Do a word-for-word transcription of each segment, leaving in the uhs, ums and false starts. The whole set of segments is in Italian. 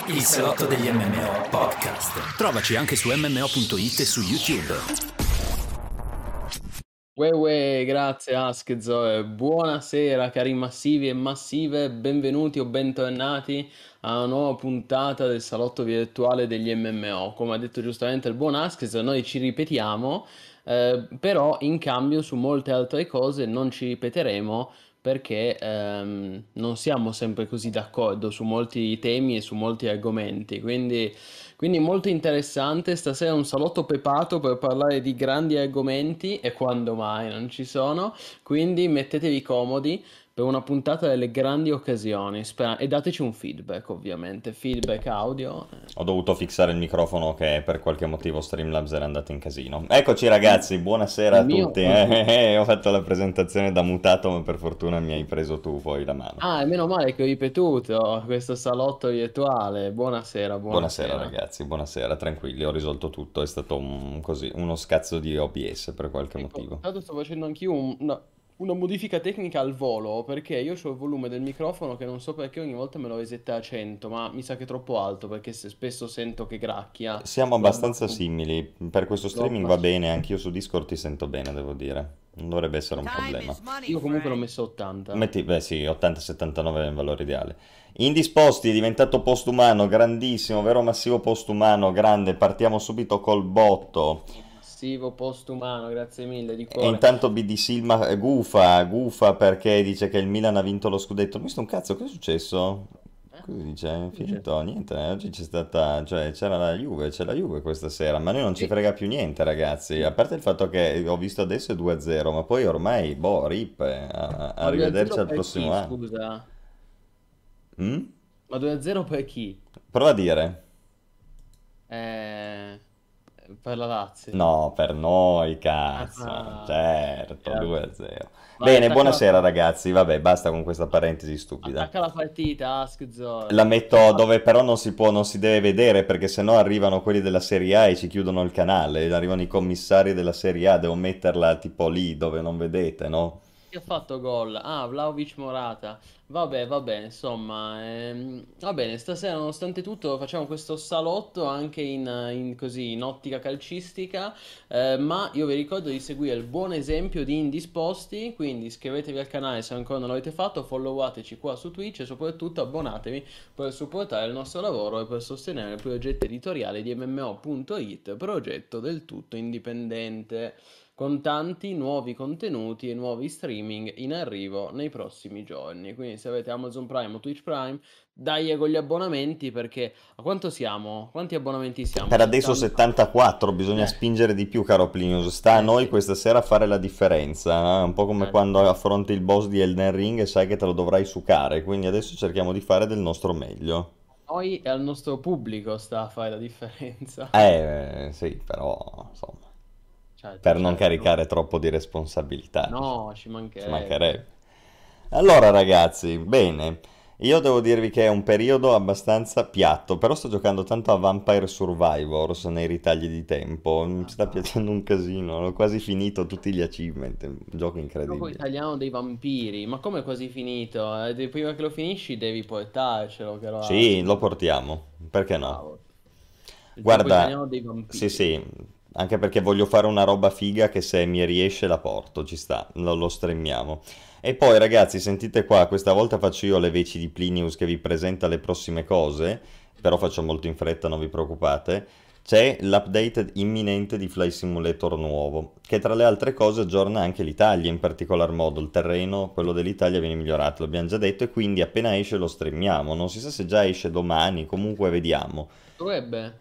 Il salotto degli M M O podcast. Trovaci anche su M M O punto it e su YouTube. Uè uè, grazie Ask Zoe, buonasera cari massivi e massive, benvenuti o bentornati a una nuova puntata del salotto virtuale degli M M O. Come ha detto giustamente il buon Ask Zoe, noi ci ripetiamo, eh, però in cambio su molte altre cose non ci ripeteremo perché ehm, non siamo sempre così d'accordo su molti temi e su molti argomenti, quindi... Quindi molto interessante, stasera un salotto pepato per parlare di grandi argomenti e quando mai non ci sono, quindi mettetevi comodi per una puntata delle grandi occasioni spera- e dateci un feedback ovviamente, feedback audio. Ho dovuto fissare il microfono che per qualche motivo Streamlabs era andato in casino. Eccoci ragazzi, buonasera Il a mio... tutti. Eh, eh, eh, ho fatto la presentazione da mutato, ma per fortuna mi hai preso tu poi la mano. Ah, e meno male che ho ripetuto questo salotto virtuale, buonasera, Buonasera buonasera. ragazzi, buonasera, tranquilli, ho risolto tutto, è stato un- così, uno scazzo di O B S per qualche Ecco, motivo. intanto sto facendo anch'io un- una, una modifica tecnica al volo perché io ho il volume del microfono che non so perché ogni volta me lo resetta a cento, ma mi sa che è troppo alto perché se spesso sento che gracchia. Siamo Lo abbastanza abbasso, simili, per questo lo streaming va abbasso. bene, anch'io su Discord ti sento bene, devo dire, non dovrebbe essere un problema. Io comunque l'ho messo a ottanta. Metti, beh sì, ottanta settantanove è il valore ideale. Indisposti è diventato postumano, grandissimo, vero massivo postumano, grande, partiamo subito col botto. Massivo postumano, grazie mille di E cuore. intanto B D Silma eh, gufa, gufa perché dice che il Milan ha vinto lo scudetto. Non ho visto un cazzo, cosa è successo? Eh? Cosa dice? È Che c'è? finito? Niente, eh, oggi c'è stata, cioè c'era la Juve, c'è la Juve questa sera, ma noi non ci Sì. frega più niente ragazzi, a parte il fatto che ho visto adesso è due a zero, ma poi ormai, boh, rip, eh, a- Ma arrivederci due a zero al per prossimo chi, anno. scusa? Mm? Ma due a zero per chi? Prova a dire. Eh, per la Lazio. No, per noi, cazzo, Ah, certo, eh, due a zero. vai, Bene, attacca la, buonasera ragazzi, vabbè, basta con questa parentesi stupida. attacca la partita, Ask La Zoe. metto dove però non si può, non si deve vedere perché sennò arrivano quelli della Serie A e ci chiudono il canale, arrivano i commissari della Serie A, devo metterla tipo lì dove non vedete, no? Chi ha fatto gol? Ah, Vlahovic Morata. Vabbè, va bene, insomma, ehm, va bene, stasera nonostante tutto facciamo questo salotto anche in, in così, in ottica calcistica, eh, ma io vi ricordo di seguire il buon esempio di Indisposti, quindi iscrivetevi al canale se ancora non l'avete fatto, followateci qua su Twitch e soprattutto abbonatevi per supportare il nostro lavoro e per sostenere il progetto editoriale di M M O punto it, progetto del tutto indipendente con tanti nuovi contenuti e nuovi streaming in arrivo nei prossimi giorni. Quindi se avete Amazon Prime o Twitch Prime, dai con gli abbonamenti perché a quanto siamo? Quanti abbonamenti siamo? Per adesso settanta? settantaquattro, bisogna Eh, spingere di più, caro Plinius. Sta a eh noi sì, questa sera fare la differenza, eh? Un po' come eh sì. quando affronti il boss di Elden Ring e sai che te lo dovrai sucare, quindi adesso cerchiamo di fare del nostro meglio. Noi e al nostro pubblico sta a fare la differenza. Eh, sì, però, insomma, Certo, per non certo. caricare troppo di responsabilità, diciamo. No, ci Ci mancherebbe. mancherebbe. Allora, ragazzi, bene, io devo dirvi che è un periodo abbastanza piatto, però sto giocando tanto a Vampire Survivors nei ritagli di tempo, mi sta Ah, piacendo un casino, ho quasi finito tutti gli achievement, è un gioco gioco incredibile. italiano dei vampiri, ma come è quasi finito? Eh, de- prima che lo finisci devi portarcelo, che lo Sì, Ask. lo portiamo, perché no? Bravo. Il gioco Guarda, italiano dei sì, vampiri. sì, anche perché voglio fare una roba figa che se mi riesce la porto, ci sta, lo, lo streamiamo. E poi ragazzi, sentite qua, questa volta faccio io le veci di Plinius che vi presenta le prossime cose, però faccio molto in fretta, non vi preoccupate. C'è l'update imminente di Fly Simulator nuovo, che tra le altre cose aggiorna anche l'Italia, in particolar modo il terreno, quello dell'Italia viene migliorato, l'abbiamo già detto, e quindi appena esce lo streamiamo. Non si sa se già esce domani, comunque vediamo. Dovrebbe.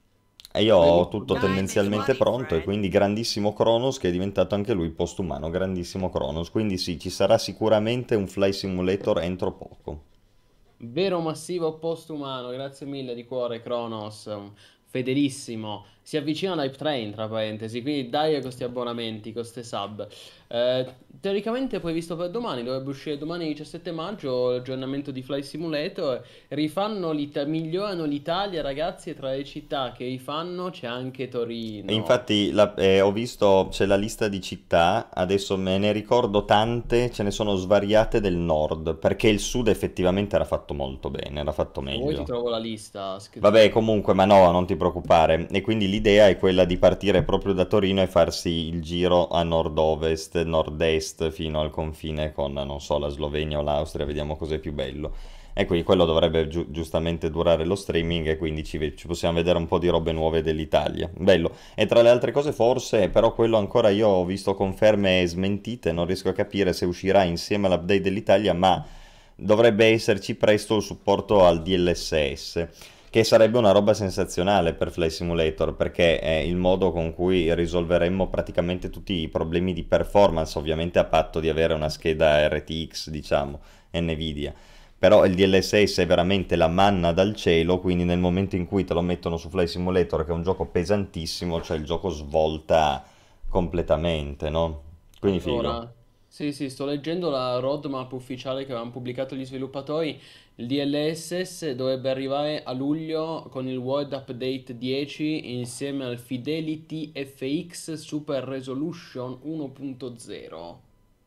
E io ho Previsto tutto domani. tendenzialmente pronto e quindi grandissimo Kronos che è diventato anche lui postumano, grandissimo Kronos. Quindi sì, ci sarà sicuramente un Fly Simulator entro poco. Vero massivo postumano, grazie mille di cuore Kronos, fedelissimo. si avvicina l'hype train, tra parentesi, quindi dai a questi abbonamenti, con queste sub. Eh, teoricamente poi visto per domani, dovrebbe uscire domani diciassette maggio l'aggiornamento di Flight Simulator, rifanno l'Ita- migliorano l'Italia ragazzi e tra le città che rifanno c'è anche E Torino. infatti la- eh, ho visto, c'è la lista di città, adesso me ne ricordo tante, ce ne sono svariate del nord, perché il sud effettivamente era fatto molto bene, era fatto Se vuoi ti meglio. trovo la lista, Vabbè, Skzo. comunque, ma no, non ti preoccupare. E quindi l'idea è quella di partire proprio da Torino e farsi il giro a nord-ovest, nord-est, fino al confine con, non so, la Slovenia o l'Austria, vediamo cos'è più bello. E quindi quello dovrebbe giu- giustamente durare lo streaming e quindi ci, ve- ci possiamo vedere un po' di robe nuove dell'Italia. Bello. E tra le altre cose forse, però quello ancora io ho visto conferme e smentite, non riesco a capire se uscirà insieme all'update dell'Italia, ma dovrebbe esserci presto il supporto al D L S S, che sarebbe una roba sensazionale per Flight Simulator, perché è il modo con cui risolveremmo praticamente tutti i problemi di performance, ovviamente a patto di avere una scheda R T X, diciamo, Nvidia. Però il D L S S è veramente la manna dal cielo, quindi nel momento in cui te lo mettono su Flight Simulator, che è un gioco pesantissimo, cioè il gioco svolta completamente, no? Quindi figo. Allora, sì, sì, sto leggendo la roadmap ufficiale che avevano pubblicato gli sviluppatori. Il D L S S dovrebbe arrivare a luglio con il World Update dieci insieme al Fidelity F X Super Resolution uno punto zero.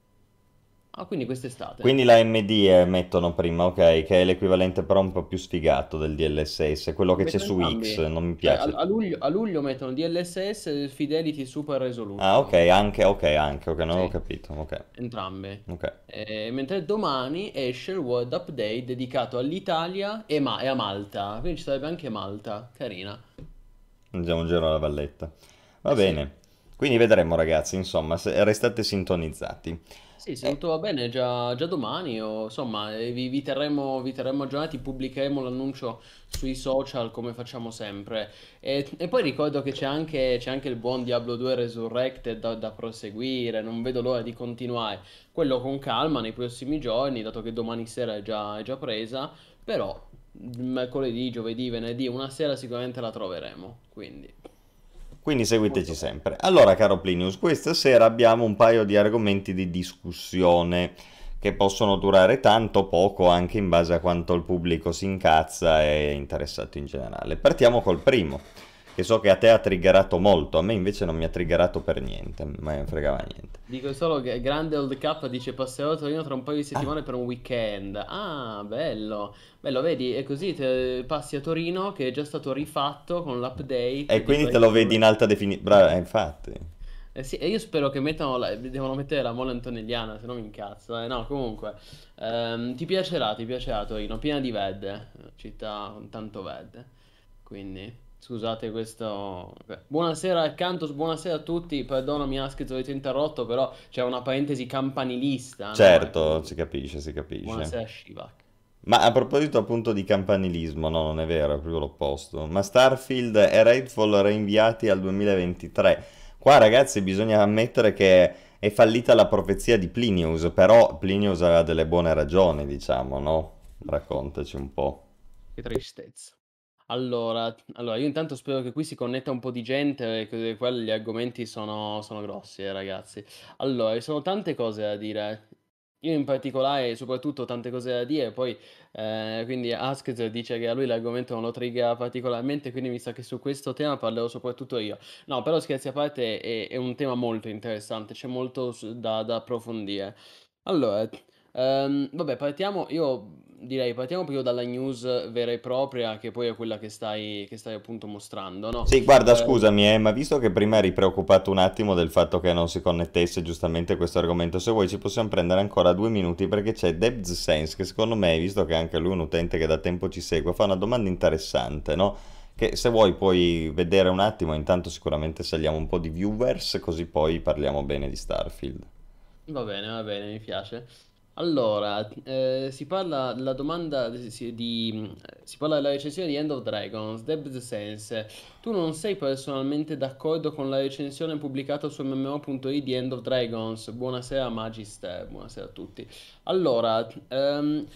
Ah, quindi quest'estate. Quindi la M D eh, mettono prima, ok, che è l'equivalente però un po' più sfigato del D L S S, quello che c'è Mettono su X, entrambi. non mi Cioè, a, piace. a luglio, a luglio mettono D L S S e Fidelity Super Ah, ok, Resolution. anche, ok, anche, ok, non avevo Sì, capito, ok, entrambi. ok. Eh, mentre domani esce il World Update dedicato all'Italia e, Ma- e a Malta. Quindi ci sarebbe anche Malta. Carina. Andiamo un giro alla valletta. Va Eh sì. bene, quindi vedremo ragazzi, insomma, se restate sintonizzati. Sì, se Eh, tutto va bene, già, già domani, o insomma, eh, vi, vi terremo, vi terremo aggiornati, pubblicheremo l'annuncio sui social come facciamo sempre. E, e poi ricordo che c'è anche, c'è anche il buon Diablo due Resurrected da, da proseguire, non vedo l'ora di continuare. Quello con calma nei prossimi giorni, dato che domani sera è già, è già presa, però mercoledì, giovedì, venerdì, una sera sicuramente la troveremo, quindi Quindi seguiteci molto bene. sempre. Allora, caro Plinius, questa sera abbiamo un paio di argomenti di discussione che possono durare tanto o poco, anche in base a quanto il pubblico si incazza e è interessato in generale. Partiamo col primo, che so che a te ha triggerato molto, a me invece non mi ha triggerato per niente, me ne fregava niente. Dico solo che Grande Old Cup dice passerò a Torino tra un paio di Ah, settimane per un weekend. Ah, bello. Bello, vedi, e così te passi a Torino che è già stato rifatto con e l'update di quindi te Flight lo vedi in Simulator. alta definizione. Brava, eh, infatti. Eh sì, e io spero che mettano la- devono mettere la mole antonelliana, se no mi incazzo. Eh, no, comunque, ehm, ti piacerà, ti piacerà Torino, piena di verde, città con tanto verde. Quindi, scusate questo... ok. Buonasera accanto, buonasera a tutti, perdonami Askez, ho interrotto, però c'è una parentesi campanilista, no? E Certo, si quindi, capisce, si buonasera capisce. Shivak. Ma a proposito appunto di campanilismo, no, non è vero, è proprio l'opposto. Ma Starfield e Redfall rinviati al duemilaventitré. Qua ragazzi bisogna ammettere che è fallita la profezia di Plinius, però Plinius aveva delle buone ragioni, diciamo, no? Raccontaci un po'. Che tristezza. Allora, allora, io intanto spero che qui si connetta un po' di gente, e che quelli gli argomenti sono, sono grossi, eh, ragazzi. Allora, ci sono tante cose da dire. Io in particolare, soprattutto, ho tante cose da dire, poi, eh, quindi Askez dice che a lui l'argomento non lo trigga particolarmente, quindi mi sa che su questo tema parlerò soprattutto io. No, però scherzi a parte, è, è un tema molto interessante, c'è molto su- da, da approfondire. Allora, ehm, vabbè, partiamo, io direi partiamo proprio dalla news vera e propria, che poi è quella che stai, che stai appunto mostrando, no? Sì, guarda, Eh, scusami, eh, ma visto che prima eri preoccupato un attimo del fatto che non si connettesse giustamente questo argomento, se vuoi ci possiamo prendere ancora due minuti perché c'è Debs Sense che secondo me, visto che anche lui è un utente che da tempo ci segue, fa una domanda interessante, no? Che se vuoi puoi vedere un attimo, intanto sicuramente saliamo un po' di viewers, così poi parliamo bene di Starfield. Va bene, va bene, mi piace. Allora, eh, si parla la domanda di, si di- si parla della recensione di End of Dragons, Deb's Sense. Tu non sei personalmente d'accordo con la recensione pubblicata su M M O punto it di End of Dragons? Buonasera Magister, buonasera a tutti. Allora, ehm,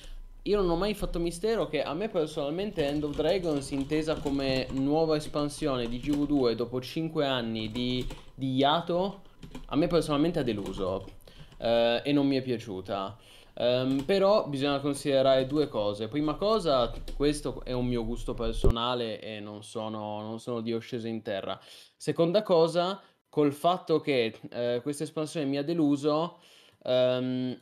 io non ho mai fatto mistero che a me personalmente End of Dragons, intesa come nuova espansione di G V due dopo cinque anni di, di hiato, a me personalmente ha deluso, eh, e non mi è piaciuta. Ehm, però bisogna considerare due cose. Prima cosa, questo è un mio gusto personale e non sono, non sono Dio sceso in terra. Seconda cosa, col fatto che eh, questa espansione mi ha deluso, ehm,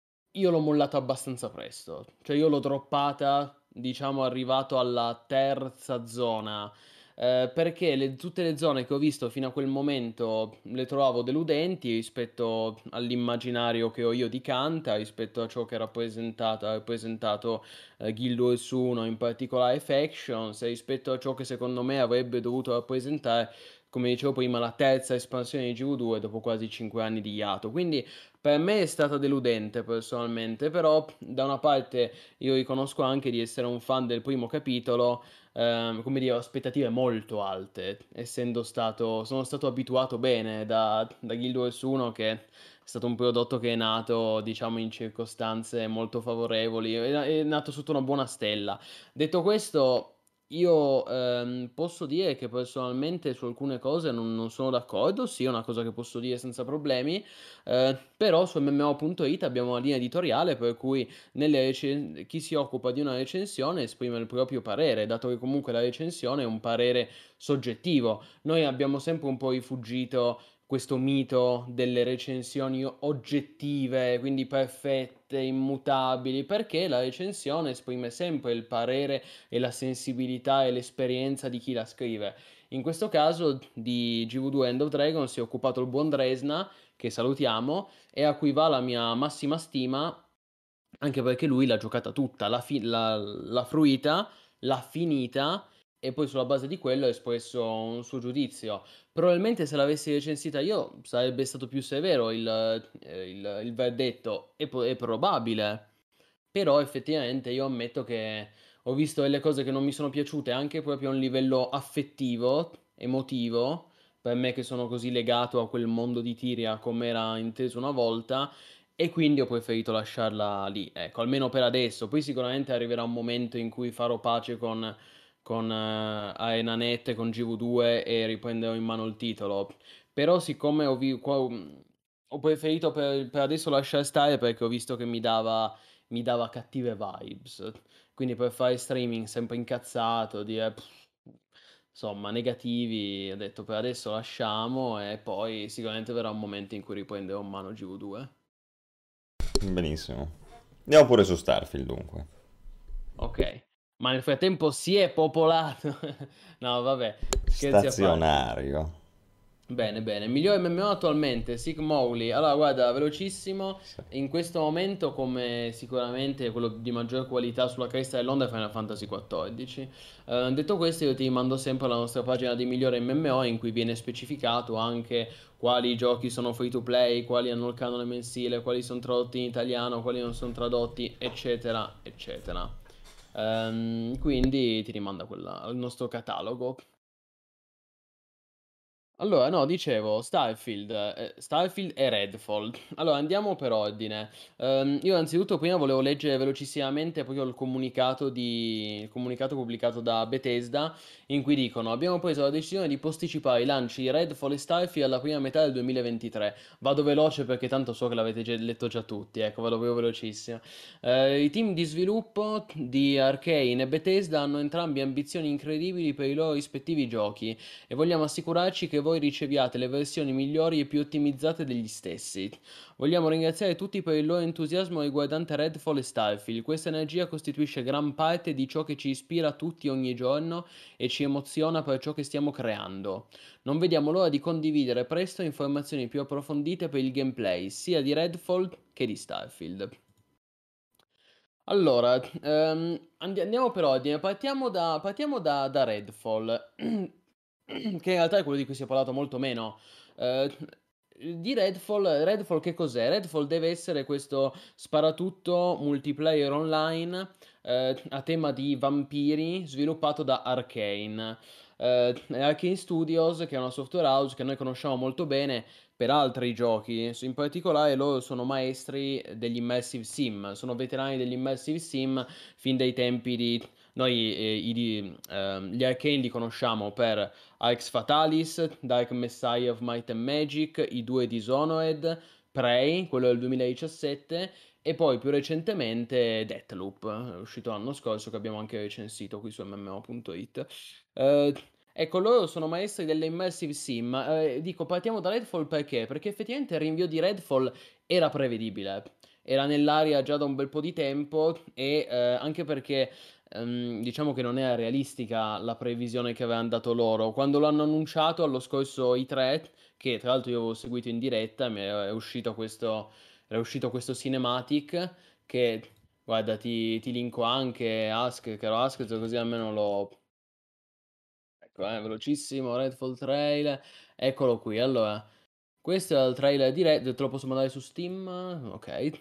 io l'ho mollata abbastanza presto. Cioè io l'ho droppata, diciamo, arrivato alla terza zona. Eh, perché le- tutte le zone che ho visto fino a quel momento le trovavo deludenti rispetto all'immaginario che ho io di Kanta, rispetto a ciò che rappresentata- ha rappresentato eh, Guild Wars uno, in particolare Factions, e rispetto a ciò che secondo me avrebbe dovuto rappresentare, come dicevo prima, la terza espansione di G V due dopo quasi cinque anni di hiato. Quindi per me è stata deludente personalmente, però da una parte io riconosco anche di essere un fan del primo capitolo, ehm, come dire, ho aspettative molto alte, essendo stato, sono stato abituato bene da, da Guild Wars uno, che è stato un prodotto che è nato, diciamo, in circostanze molto favorevoli, è, è nato sotto una buona stella. Detto questo, io ehm, posso dire che personalmente su alcune cose non, non sono d'accordo, sì, è una cosa che posso dire senza problemi. Eh, però su M M O punto it abbiamo una linea editoriale per cui nelle recen- chi si occupa di una recensione esprime il proprio parere, dato che comunque la recensione è un parere soggettivo. Noi abbiamo sempre un po' rifuggito questo mito delle recensioni oggettive, quindi perfette, immutabili, perché la recensione esprime sempre il parere e la sensibilità e l'esperienza di chi la scrive. In questo caso di G V due End of Dragon si è occupato il buon Dresna, che salutiamo, e a cui va la mia massima stima, anche perché lui l'ha giocata tutta, l'ha, fi- l'ha- l'ha fruita, l'ha finita e poi sulla base di quello ha espresso un suo giudizio. Probabilmente se l'avessi recensita io sarebbe stato più severo il, eh, il- il verdetto, è, po- è probabile, però effettivamente io ammetto che ho visto delle cose che non mi sono piaciute anche proprio a un livello affettivo, emotivo, per me che sono così legato a quel mondo di Tyria come era inteso una volta, e quindi ho preferito lasciarla lì, ecco, almeno per adesso. Poi sicuramente arriverà un momento in cui farò pace con, con eh, Aenanet, con G V due e riprenderò in mano il titolo. Però siccome ho, vi- qua- ho preferito per, per adesso lasciare stare perché ho visto che mi dava, mi dava cattive vibes. Quindi per fare streaming sempre incazzato, dire... pff, insomma, negativi, ho detto per adesso lasciamo e poi sicuramente verrà un momento in cui riprenderò in mano G V due. Benissimo. Andiamo pure su Starfield dunque. Ok, ma nel frattempo si è popolato. No, vabbè, scherzi a parte. Stazionario. Bene, bene. Migliore M M O attualmente, Sig Mowgli. Allora, guarda, velocissimo. Sì. In questo momento, come sicuramente quello di maggior qualità sulla cresta dell'onda è Final Fantasy quattordici. Eh, detto questo, io ti rimando sempre alla nostra pagina di migliore M M O in cui viene specificato anche quali giochi sono free to play, quali hanno il canone mensile, quali sono tradotti in italiano, quali non sono tradotti, eccetera, eccetera. Ehm, quindi ti rimando a quella- al nostro catalogo. Allora, no, dicevo, Starfield, eh, Starfield e Redfall. Allora, andiamo per ordine. Ehm, io anzitutto prima volevo leggere velocissimamente proprio il comunicato, di, il comunicato pubblicato da Bethesda, in cui dicono: abbiamo preso la decisione di posticipare i lanci di Redfall e Starfield alla prima metà del duemilaventitré. Vado veloce perché tanto so che l'avete già letto già tutti, ecco, vado proprio velocissimo. Eh, i team di sviluppo di Arcane e Bethesda hanno entrambi ambizioni incredibili per i loro rispettivi giochi e vogliamo assicurarci che voi riceviate le versioni migliori e più ottimizzate degli stessi. Vogliamo ringraziare tutti per il loro entusiasmo riguardante Redfall e Starfield. Questa energia costituisce gran parte di ciò che ci ispira tutti ogni giorno e ci emoziona per ciò che stiamo creando. Non vediamo l'ora di condividere presto informazioni più approfondite per il gameplay, sia di Redfall che di Starfield. Allora, ehm, andi- andiamo per ordine, partiamo da, partiamo da, da Redfall, che in realtà è quello di cui si è parlato molto meno. Eh, di Redfall, Redfall che cos'è? Redfall deve essere questo sparatutto multiplayer online, ehm, a tema di vampiri, sviluppato da Arcane. Ehm, Arcane Studios, che è una software house che noi conosciamo molto bene per altri giochi, s in particolare loro sono maestri degli immersive sim, sono veterani degli immersive sim fin dai tempi di noi, ehm, i di ehm, gli Arcane li conosciamo per Alex Fatalis, Dark Messiah of Might and Magic, i due Dishonored, Prey, quello del duemiladiciassette, e poi più recentemente Deathloop, è uscito l'anno scorso, che abbiamo anche recensito qui su M M O punto it. Eh, ecco, loro sono maestri delle immersive sim. Eh, dico, partiamo da Redfall perché? Perché effettivamente il rinvio di Redfall era prevedibile, era nell'aria già da un bel po' di tempo e eh, anche perché ehm, diciamo che non era realistica la previsione che avevano dato loro. Quando l'hanno annunciato allo scorso i tre, che tra l'altro io avevo seguito in diretta, mi è uscito questo, era uscito questo cinematic che, guarda, ti, ti linko anche Ask, caro Ask, così almeno lo... Ecco, eh, velocissimo, Redfall trailer, eccolo qui. Allora, questo è il trailer di Red, te lo posso mandare su Steam? Ok.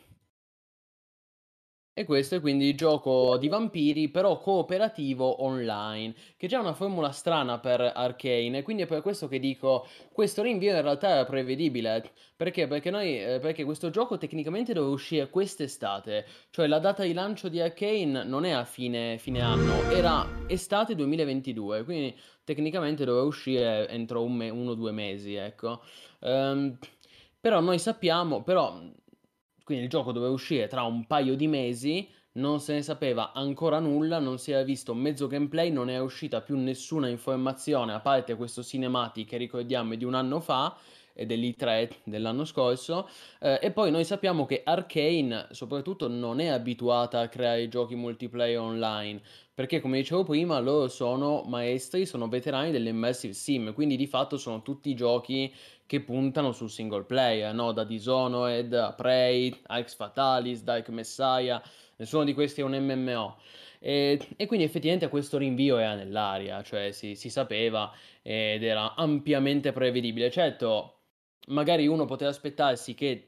E questo è quindi il gioco di vampiri, però cooperativo online, che è già una formula strana per Arcane, e quindi è per questo che dico, questo rinvio in realtà era prevedibile. Perché? Perché noi, eh, perché questo gioco tecnicamente doveva uscire quest'estate, cioè la data di lancio di Arcane non è a fine, fine anno, era estate duemilaventidue, quindi tecnicamente doveva uscire entro un me- uno o due mesi, ecco. Ehm, però noi sappiamo, però, quindi il gioco doveva uscire tra un paio di mesi, non se ne sapeva ancora nulla, non si era visto mezzo gameplay, non è uscita più nessuna informazione, a parte questo cinematic che ricordiamo è di un anno fa, e dell'I tre dell'anno scorso, eh, e poi noi sappiamo che Arcane soprattutto non è abituata a creare giochi multiplayer online, perché come dicevo prima loro sono maestri, sono veterani dell'immersive sim, quindi di fatto sono tutti giochi che puntano sul single player, no? Da Dishonored a Prey, Alex Fatalis, Dark Messiah, nessuno di questi è un M M O. E, e quindi effettivamente questo rinvio era nell'aria, cioè si, si sapeva ed era ampiamente prevedibile. Certo, magari uno poteva aspettarsi che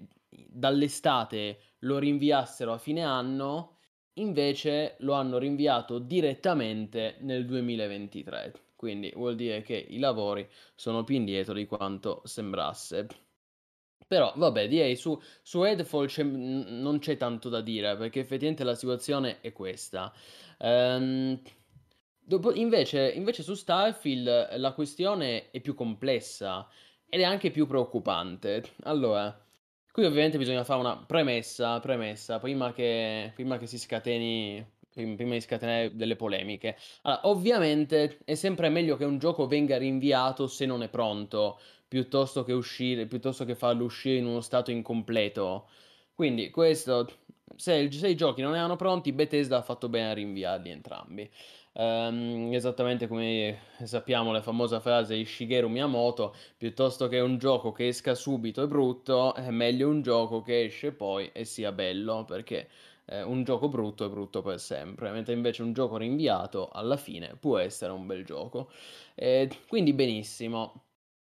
dall'estate lo rinviassero a fine anno, invece lo hanno rinviato direttamente nel duemilaventitré. Quindi vuol dire che i lavori sono più indietro di quanto sembrasse. Però vabbè, direi su, su Redfall c'è- n- non c'è tanto da dire, perché effettivamente la situazione è questa. Ehm, dopo- invece, invece su Starfield la questione è più complessa ed è anche più preoccupante. Allora, qui ovviamente bisogna fare una premessa, premessa, prima che, prima che si scateni, prim- prima di scatenare delle polemiche. Allora, ovviamente è sempre meglio che un gioco venga rinviato se non è pronto, piuttosto che uscire, piuttosto che farlo uscire in uno stato incompleto. Quindi questo, se, il- se i giochi non erano pronti, Bethesda ha fatto bene a rinviarli entrambi. Ehm, esattamente come sappiamo la famosa frase di Shigeru Miyamoto, piuttosto che un gioco che esca subito e brutto, è meglio un gioco che esce poi e sia bello, perché eh, un gioco brutto è brutto per sempre, mentre invece un gioco rinviato alla fine può essere un bel gioco. Eh, quindi benissimo.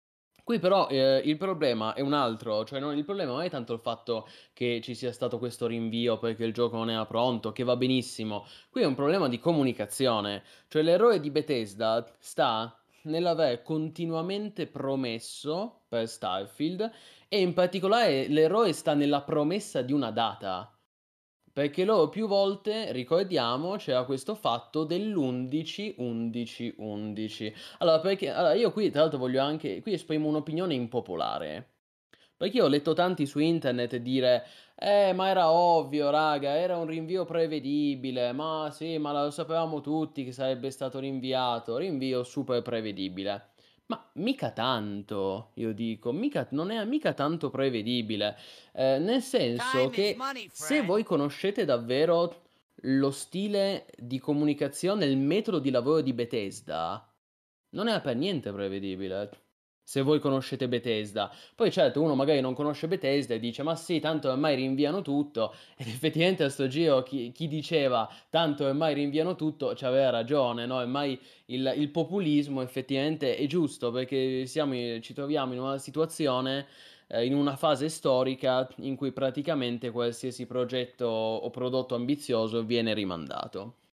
Qui però eh, il problema è un altro, cioè non- il problema non è tanto il fatto che ci sia stato questo rinvio perché il gioco non era pronto, che va benissimo. Qui è un problema di comunicazione, cioè l'errore di Bethesda sta nell'aver continuamente promesso per Starfield e in particolare l'errore sta nella promessa di una data. Perché loro più volte, ricordiamo, c'era questo fatto dell'undici, undici, undici. Allora, perché, allora, io qui tra l'altro voglio anche, qui esprimo un'opinione impopolare. Perché io ho letto tanti su internet dire, eh, ma era ovvio, raga, era un rinvio prevedibile, ma sì, ma lo sapevamo tutti che sarebbe stato rinviato, rinvio super prevedibile. Ma mica tanto, io dico, mica, non è mica tanto prevedibile, eh, nel senso Time is che money, se voi friend. conoscete davvero lo stile di comunicazione, il metodo di lavoro di Bethesda, non è per niente prevedibile. Se voi conoscete Bethesda. Poi certo, uno magari non conosce Bethesda e dice, ma sì, tanto ormai rinviano tutto. Ed effettivamente a sto giro chi, chi diceva, tanto ormai rinviano tutto, ci aveva ragione, no? Ormai il, il populismo effettivamente è giusto, perché siamo, ci troviamo in una situazione, eh, in una fase storica in cui praticamente qualsiasi progetto o prodotto ambizioso viene rimandato.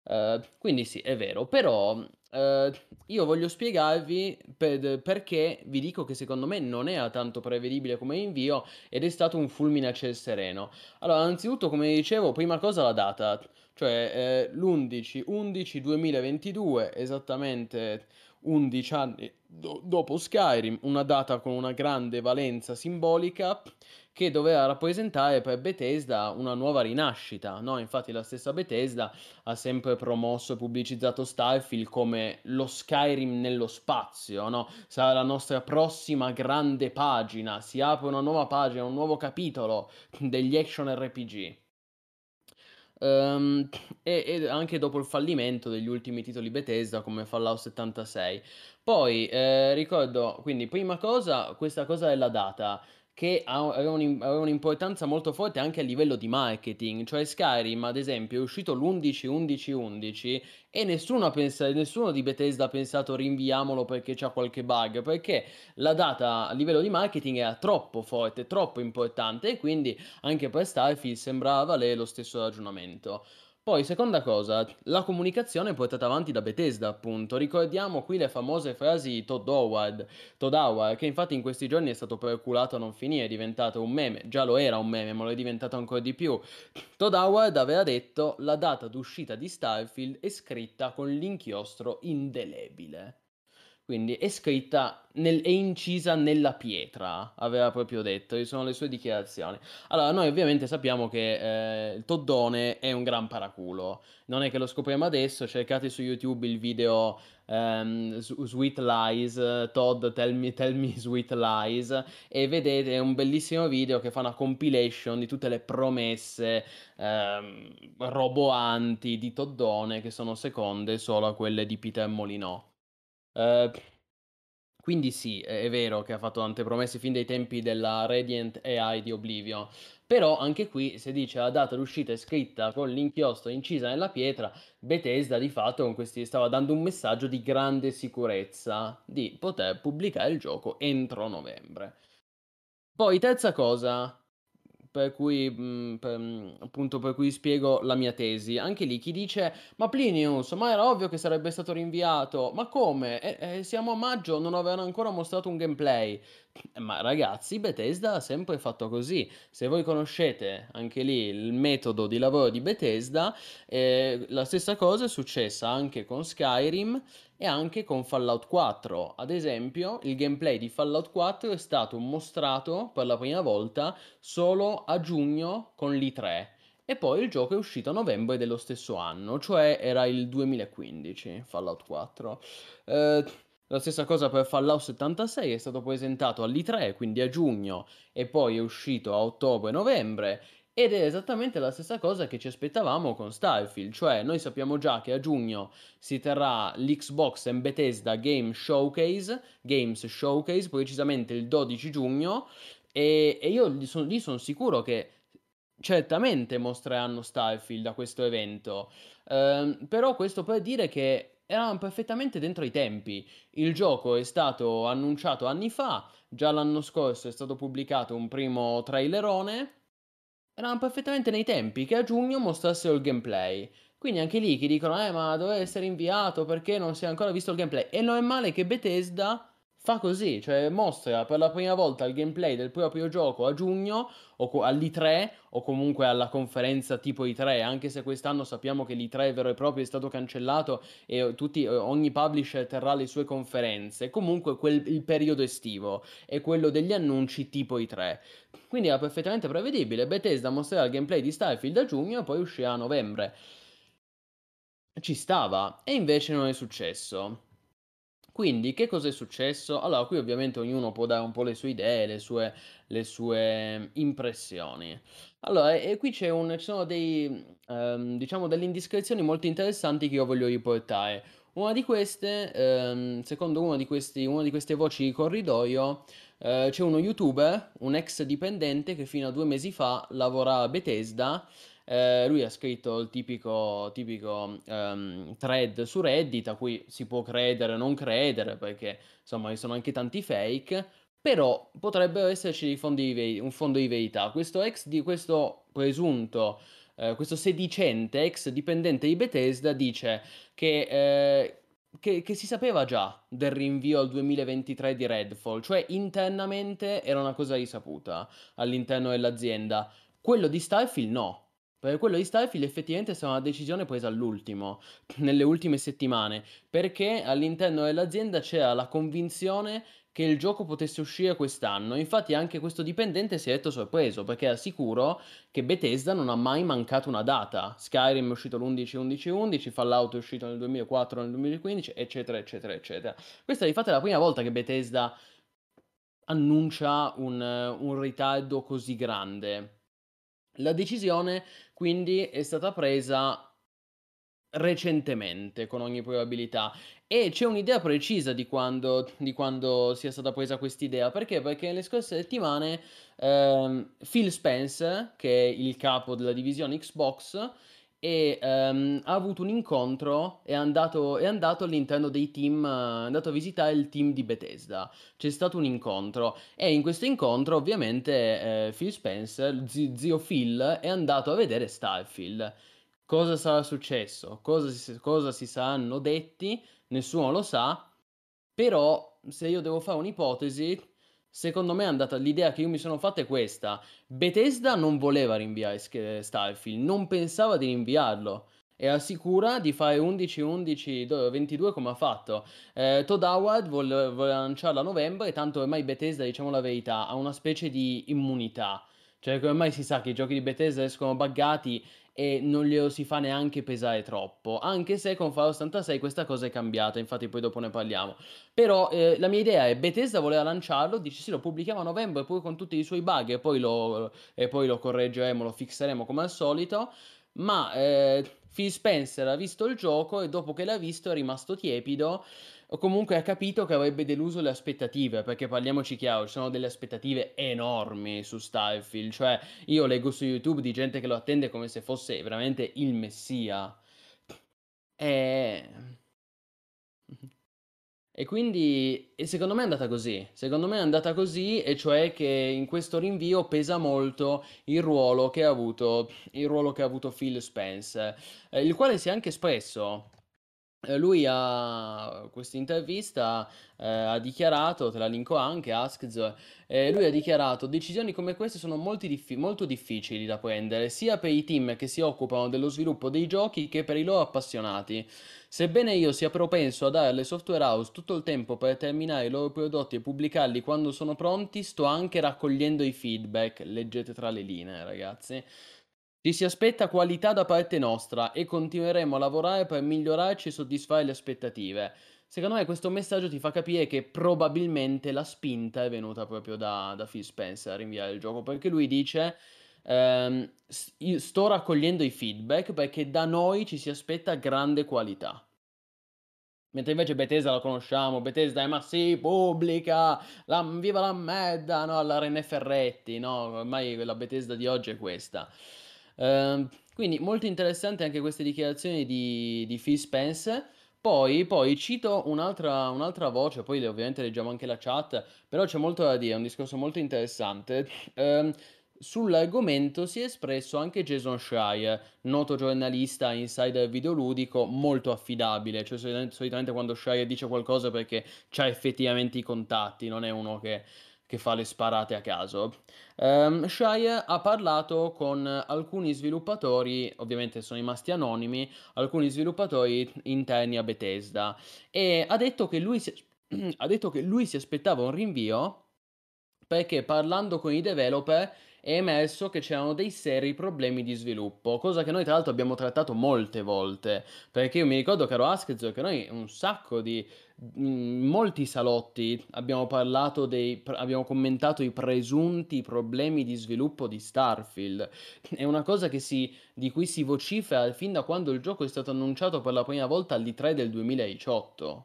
Ehm, quindi sì, è vero, però, ehm, io voglio spiegarvi per perché vi dico che secondo me non era tanto prevedibile come invio ed è stato un fulmine a ciel sereno. Allora, anzitutto, come dicevo, prima cosa la data, cioè eh, l'undici undici duemilaventidue, esattamente undici anni do- dopo Skyrim, una data con una grande valenza simbolica che doveva rappresentare per Bethesda una nuova rinascita, no? Infatti la stessa Bethesda ha sempre promosso e pubblicizzato Starfield come lo Skyrim nello spazio, no? Sarà la nostra prossima grande pagina, si apre una nuova pagina, un nuovo capitolo degli action R P G. Ehm, e, e anche dopo il fallimento degli ultimi titoli Bethesda come Fallout settantasei. Poi eh, ricordo, quindi prima cosa, questa cosa della data, che ha- aveva un- aveva un'importanza molto forte anche a livello di marketing, cioè Skyrim ad esempio è uscito l'undici undici undici e nessuno, ha pensa- nessuno di Bethesda ha pensato rinviamolo perché c'ha qualche bug, perché la data a livello di marketing era troppo forte, troppo importante e quindi anche per Starfield sembrava valere lo stesso ragionamento. Poi, seconda cosa, la comunicazione portata avanti da Bethesda, appunto. Ricordiamo qui le famose frasi Todd Howard, Todd Howard, che infatti in questi giorni è stato perculato a non finire, è diventato un meme. Già lo era un meme, ma lo è diventato ancora di più. Todd Howard aveva detto: la data d'uscita di Starfield è scritta con l'inchiostro indelebile. Quindi è scritta nel- è incisa nella pietra, aveva proprio detto, ci sono le sue dichiarazioni. Allora, noi ovviamente sappiamo che eh, il Toddone è un gran paraculo, non è che lo scopriamo adesso, cercate su YouTube il video ehm, su- Sweet Lies, eh, Todd Tell Me, Tell Me Sweet Lies, e vedete è un bellissimo video che fa una compilation di tutte le promesse ehm, roboanti di Toddone che sono seconde solo a quelle di Peter Molinò. Eh, quindi sì, è è vero che ha fatto tante promesse fin dai tempi della Radiant A I di Oblivion, però anche qui se dice la data d'uscita è scritta con l'inchiostro incisa nella pietra, Bethesda di fatto con questi stava dando un messaggio di grande sicurezza di poter pubblicare il gioco entro novembre. Poi terza cosa, per cui, mhmm, per mhmm, appunto per cui spiego la mia tesi. Anche lì chi dice: "Ma Plinius, ma era ovvio che sarebbe stato rinviato, ma come? Eh, eh, siamo a maggio, non avevano ancora mostrato un gameplay". Eh, Ma ragazzi, Bethesda ha sempre fatto così. Se voi conoscete anche lì il metodo di lavoro di Bethesda, eh, la stessa cosa è successa anche con Skyrim e anche con Fallout quattro. Ad esempio, il gameplay di Fallout quattro è stato mostrato per la prima volta solo a giugno con l'I tre e poi il gioco è uscito a novembre dello stesso anno, cioè era il duemilaquindici, Fallout quattro. Eh, la stessa cosa per Fallout settantasei, è stato presentato all'I tre, quindi a giugno, e poi è uscito a ottobre-novembre, ed è esattamente la stessa cosa che ci aspettavamo con Starfield, cioè noi sappiamo già che a giugno si terrà l'Xbox and Bethesda Game Showcase, Games Showcase, precisamente il dodici giugno, e, e io lì sono son sicuro che certamente mostreranno Starfield a questo evento. Ehm, però questo per dire che eravamo perfettamente dentro i tempi. Il gioco è stato annunciato anni fa, già l'anno scorso è stato pubblicato un primo trailerone. Eravamo perfettamente nei tempi che a giugno mostrassero il gameplay. Quindi anche lì chi dicono, eh ma doveva essere inviato perché non si è ancora visto il gameplay. E non è male che Bethesda fa così, cioè mostra per la prima volta il gameplay del proprio gioco a giugno o co- all'I tre o comunque alla conferenza tipo I tre, anche se quest'anno sappiamo che l'I tre vero e proprio è stato cancellato e tutti, ogni publisher terrà le sue conferenze. Comunque quel, il periodo estivo è quello degli annunci tipo I tre. Quindi era perfettamente prevedibile. Bethesda mostrerà il gameplay di Starfield a giugno e poi uscirà a novembre. Ci stava, e invece non è successo. Quindi, che cosa è successo? Allora, qui ovviamente ognuno può dare un po' le sue idee, le sue, le sue impressioni. Allora, e, e qui c'è un, ci sono dei, ehm, diciamo, delle indiscrezioni molto interessanti che io voglio riportare. Una di queste, ehm, secondo una di questi, una di queste voci di corridoio, eh, c'è uno YouTuber, un ex dipendente che fino a due mesi fa lavora a Bethesda. Eh, lui ha scritto il tipico, tipico ehm, thread su Reddit a cui si può credere o non credere perché insomma ci sono anche tanti fake, però potrebbero esserci dei fondi di veri- un fondo di verità. Questo ex di questo presunto eh, questo sedicente ex dipendente di Bethesda dice che, eh, che, che si sapeva già del rinvio al duemilaventitré di Redfall, cioè internamente era una cosa risaputa all'interno dell'azienda. Quello di Starfield no. Perché quello di Starfield effettivamente è stata una decisione presa all'ultimo, nelle ultime settimane, perché all'interno dell'azienda c'era la convinzione che il gioco potesse uscire quest'anno. Infatti anche questo dipendente si è detto sorpreso, perché era sicuro che Bethesda non ha mai mancato una data. Skyrim è uscito l'undici undici undici, Fallout è uscito nel duemilaquattro, nel duemilaquindici, eccetera, eccetera, eccetera. Questa è di fatto la prima volta che Bethesda annuncia un, un ritardo così grande. La decisione quindi è stata presa recentemente, con ogni probabilità, e c'è un'idea precisa di quando, di quando sia stata presa quest'idea. Perché? Perché nelle scorse settimane ehm, Phil Spencer, che è il capo della divisione Xbox, e, ehm, ha avuto un incontro, è andato, è andato all'interno dei team, eh, è andato a visitare il team di Bethesda. C'è stato un incontro e in questo incontro ovviamente eh, Phil Spencer, zi- zio Phil, è andato a vedere Starfield. Cosa sarà successo? Cosa si, cosa si saranno detti? Nessuno lo sa, però se io devo fare un'ipotesi, secondo me è andata, l'idea che io mi sono fatta è questa. Bethesda non voleva rinviare Sk- Starfield, non pensava di rinviarlo. Era sicura di fare undici undici ventidue come ha fatto. Eh, Todd Howard vuole, vuole lanciarla a novembre, tanto ormai Bethesda, diciamo la verità, ha una specie di immunità. Cioè che ormai si sa che i giochi di Bethesda escono buggati e non glielo si fa neanche pesare troppo. Anche se con Fallout settantasei questa cosa è cambiata, infatti poi dopo ne parliamo. Però eh, la mia idea è Bethesda voleva lanciarlo, dice sì, lo pubblichiamo a novembre pur con tutti i suoi bug e poi lo, e poi lo correggeremo, lo fixeremo come al solito. Ma eh, Phil Spencer ha visto il gioco e dopo che l'ha visto è rimasto tiepido o comunque ha capito che avrebbe deluso le aspettative, perché parliamoci chiaro, ci sono delle aspettative enormi su Starfield, cioè io leggo su YouTube di gente che lo attende come se fosse veramente il messia. E... E quindi, e secondo me è andata così, secondo me è andata così, e cioè che in questo rinvio pesa molto il ruolo che ha avuto, il ruolo che ha avuto Phil Spencer, eh, il quale si è anche espresso. Eh, Lui a questa intervista eh, ha dichiarato, te la linko anche, Askz, eh, lui ha dichiarato: decisioni come queste sono molti diffi- molto difficili da prendere, sia per i team che si occupano dello sviluppo dei giochi che per i loro appassionati. Sebbene io sia propenso a dare alle software house tutto il tempo per terminare i loro prodotti e pubblicarli quando sono pronti, sto anche raccogliendo i feedback. Leggete tra le linee, ragazzi. Ci si aspetta qualità da parte nostra e continueremo a lavorare per migliorarci e soddisfare le aspettative. Secondo me questo messaggio ti fa capire che probabilmente la spinta è venuta proprio da, da Phil Spencer a rinviare il gioco, perché lui dice ehm, s- io sto raccogliendo i feedback perché da noi ci si aspetta grande qualità. Mentre invece Bethesda la conosciamo, Bethesda è ma sì, pubblica, la, viva la merda, no, alla René Ferretti, no, ormai la Bethesda di oggi è questa. Ehm, quindi molto interessante anche queste dichiarazioni di, di Phil Spencer. Poi, poi cito un'altra, un'altra voce, poi ovviamente leggiamo anche la chat, però c'è molto da dire, è un discorso molto interessante. Ehm, Sull'argomento si è espresso anche Jason Schreier, noto giornalista insider videoludico molto affidabile, cioè solitamente, solitamente quando Schreier dice qualcosa perché c'ha effettivamente i contatti, non è uno che, che fa le sparate a caso. Um, Schreier ha parlato con alcuni sviluppatori, ovviamente sono rimasti anonimi, alcuni sviluppatori interni a Bethesda, e ha detto che lui si, ha detto che lui si aspettava un rinvio perché parlando con i developer è emerso che c'erano dei seri problemi di sviluppo, cosa che noi tra l'altro abbiamo trattato molte volte, perché io mi ricordo, caro Askez, che noi un sacco di, in molti salotti abbiamo parlato dei, abbiamo commentato i presunti problemi di sviluppo di Starfield. È una cosa che si, di cui si vocifera fin da quando il gioco è stato annunciato per la prima volta all'E tre del duemiladiciotto.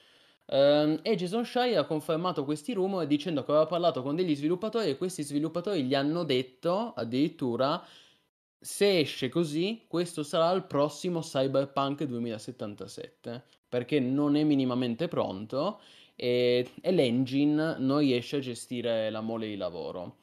Ehm, e Jason Schreier ha confermato questi rumor dicendo che aveva parlato con degli sviluppatori e questi sviluppatori gli hanno detto addirittura se esce così, questo sarà il prossimo Cyberpunk duemilasettantasette, perché non è minimamente pronto e, e l'engine non riesce a gestire la mole di lavoro.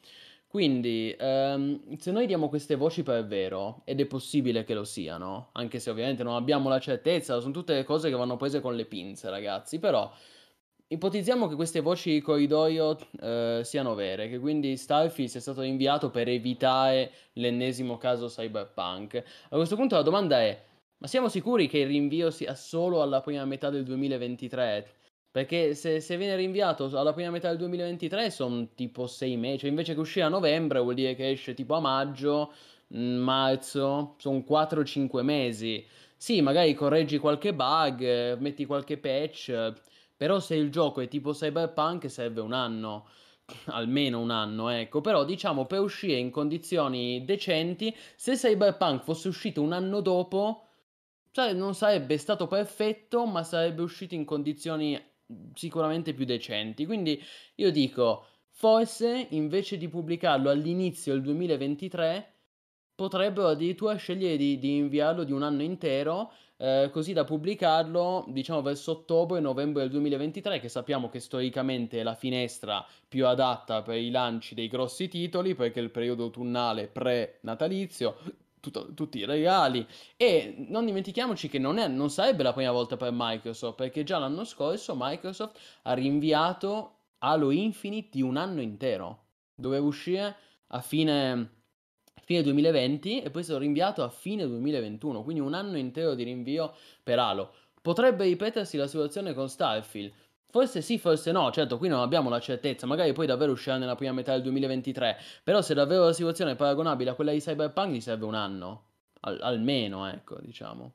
Quindi, ehm, se noi diamo queste voci per vero, ed è possibile che lo siano, anche se ovviamente non abbiamo la certezza, sono tutte cose che vanno prese con le pinze, ragazzi, però ipotizziamo che queste voci di corridoio eh, siano vere, che quindi Starfield sia stato inviato per evitare l'ennesimo caso Cyberpunk. A questo punto la domanda è: ma siamo sicuri che il rinvio sia solo alla prima metà del duemilaventitré? Perché se, se viene rinviato alla prima metà del duemilaventitré sono tipo sei mesi, cioè invece che uscire a novembre vuol dire che esce tipo a maggio, mh, marzo, sono quattro cinque mesi. Sì, magari correggi qualche bug, eh, metti qualche patch, eh, però se il gioco è tipo Cyberpunk serve un anno, almeno un anno, ecco. Però diciamo per uscire in condizioni decenti, se Cyberpunk fosse uscito un anno dopo, cioè, non sarebbe stato perfetto, ma sarebbe uscito in condizioni sicuramente più decenti. Quindi io dico, forse invece di pubblicarlo all'inizio del duemilaventitré, potrebbero addirittura scegliere di, di inviarlo di un anno intero, eh, così da pubblicarlo, diciamo, verso ottobre-novembre del duemilaventitré, che sappiamo che storicamente è la finestra più adatta per i lanci dei grossi titoli, perché è il periodo autunnale pre-natalizio, tutto- tutti i regali. E non dimentichiamoci che non, è, non sarebbe la prima volta per Microsoft, perché già l'anno scorso Microsoft ha rinviato Halo Infinite di un anno intero. Doveva uscire a fine, fine duemilaventi e poi è stato rinviato a fine duemilaventuno, quindi un anno intero di rinvio per Halo. Potrebbe ripetersi la situazione con Starfield. Forse sì, forse no, certo, qui non abbiamo la certezza, magari poi davvero uscirà nella prima metà del duemilaventitré, però se davvero la situazione è paragonabile a quella di Cyberpunk gli serve un anno, Al- almeno, ecco, diciamo.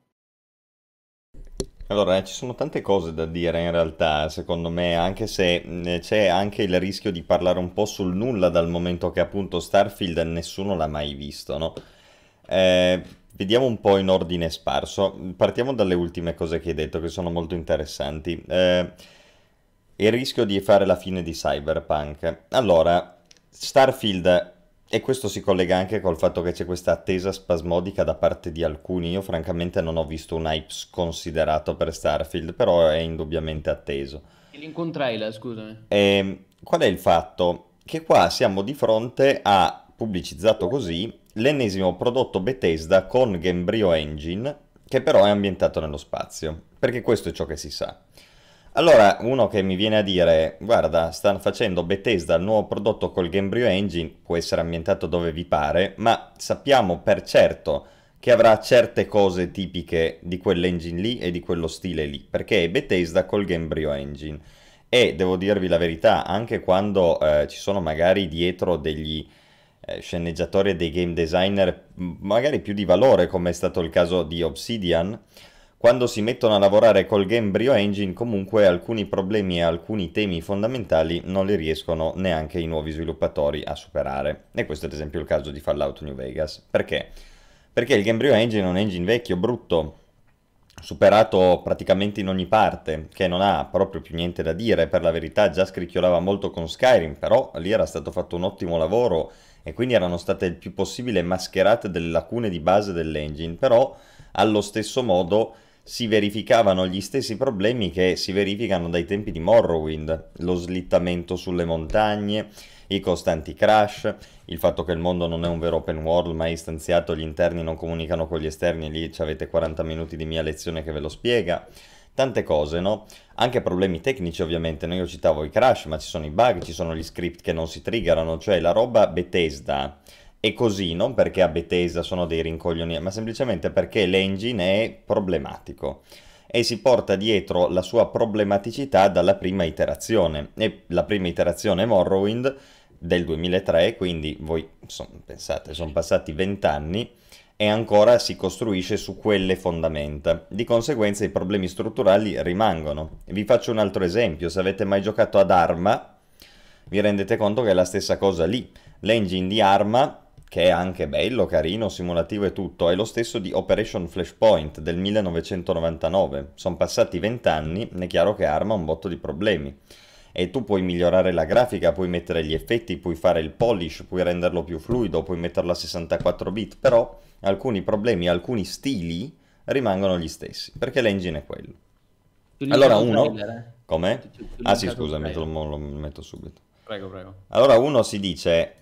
Allora, eh, ci sono tante cose da dire in realtà, secondo me, anche se mh, c'è anche il rischio di parlare un po' sul nulla dal momento che appunto Starfield nessuno l'ha mai visto, no? Eh, vediamo un po' in ordine sparso. Partiamo dalle ultime cose che hai detto, che sono molto interessanti. Eh, il rischio di fare la fine di Cyberpunk. Allora, Starfield, e questo si collega anche col fatto che c'è questa attesa spasmodica da parte di alcuni. Io francamente non ho visto un hype sconsiderato per Starfield, però è indubbiamente atteso. Il Link un trailer, scusami. E qual è il fatto? Che qua siamo di fronte a, pubblicizzato così, l'ennesimo prodotto Bethesda con Gamebryo Engine, che però è ambientato nello spazio, perché questo è ciò che si sa. Allora, uno che mi viene a dire, guarda, stanno facendo Bethesda il nuovo prodotto col Gamebryo Engine, può essere ambientato dove vi pare, ma sappiamo per certo che avrà certe cose tipiche di quell'engine lì e di quello stile lì, perché è Bethesda col Gamebryo Engine. E devo dirvi la verità, anche quando eh, ci sono magari dietro degli eh, sceneggiatori e dei game designer m- magari più di valore, come è stato il caso di Obsidian, quando si mettono a lavorare col Gamebryo Engine, comunque alcuni problemi e alcuni temi fondamentali non li riescono neanche i nuovi sviluppatori a superare. E questo è ad esempio il caso di Fallout New Vegas. Perché? Perché il Gamebryo Engine è un engine vecchio, brutto, superato praticamente in ogni parte, che non ha proprio più niente da dire. Per la verità già scricchiolava molto con Skyrim, però lì era stato fatto un ottimo lavoro e quindi erano state il più possibile mascherate delle lacune di base dell'engine, però allo stesso modo si verificavano gli stessi problemi che si verificano dai tempi di Morrowind: lo slittamento sulle montagne, i costanti crash, il fatto che il mondo non è un vero open world ma è istanziato, gli interni non comunicano con gli esterni, lì avete quaranta minuti di mia lezione che ve lo spiega. Tante cose, no? Anche problemi tecnici ovviamente, no? Io citavo i crash, ma ci sono i bug, ci sono gli script che non si triggerano, cioè la roba Bethesda è così, non perché a Bethesda sono dei rincoglioni, ma semplicemente perché l'engine è problematico e si porta dietro la sua problematicità dalla prima iterazione. E la prima iterazione è Morrowind del duemilatré, quindi voi son, pensate, sono passati vent'anni e ancora si costruisce su quelle fondamenta. Di conseguenza i problemi strutturali rimangono. Vi faccio un altro esempio: se avete mai giocato ad Arma, vi rendete conto che è la stessa cosa lì. L'engine di Arma, che è anche bello, carino, simulativo e tutto, è lo stesso di Operation Flashpoint del millenovecentonovantanove. Sono passati vent'anni, è chiaro che Arma ha un botto di problemi. E tu puoi migliorare la grafica, puoi mettere gli effetti, puoi fare il polish, puoi renderlo più fluido, puoi metterlo a sessantaquattro bit, però alcuni problemi, alcuni stili rimangono gli stessi, perché l'engine è quello. Ti ho Allora linkato il uno, trailer, eh. come? Ti, ti- ti ho Ah sì, linkato il scusami, te lo, trailer. lo metto subito. Prego, prego. Allora uno si dice,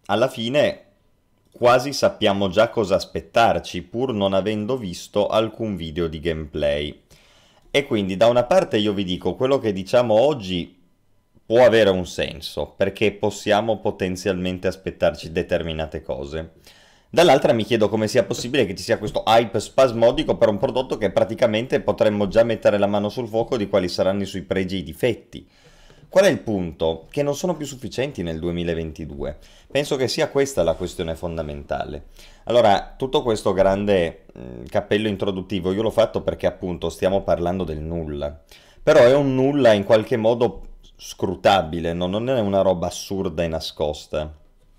alla fine quasi sappiamo già cosa aspettarci, pur non avendo visto alcun video di gameplay. E quindi da una parte io vi dico, quello che diciamo oggi può avere un senso, perché possiamo potenzialmente aspettarci determinate cose. Dall'altra mi chiedo come sia possibile che ci sia questo hype spasmodico per un prodotto che praticamente potremmo già mettere la mano sul fuoco di quali saranno i suoi pregi e i difetti. Qual è il punto? Che non sono più sufficienti nel duemilaventidue. Penso che sia questa la questione fondamentale. Allora, tutto questo grande mh, cappello introduttivo io l'ho fatto perché appunto stiamo parlando del nulla. Però è un nulla in qualche modo scrutabile, no? Non è una roba assurda e nascosta.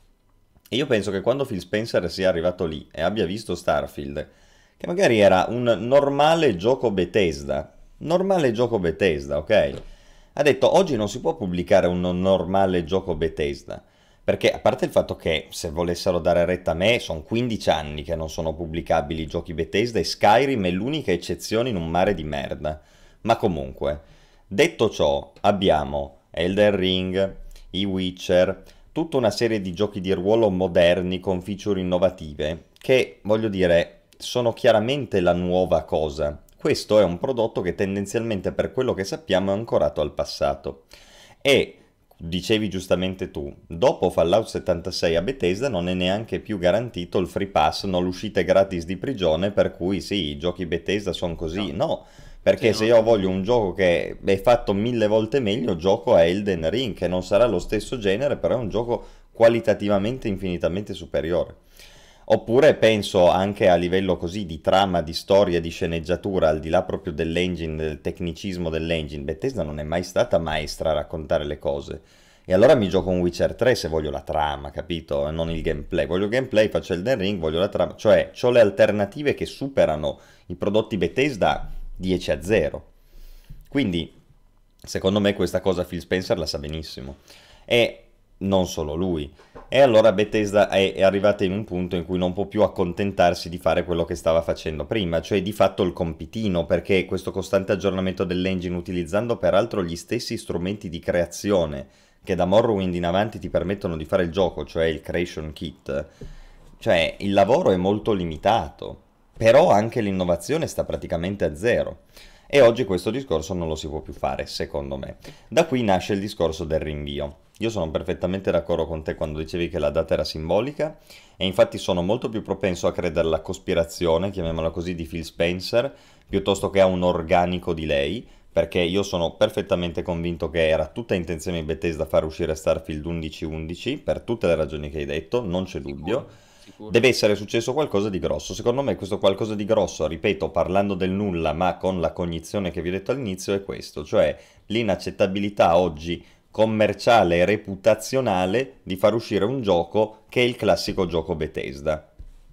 E io penso che quando Phil Spencer sia arrivato lì e abbia visto Starfield, che magari era un normale gioco Bethesda, normale gioco Bethesda, ok? Ha detto, oggi non si può pubblicare un normale gioco Bethesda, perché a parte il fatto che se volessero dare retta a me, sono quindici anni che non sono pubblicabili i giochi Bethesda e Skyrim è l'unica eccezione in un mare di merda. Ma comunque, detto ciò, abbiamo Elden Ring, i Witcher, tutta una serie di giochi di ruolo moderni con feature innovative che, voglio dire, sono chiaramente la nuova cosa. Questo è un prodotto che tendenzialmente per quello che sappiamo è ancorato al passato. E, dicevi giustamente tu, dopo Fallout settantasei a Bethesda non è neanche più garantito il free pass, non l'uscita gratis di prigione, per cui sì, i giochi Bethesda sono così. No, no, perché Sì, se no. io voglio un gioco che è fatto mille volte meglio, gioco a Elden Ring, che non sarà lo stesso genere, però è un gioco qualitativamente infinitamente superiore. Oppure penso anche a livello così di trama, di storia, di sceneggiatura, al di là proprio dell'engine, del tecnicismo dell'engine. Bethesda non è mai stata maestra a raccontare le cose. E allora mi gioco un Witcher tre se voglio la trama, capito? E non il gameplay. Voglio il gameplay, faccio Elden Ring, voglio la trama. Cioè, ho le alternative che superano i prodotti Bethesda dieci a zero. Quindi, secondo me questa cosa Phil Spencer la sa benissimo. E non solo lui. E allora Bethesda è, è arrivata in un punto in cui non può più accontentarsi di fare quello che stava facendo prima, cioè di fatto il compitino, perché questo costante aggiornamento dell'engine, utilizzando peraltro gli stessi strumenti di creazione che da Morrowind in avanti ti permettono di fare il gioco, cioè il Creation Kit, cioè il lavoro è molto limitato, però anche l'innovazione sta praticamente a zero. E oggi questo discorso non lo si può più fare, secondo me. Da qui nasce il discorso del rinvio. Io sono perfettamente d'accordo con te quando dicevi che la data era simbolica e infatti sono molto più propenso a credere alla cospirazione, chiamiamola così, di Phil Spencer, piuttosto che a un organico di lei, perché io sono perfettamente convinto che era tutta intenzione di Bethesda far uscire Starfield undici undici, per tutte le ragioni che hai detto, non c'è dubbio. Sicuro, sicuro. Deve essere successo qualcosa di grosso. Secondo me questo qualcosa di grosso, ripeto, parlando del nulla, ma con la cognizione che vi ho detto all'inizio, è questo, cioè l'inaccettabilità oggi commerciale e reputazionale di far uscire un gioco che è il classico gioco Bethesda.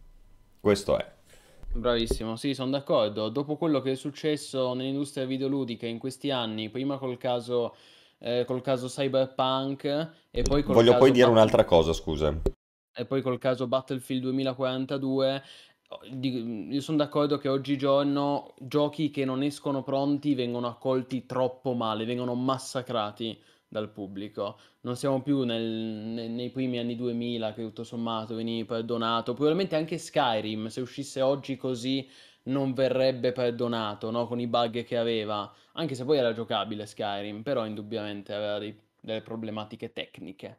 Questo è. Bravissimo, sì, sono d'accordo. Dopo quello che è successo nell'industria videoludica in questi anni, prima col caso, eh, col caso Cyberpunk e poi col Voglio poi caso dire Battle- un'altra cosa, scusa. e poi col caso Battlefield duemilaquarantadue, oh, di- io sono d'accordo che oggigiorno giochi che non escono pronti vengono accolti troppo male, vengono massacrati dal pubblico. Non siamo più nel- ne- nei primi anni duemila che tutto sommato veniva perdonato. Probabilmente anche Skyrim, se uscisse oggi così, non verrebbe perdonato, no? Con i bug che aveva. Anche se poi era giocabile Skyrim, però indubbiamente aveva dei- delle problematiche tecniche.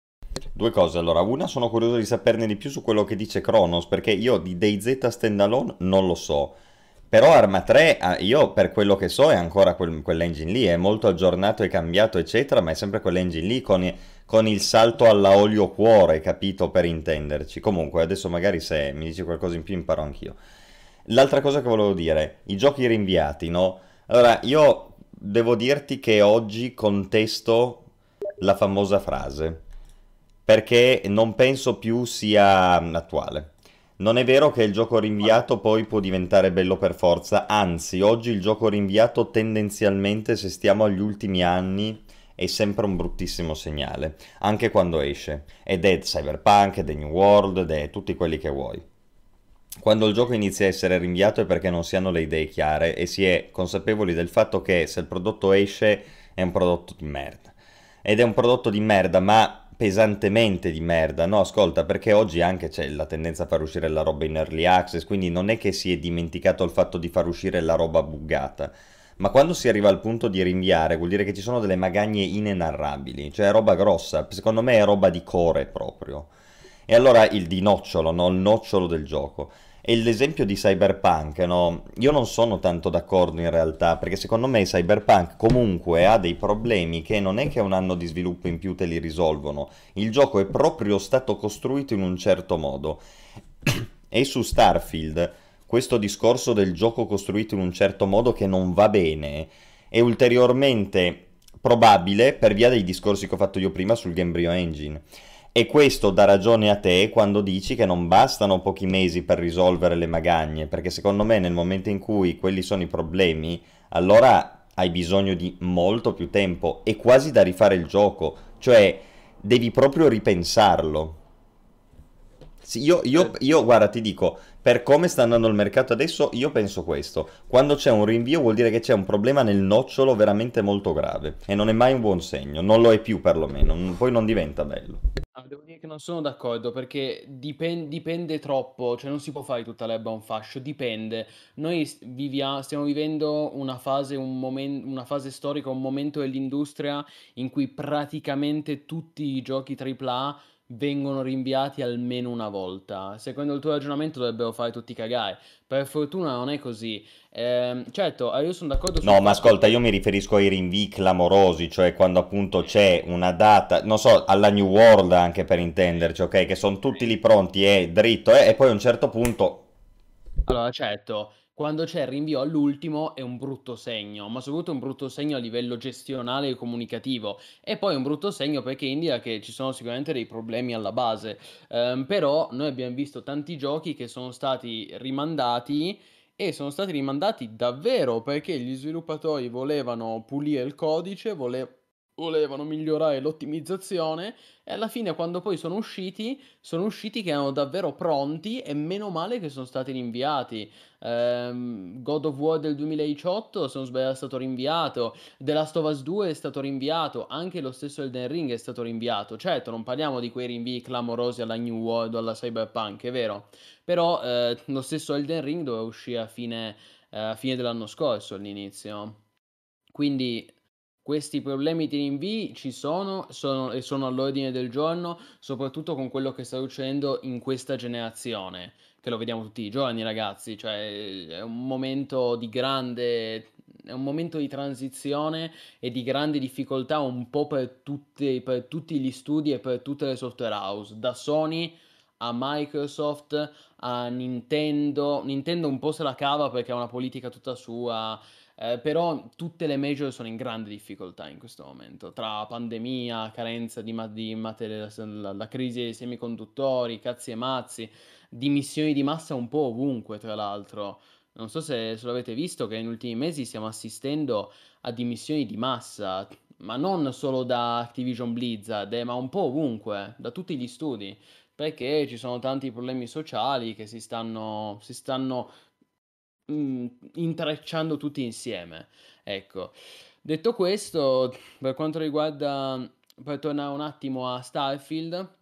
Due cose, allora, una sono curioso di saperne di più su quello che dice Kronos, perché io di DayZ standalone non lo so, però Arma tre, ah, io per quello che so è ancora quel- quell'engine lì, è molto aggiornato e cambiato eccetera, ma è sempre quell'engine lì con, i- con il salto alla olio cuore, capito, per intenderci. Comunque, adesso magari se mi dici qualcosa in più imparo anch'io. L'altra cosa che volevo dire, i giochi rinviati, no? Allora, io devo dirti che oggi contesto la famosa frase perché non penso più sia attuale. Non è vero che il gioco rinviato poi può diventare bello per forza, anzi, oggi il gioco rinviato tendenzialmente, se stiamo agli ultimi anni, è sempre un bruttissimo segnale, anche quando esce. Ed è Cyberpunk, ed è New World, ed è tutti quelli che vuoi. Quando il gioco inizia a essere rinviato è perché non si hanno le idee chiare e si è consapevoli del fatto che se il prodotto esce è un prodotto di merda. Ed è un prodotto di merda, ma pesantemente di merda. No, ascolta, perché oggi anche c'è la tendenza a far uscire la roba in early access, quindi non è che si è dimenticato il fatto di far uscire la roba buggata. Ma quando si arriva al punto di rinviare, vuol dire che ci sono delle magagne inenarrabili, cioè è roba grossa, secondo me è roba di core proprio. E allora il di nocciolo, no? Il nocciolo del gioco. E l'esempio di Cyberpunk, no? Io non sono tanto d'accordo in realtà, perché secondo me Cyberpunk comunque ha dei problemi che non è che un anno di sviluppo in più te li risolvono. Il gioco è proprio stato costruito in un certo modo. E su Starfield, questo discorso del gioco costruito in un certo modo che non va bene è ulteriormente probabile per via dei discorsi che ho fatto io prima sul Gamebryo Engine. E questo dà ragione a te quando dici che non bastano pochi mesi per risolvere le magagne, perché secondo me nel momento in cui quelli sono i problemi, allora hai bisogno di molto più tempo e quasi da rifare il gioco, cioè devi proprio ripensarlo. Sì, io, io, Eh, io, guarda, ti dico, per come sta andando il mercato adesso, io penso questo. Quando c'è un rinvio vuol dire che c'è un problema nel nocciolo veramente molto grave. E non è mai un buon segno, non lo è più perlomeno, n- poi non diventa bello. ah, devo dire che non sono d'accordo perché dipen- dipende troppo, cioè non si può fare tutta l'erba un fascio, dipende. Noi s- vivia- stiamo vivendo una fase, un momen- una fase storica, un momento dell'industria in cui praticamente tutti i giochi tripla A vengono rinviati almeno una volta. Secondo il tuo ragionamento dovrebbero fare tutti cagare. Per fortuna non è così. Ehm, certo, eh, io sono d'accordo sul No, ma fatto ascolta, io che... mi riferisco ai rinvii clamorosi, cioè quando appunto c'è una data, non so, alla New World anche per intenderci, ok? Che sono tutti lì pronti e dritto, eh, e poi a un certo punto... Allora, certo, quando c'è il rinvio all'ultimo è un brutto segno, ma soprattutto è un brutto segno a livello gestionale e comunicativo. E poi è un brutto segno perché indica che ci sono sicuramente dei problemi alla base. Ehm, però noi abbiamo visto tanti giochi che sono stati rimandati e sono stati rimandati davvero perché gli sviluppatori volevano pulire il codice, vole- volevano migliorare l'ottimizzazione e alla fine quando poi sono usciti sono usciti che erano davvero pronti e meno male che sono stati rinviati. Ehm, God of War del duemiladiciotto, se non sbaglio, è stato rinviato. The Last of Us due è stato rinviato. Anche lo stesso Elden Ring è stato rinviato. Certo, non parliamo di quei rinvii clamorosi alla New World o alla Cyberpunk, è vero. Però eh, lo stesso Elden Ring doveva uscire a fine, eh, a fine dell'anno scorso all'inizio. Quindi questi problemi di rinvii ci sono, sono e sono all'ordine del giorno, soprattutto con quello che sta succedendo in questa generazione, che lo vediamo tutti i giorni, ragazzi, cioè è un momento di grande, è un momento di transizione e di grande difficoltà un po' per tutti, per tutti gli studi e per tutte le software house, da Sony a Microsoft a Nintendo. Nintendo un po' se la cava perché ha una politica tutta sua. Eh, però tutte le major sono in grande difficoltà in questo momento, tra pandemia, carenza di, ma- di materia, la, la crisi dei semiconduttori, cazzi e mazzi, dimissioni di massa un po' ovunque, tra l'altro. Non so se, se l'avete visto che negli ultimi mesi stiamo assistendo a dimissioni di massa, ma non solo da Activision Blizzard, eh, ma un po' ovunque, da tutti gli studi, perché ci sono tanti problemi sociali che si stanno, si stanno mm, intrecciando tutti insieme. Ecco, detto questo, per quanto riguarda, per tornare un attimo a Starfield,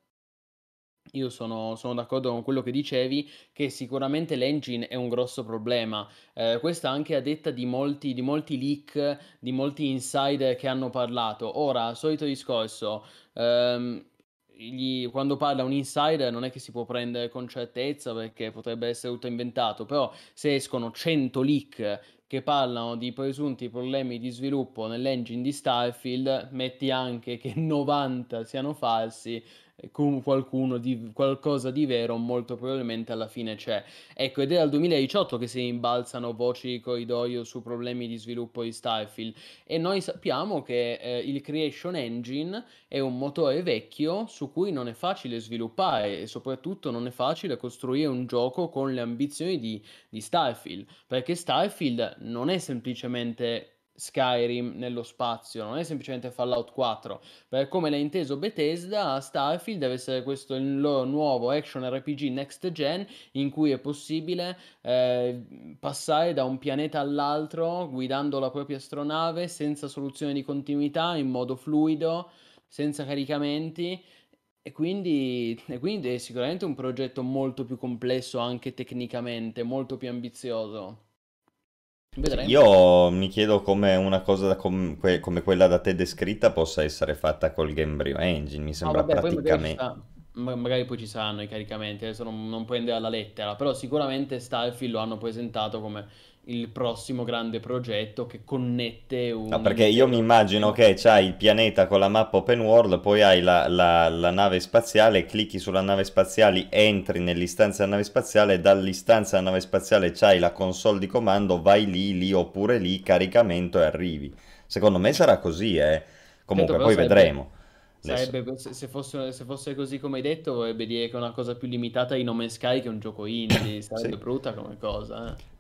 io sono, sono d'accordo con quello che dicevi, che sicuramente l'engine è un grosso problema. Eh, questa anche a detta di molti, di molti leak, di molti insider che hanno parlato. Ora, solito discorso, ehm, gli- quando parla un insider non è che si può prendere con certezza perché potrebbe essere tutto inventato, però se escono cento leak che parlano di presunti problemi di sviluppo nell'engine di Starfield, metti anche che novanta siano falsi, e con qualcuno di qualcosa di vero molto probabilmente alla fine c'è. Ecco, ed è dal duemiladiciotto che si imbalzano voci di corridoio su problemi di sviluppo di Starfield e noi sappiamo che eh, il Creation Engine è un motore vecchio su cui non è facile sviluppare e soprattutto non è facile costruire un gioco con le ambizioni di, di Starfield, perché Starfield non è semplicemente Skyrim nello spazio, non è semplicemente Fallout quattro, per come l'ha inteso Bethesda, Starfield deve essere questo il loro nuovo action R P G next gen in cui è possibile eh, passare da un pianeta all'altro guidando la propria astronave senza soluzione di continuità, in modo fluido, senza caricamenti. E quindi, e quindi è sicuramente un progetto molto più complesso anche tecnicamente, molto più ambizioso. Sì, Vedremo. io mi chiedo come una cosa com- que- come quella da te descritta possa essere fatta col Gamebryo Engine, mi No, sembra vabbè, poi magari ci praticamente... sta, ma- magari poi ci saranno i caricamenti, adesso non, non prende alla lettera, però sicuramente Starfield lo hanno presentato come il prossimo grande progetto che connette No, un perché io mi intero immagino sistema. che c'hai il pianeta con la mappa open world, poi hai la, la- la nave spaziale, clicchi sulla nave spaziale, entri nell'istanza della nave spaziale, e dall'istanza della nave spaziale c'hai la console di comando, vai lì, lì oppure lì, caricamento e arrivi. Secondo me sarà così, eh. Certo, Comunque, però poi sarebbe, vedremo. Adesso. sarebbe se, se fosse, se fosse così come hai detto, vorrebbe dire che è una cosa più limitata di No Man's Sky che è un gioco indie, sarebbe Sì. brutta come cosa, eh.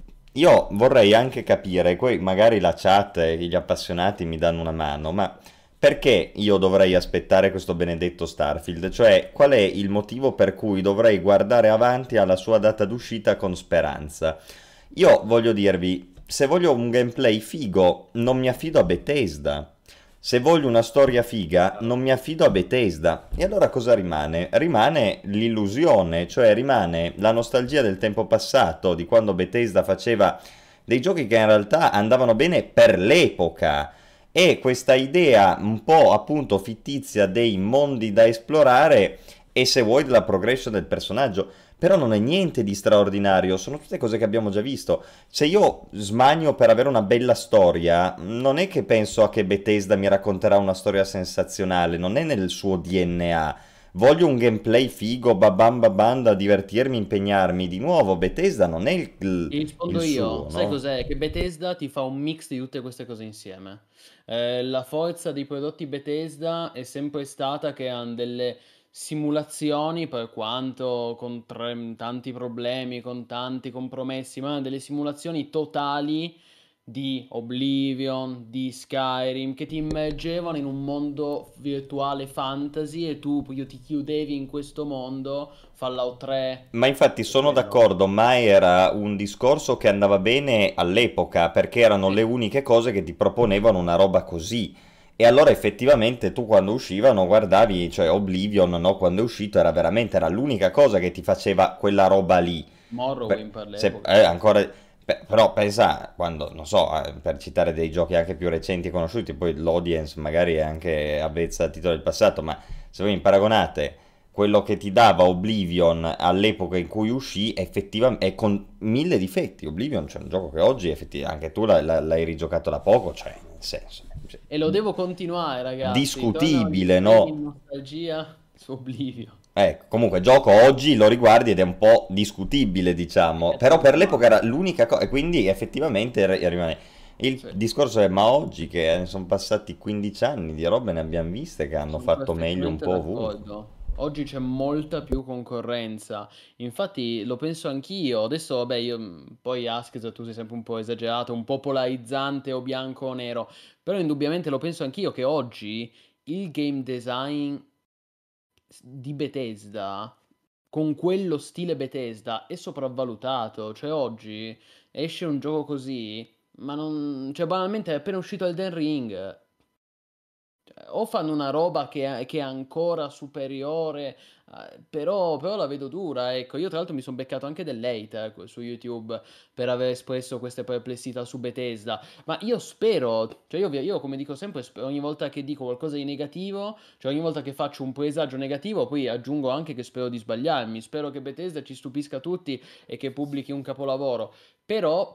Io vorrei anche capire, poi magari la chat e gli appassionati mi danno una mano, ma perché io dovrei aspettare questo benedetto Starfield? Cioè, qual è il motivo per cui dovrei guardare avanti alla sua data d'uscita con speranza? Io voglio dirvi, se voglio un gameplay figo, non mi affido a Bethesda. Se voglio una storia figa, non mi affido a Bethesda. E allora cosa rimane? Rimane l'illusione, cioè rimane la nostalgia del tempo passato, di quando Bethesda faceva dei giochi che in realtà andavano bene per l'epoca. E questa idea un po' appunto fittizia dei mondi da esplorare e se vuoi della progression del personaggio. Però non è niente di straordinario, sono tutte cose che abbiamo già visto. Se io smagno per avere una bella storia, non è che penso a che Bethesda mi racconterà una storia sensazionale, non è nel suo D N A. Voglio un gameplay figo, babam babam, da divertirmi, impegnarmi. Di nuovo, Bethesda non è il, il- Ti il rispondo io, suo, sai no? cos'è? Che Bethesda ti fa un mix di tutte queste cose insieme. Eh, la forza dei prodotti Bethesda è sempre stata che hanno delle simulazioni, per quanto con tre- tanti problemi, con tanti compromessi, ma hanno delle simulazioni totali di Oblivion, di Skyrim, che ti immergevano in un mondo virtuale fantasy e tu poi ti chiudevi in questo mondo, Fallout tre, Ma infatti è sono quello. d'accordo, ma era un discorso che andava bene all'epoca, perché erano Sì. le uniche cose che ti proponevano una roba così. E allora effettivamente tu quando uscivano guardavi, cioè Oblivion, no? Quando è uscito era veramente era l'unica cosa che ti faceva quella roba lì. Per- Morrowind per se- l'epoca, eh, sì. ancora, pe- però pensa, quando, non so, eh, per citare dei giochi anche più recenti e conosciuti, poi l'audience magari è anche avvezza a titolo del passato, ma se voi mi paragonate quello che ti dava Oblivion all'epoca in cui uscì, effettivamente è con mille difetti. Oblivion c'è un gioco che oggi effettivamente anche tu l'hai, l'hai rigiocato da poco, cioè nel senso cioè, E lo devo continuare, ragazzi. Tornano gli discutibile, freni in no? nostalgia su Oblivio. Ecco, comunque gioco oggi lo riguardi ed è un po' discutibile, diciamo, È però per normale. l'epoca era l'unica cosa e quindi effettivamente ri- rimane. Il Sì, discorso è, ma oggi che sono passati quindici anni di robe ne abbiamo viste che hanno sono fatto meglio un perfettamente po' ovunque. d'accordo. Oggi c'è molta più concorrenza. Infatti lo penso anch'io. Adesso, vabbè, io mh, poi Askez, tu sei sempre un po' esagerato, un po' polarizzante o bianco o nero. Però indubbiamente lo penso anch'io che oggi il game design s- di Bethesda, con quello stile Bethesda, è sopravvalutato. Cioè, oggi esce un gioco così, ma non. Cioè, banalmente è appena uscito Elden Ring. Cioè, o fanno una roba che è, che è ancora superiore, eh, però, però la vedo dura. Ecco, io tra l'altro mi sono beccato anche dell'hate eh, su YouTube per aver espresso queste perplessità su Bethesda. Ma io spero, cioè io, vi- io come dico sempre, sp- ogni volta che dico qualcosa di negativo, cioè ogni volta che faccio un presagio negativo, poi aggiungo anche che spero di sbagliarmi. Spero che Bethesda ci stupisca tutti e che pubblichi un capolavoro. Però.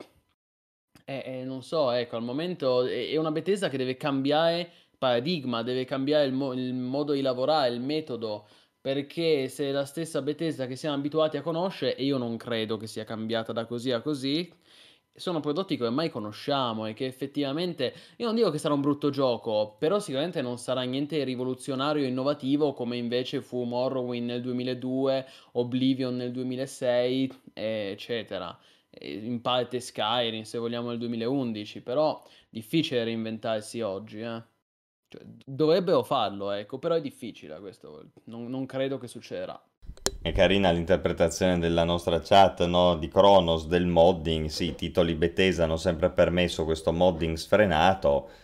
Eh, eh, non so, ecco, al momento è, è una Bethesda che deve cambiare paradigma, deve cambiare il, mo- il modo di lavorare, il metodo, perché se è la stessa Bethesda che siamo abituati a conoscere, e io non credo che sia cambiata da così a così, sono prodotti che ormai conosciamo e che effettivamente, io non dico che sarà un brutto gioco, però sicuramente non sarà niente di rivoluzionario e innovativo come invece fu Morrowind nel duemiladue, Oblivion nel duemilasei, eccetera, e in parte Skyrim se vogliamo nel duemilaundici, però difficile reinventarsi oggi, eh. Cioè, dovrebbero farlo, ecco, però è difficile questo, non, non credo che succederà. È carina l'interpretazione della nostra chat, no? Di Kronos, del modding. Sì, i titoli Bethesda hanno sempre permesso questo modding sfrenato.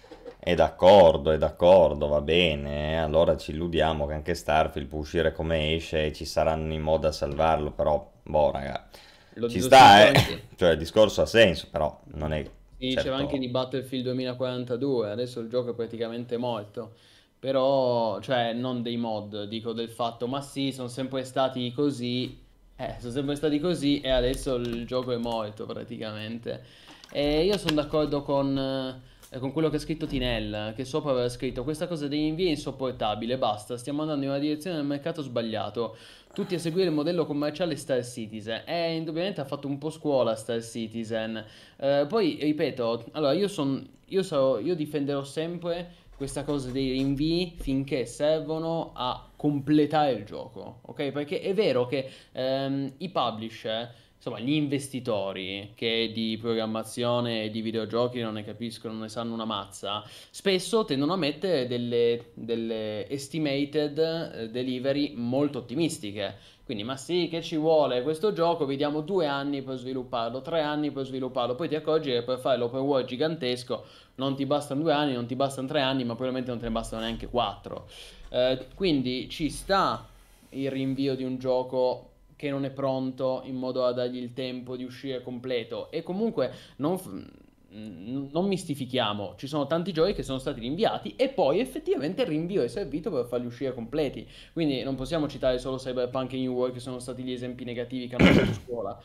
È d'accordo, è d'accordo, va bene. eh. Allora ci illudiamo che anche Starfield può uscire come esce e ci saranno i mod a salvarlo, però, boh, raga, Lo, ci lo si diceva sta, eh. anche, Cioè, il discorso ha senso, però non è si diceva anche di certo... Battlefield duemilaquarantadue, adesso il gioco è praticamente morto. Però, cioè, non dei mod, dico del fatto, ma sì, sono sempre stati così, eh, sono sempre stati così e adesso il gioco è morto praticamente. E io sono d'accordo con, eh, con quello che ha scritto Tinel, che sopra aveva scritto questa cosa degli invii è insopportabile, basta, stiamo andando in una direzione del mercato sbagliato. Tutti a seguire il modello commerciale Star Citizen. E indubbiamente ha fatto un po' scuola Star Citizen. Eh, poi, ripeto, allora io sono, io sarò, io difenderò sempre questa cosa dei rinvii finché servono a completare il gioco, ok? Perché è vero che ehm, i publisher, insomma, gli investitori che di programmazione e di videogiochi non ne capiscono, non ne sanno una mazza, spesso tendono a mettere delle, delle estimated eh, delivery molto ottimistiche. Quindi, ma sì, che ci vuole questo gioco? Vediamo due anni per svilupparlo, tre anni per svilupparlo. Poi ti accorgi che per fare l'open world gigantesco non ti bastano due anni, non ti bastano tre anni, ma probabilmente non te ne bastano neanche quattro. Eh, quindi ci sta il rinvio di un gioco che non è pronto in modo da dargli il tempo di uscire completo. E comunque non, f- n- non mistifichiamo, ci sono tanti giochi che sono stati rinviati e poi effettivamente il rinvio è servito per farli uscire completi. Quindi non possiamo citare solo Cyberpunk e New World che sono stati gli esempi negativi che hanno fatto scuola.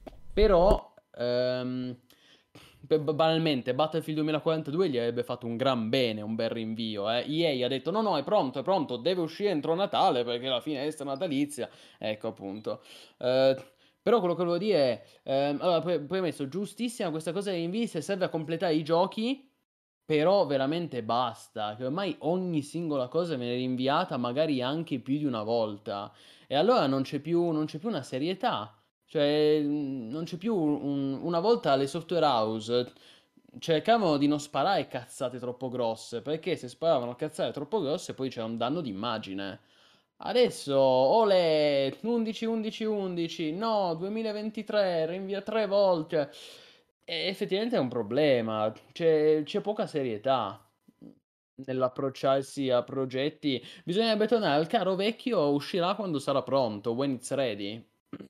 Però, ehm, per- banalmente, Battlefield duemilaquarantadue gli avrebbe fatto un gran bene, un bel rinvio. Eh. E A ha detto: no, no, è pronto, è pronto, deve uscire entro Natale perché la finestra natalizia. Ecco appunto. Eh, però quello che volevo dire è: ehm, allora, pre- premesso, giustissima questa cosa dei rinvii se serve a completare i giochi. Però veramente basta, che ormai ogni singola cosa viene rinviata, magari anche più di una volta. E allora non c'è più, non c'è più una serietà. Cioè, mh, non c'è più un- una volta le software house cercavano di non sparare cazzate troppo grosse, perché se sparavano cazzate troppo grosse poi c'era un danno d'immagine. Adesso, ole, undici, undici, undici, no, duemilaventitré, rinvia tre volte. E effettivamente è un problema, c'è, c'è poca serietà nell'approcciarsi a progetti. Bisognerebbe tornare al caro vecchio, uscirà quando sarà pronto, when it's ready.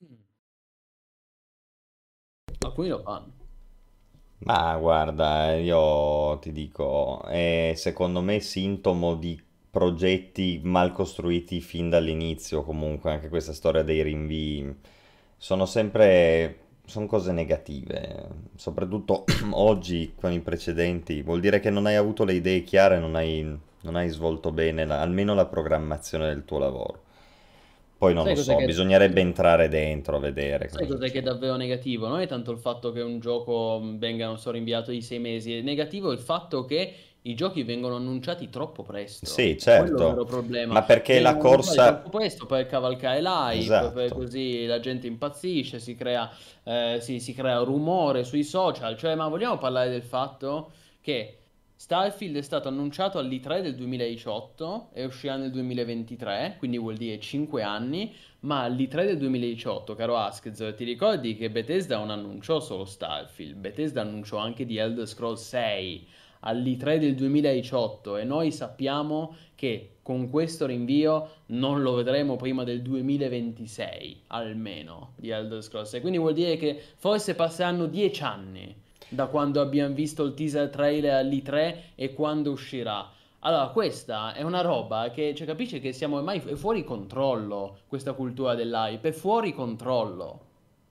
Alcuni lo fanno. Ma guarda, io ti dico, è secondo me sintomo di progetti mal costruiti fin dall'inizio, comunque anche questa storia dei rinvii. Sono sempre, sono cose negative, soprattutto oggi con i precedenti. Vuol dire che non hai avuto le idee chiare, non hai, non hai svolto bene la- almeno la programmazione del tuo lavoro. Poi non lo Sai cos'è so, che... bisognerebbe entrare dentro a vedere Sai cosa cos'è che è succede. davvero negativo? Non è tanto il fatto che un gioco mh, venga, non so, rinviato di sei mesi, è negativo il fatto che i giochi vengono annunciati troppo presto. Sì, È quello il vero certo, problema. ma perché la Vengono annunciati troppo corsa... presto per cavalcare l'hype, per Esatto. così la gente impazzisce, si crea, eh, si, si crea rumore sui social. Cioè, ma vogliamo parlare del fatto che Starfield è stato annunciato all'E tre del duemiladiciotto e uscirà nel duemilaventitré, quindi vuol dire cinque anni. Ma all'E tre del duemiladiciotto, caro Askzer, ti ricordi che Bethesda non annunciò solo Starfield, Bethesda annunciò anche di Elder Scrolls sei all'E tre del duemiladiciotto e noi sappiamo che con questo rinvio non lo vedremo prima del duemilaventisei, almeno, di Elder Scrolls sei. Quindi vuol dire che forse passeranno dieci anni da quando abbiamo visto il teaser trailer all'E tre e quando uscirà. Allora, questa è una roba che, cioè, capisci che siamo ormai è fuori controllo, questa cultura dell'hype, è fuori controllo.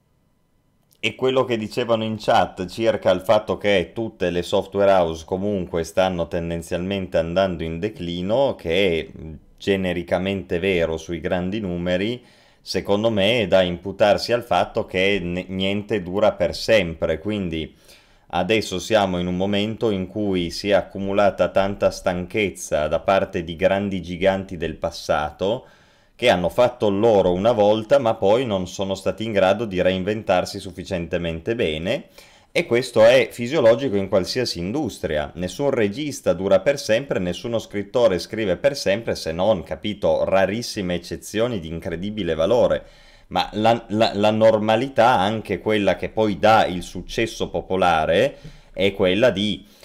E quello che dicevano in chat circa il fatto che tutte le software house comunque stanno tendenzialmente andando in declino, che è genericamente vero sui grandi numeri, secondo me è da imputarsi al fatto che ne- niente dura per sempre, quindi adesso siamo in un momento in cui si è accumulata tanta stanchezza da parte di grandi giganti del passato che hanno fatto loro una volta, ma poi non sono stati in grado di reinventarsi sufficientemente bene. E questo è fisiologico in qualsiasi industria. Nessun regista dura per sempre, nessuno scrittore scrive per sempre, se non, capito, rarissime eccezioni di incredibile valore. Ma la, la- la normalità, anche quella che poi dà il successo popolare, è quella di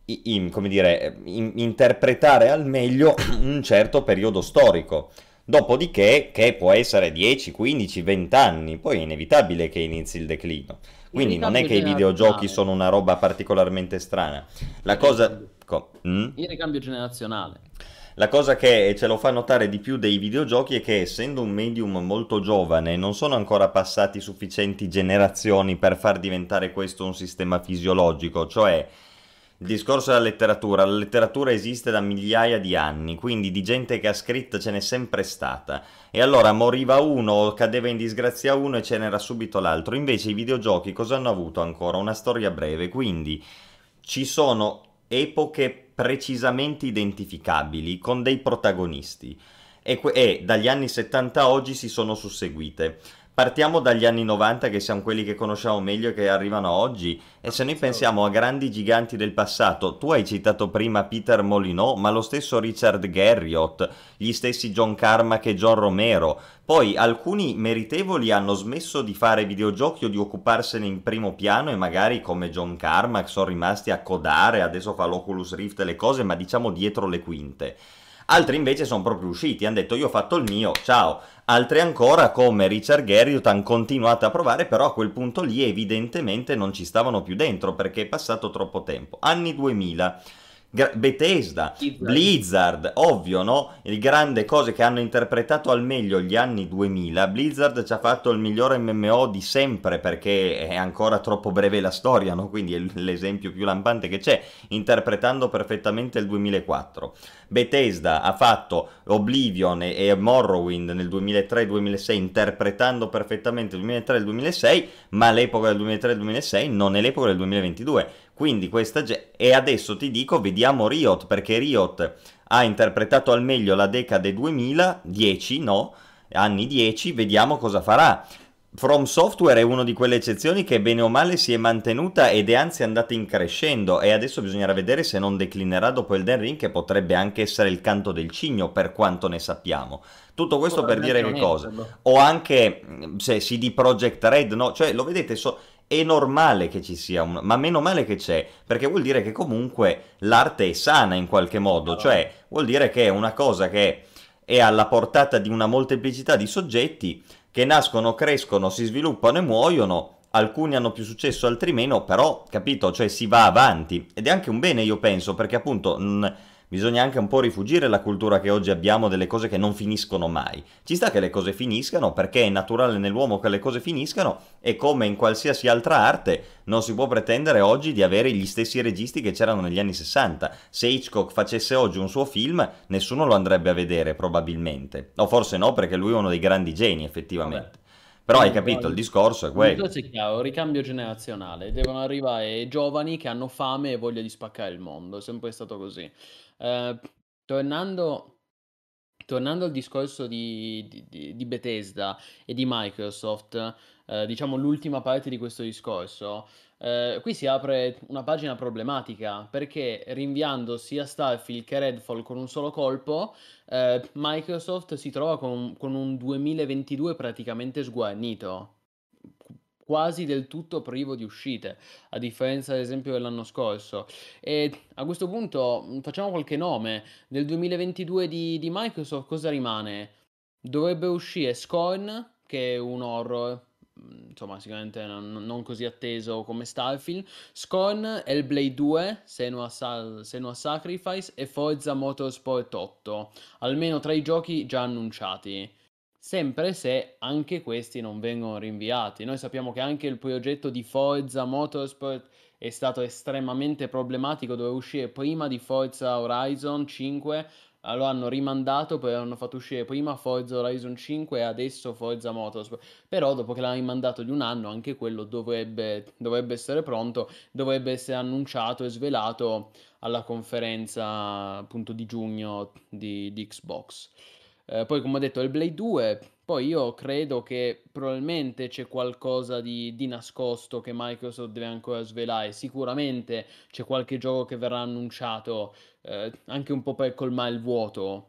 i- in- come dire, in- interpretare al meglio un certo periodo storico. Dopodiché, che può essere dieci, quindici, venti anni, poi è inevitabile che inizi il declino. Il Quindi non è ricambio che i videogiochi generazionale. sono una roba particolarmente strana. La Il cosa... ricambio. co- mm? Il ricambio generazionale. La cosa che ce lo fa notare di più dei videogiochi è che essendo un medium molto giovane non sono ancora passati sufficienti generazioni per far diventare questo un sistema fisiologico, cioè il discorso della letteratura, la letteratura esiste da migliaia di anni, quindi di gente che ha scritto ce n'è sempre stata. E allora moriva uno, cadeva in disgrazia uno e ce n'era subito l'altro. Invece i videogiochi cosa hanno avuto ancora? Una storia breve, quindi ci sono epoche precisamente identificabili con dei protagonisti e, que- e dagli anni settanta a oggi si sono susseguite. Partiamo dagli anni novanta che siamo quelli che conosciamo meglio e che arrivano a oggi e se noi pensiamo a grandi giganti del passato, tu hai citato prima Peter Molyneux, ma lo stesso Richard Garriott, gli stessi John Carmack e John Romero, poi alcuni meritevoli hanno smesso di fare videogiochi o di occuparsene in primo piano e magari come John Carmack sono rimasti a codare, adesso fa l'Oculus Rift e le cose, ma diciamo dietro le quinte. Altri invece sono proprio usciti, hanno detto io ho fatto il mio, ciao. Altri ancora come Richard Garriott hanno continuato a provare, però a quel punto lì evidentemente non ci stavano più dentro perché è passato troppo tempo. Anni duemila. Gra- Bethesda, Blizzard. Blizzard, ovvio, no? Le grandi cose che hanno interpretato al meglio gli anni duemila. Blizzard ci ha fatto il migliore M M O di sempre perché è ancora troppo breve la storia, no? Quindi è l'esempio più lampante che c'è, interpretando perfettamente il duemilaquattro. Bethesda ha fatto Oblivion e, e Morrowind nel duemilatré-duemilasei interpretando perfettamente il duemilatré e il duemilasei, ma l'epoca del duemilatré e del duemilasei non è l'epoca del duemilaventidue. Quindi questa ge- e adesso ti dico, vediamo Riot, perché Riot ha interpretato al meglio la decade duemila, dieci, no? Anni dieci, vediamo cosa farà. From Software è una di quelle eccezioni che bene o male si è mantenuta ed è anzi andata in crescendo e adesso bisognerà vedere se non declinerà dopo Elden Ring che potrebbe anche essere il canto del cigno per quanto ne sappiamo. Tutto questo per Potrebbe dire anche che non cosa? esserlo. O anche mh, se C D Projekt Red, no? Cioè lo vedete, so- è normale che ci sia un... ma meno male che c'è, perché vuol dire che comunque l'arte è sana in qualche modo, Chiaro. cioè vuol dire che è una cosa che è alla portata di una molteplicità di soggetti che nascono, crescono, si sviluppano e muoiono. Alcuni hanno più successo, altri meno, però, capito, cioè si va avanti. Ed è anche un bene, io penso, perché appunto mh, bisogna anche un po' rifugire la cultura che oggi abbiamo delle cose che non finiscono mai. Ci sta che le cose finiscano, perché è naturale nell'uomo che le cose finiscano, e come in qualsiasi altra arte non si può pretendere oggi di avere gli stessi registi che c'erano negli anni sessanta. Se Hitchcock facesse oggi un suo film, nessuno lo andrebbe a vedere, probabilmente. O forse no, perché lui è uno dei grandi geni, Vabbè. effettivamente. Però hai Comunque, capito, il il discorso è il quello. discorso è chiaro, ricambio generazionale. Devono arrivare giovani che hanno fame e voglia di spaccare il mondo. È sempre stato così. Eh, tornando Tornando al discorso di di di di Bethesda e di Microsoft, ehm, diciamo l'ultima parte di questo discorso, ehm, qui si apre una pagina problematica, perché rinviando sia Starfield che Redfall con un solo colpo, ehm, Microsoft si trova con un con un duemilaventidue praticamente sguarnito, q quasi del tutto privo di uscite, a differenza ad esempio dell'anno scorso. E a questo punto, mhmm, facciamo qualche nome. Nel duemilaventidue di di Microsoft cosa rimane? Dovrebbe uscire Scorn, che è un horror, mhmm, insomma sicuramente non non così atteso come Starfield, Scorn, Hellblade due, Senua's Sa Senua's Sacrifice e Forza Motorsport otto. Almeno tre giochi già annunciati. Sempre se anche questi non vengono rinviati. Noi sappiamo che anche il progetto di Forza Motorsport è stato estremamente problematico, doveva uscire prima di Forza Horizon cinque, ah, lo hanno rimandato, poi hanno fatto uscire prima Forza Horizon cinque e adesso Forza Motorsport. Però dopo che l'hanno rimandato di un anno, anche quello dovrebbe, dovrebbe essere pronto, dovrebbe essere annunciato e svelato alla conferenza appunto di giugno di, di Xbox. Eh, poi come ho detto il Blade due, poi io credo che probabilmente c'è qualcosa di, di nascosto che Microsoft deve ancora svelare. Sicuramente c'è qualche gioco che verrà annunciato, eh, anche un po' per colmare il vuoto.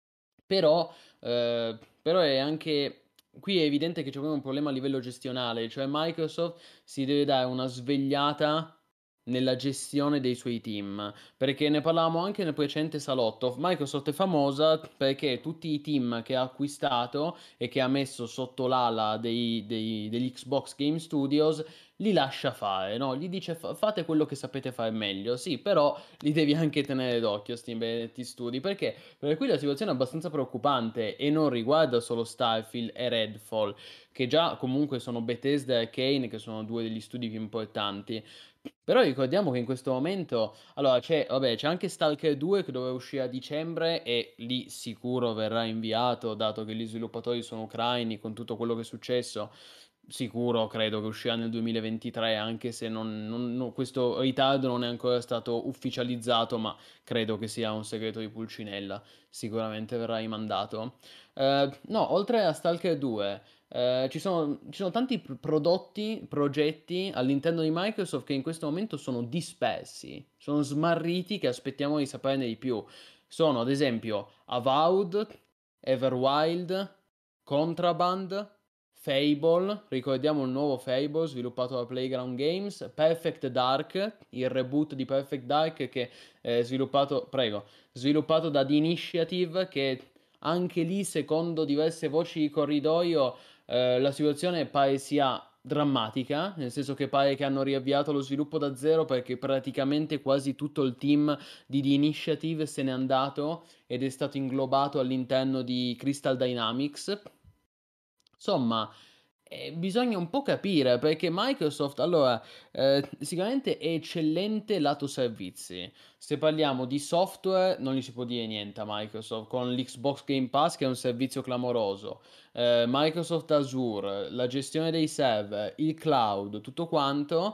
Però, eh, però è anche... Qui è evidente che c'è proprio un problema a livello gestionale, cioè Microsoft si deve dare una svegliata nella gestione dei suoi team, perché ne parlavamo anche nel precedente salotto. Microsoft è famosa perché tutti i team che ha acquistato e che ha messo sotto l'ala dei, dei- degli Xbox Game Studios li lascia fare, no? Gli dice "Fa- fate quello che sapete fare meglio, sì, però li devi anche tenere d'occhio, sti benedetti studi, perché per cui la situazione è abbastanza preoccupante e non riguarda solo Starfield e Redfall, che già comunque sono Bethesda e Kane, che sono due degli studi più importanti. Però ricordiamo che in questo momento, allora c'è, vabbè, c'è anche Stalker due che doveva uscire a dicembre e lì sicuro verrà inviato, dato che gli sviluppatori sono ucraini con tutto quello che è successo. Sicuro credo che uscirà nel duemilaventitré, anche se non- non- non- questo ritardo non è ancora stato ufficializzato, ma credo che sia un segreto di Pulcinella. Sicuramente verrà rimandato. Eh, no, oltre a Stalker due. Eh, ci sono, ci sono tanti pr- prodotti, progetti all'interno di Microsoft che in questo momento sono dispersi, sono smarriti, che aspettiamo di saperne di più. Sono ad esempio Avowed, Everwild, Contraband, Fable, ricordiamo il nuovo Fable sviluppato da Playground Games, Perfect Dark, il reboot di Perfect Dark che è sviluppato, prego, sviluppato da The Initiative, che anche lì, secondo diverse voci di corridoio, eh, la situazione pare sia drammatica, nel senso che pare che hanno riavviato lo sviluppo da zero perché praticamente quasi tutto il team di The Initiative se n'è andato ed è stato inglobato all'interno di Crystal Dynamics. Insomma, eh, bisogna un po' capire perché Microsoft, allora, eh, sicuramente è eccellente lato servizi. Se parliamo di software, non gli si può dire niente a Microsoft, con l'Xbox Game Pass che è un servizio clamoroso, eh, Microsoft Azure, la gestione dei server, il cloud, tutto quanto.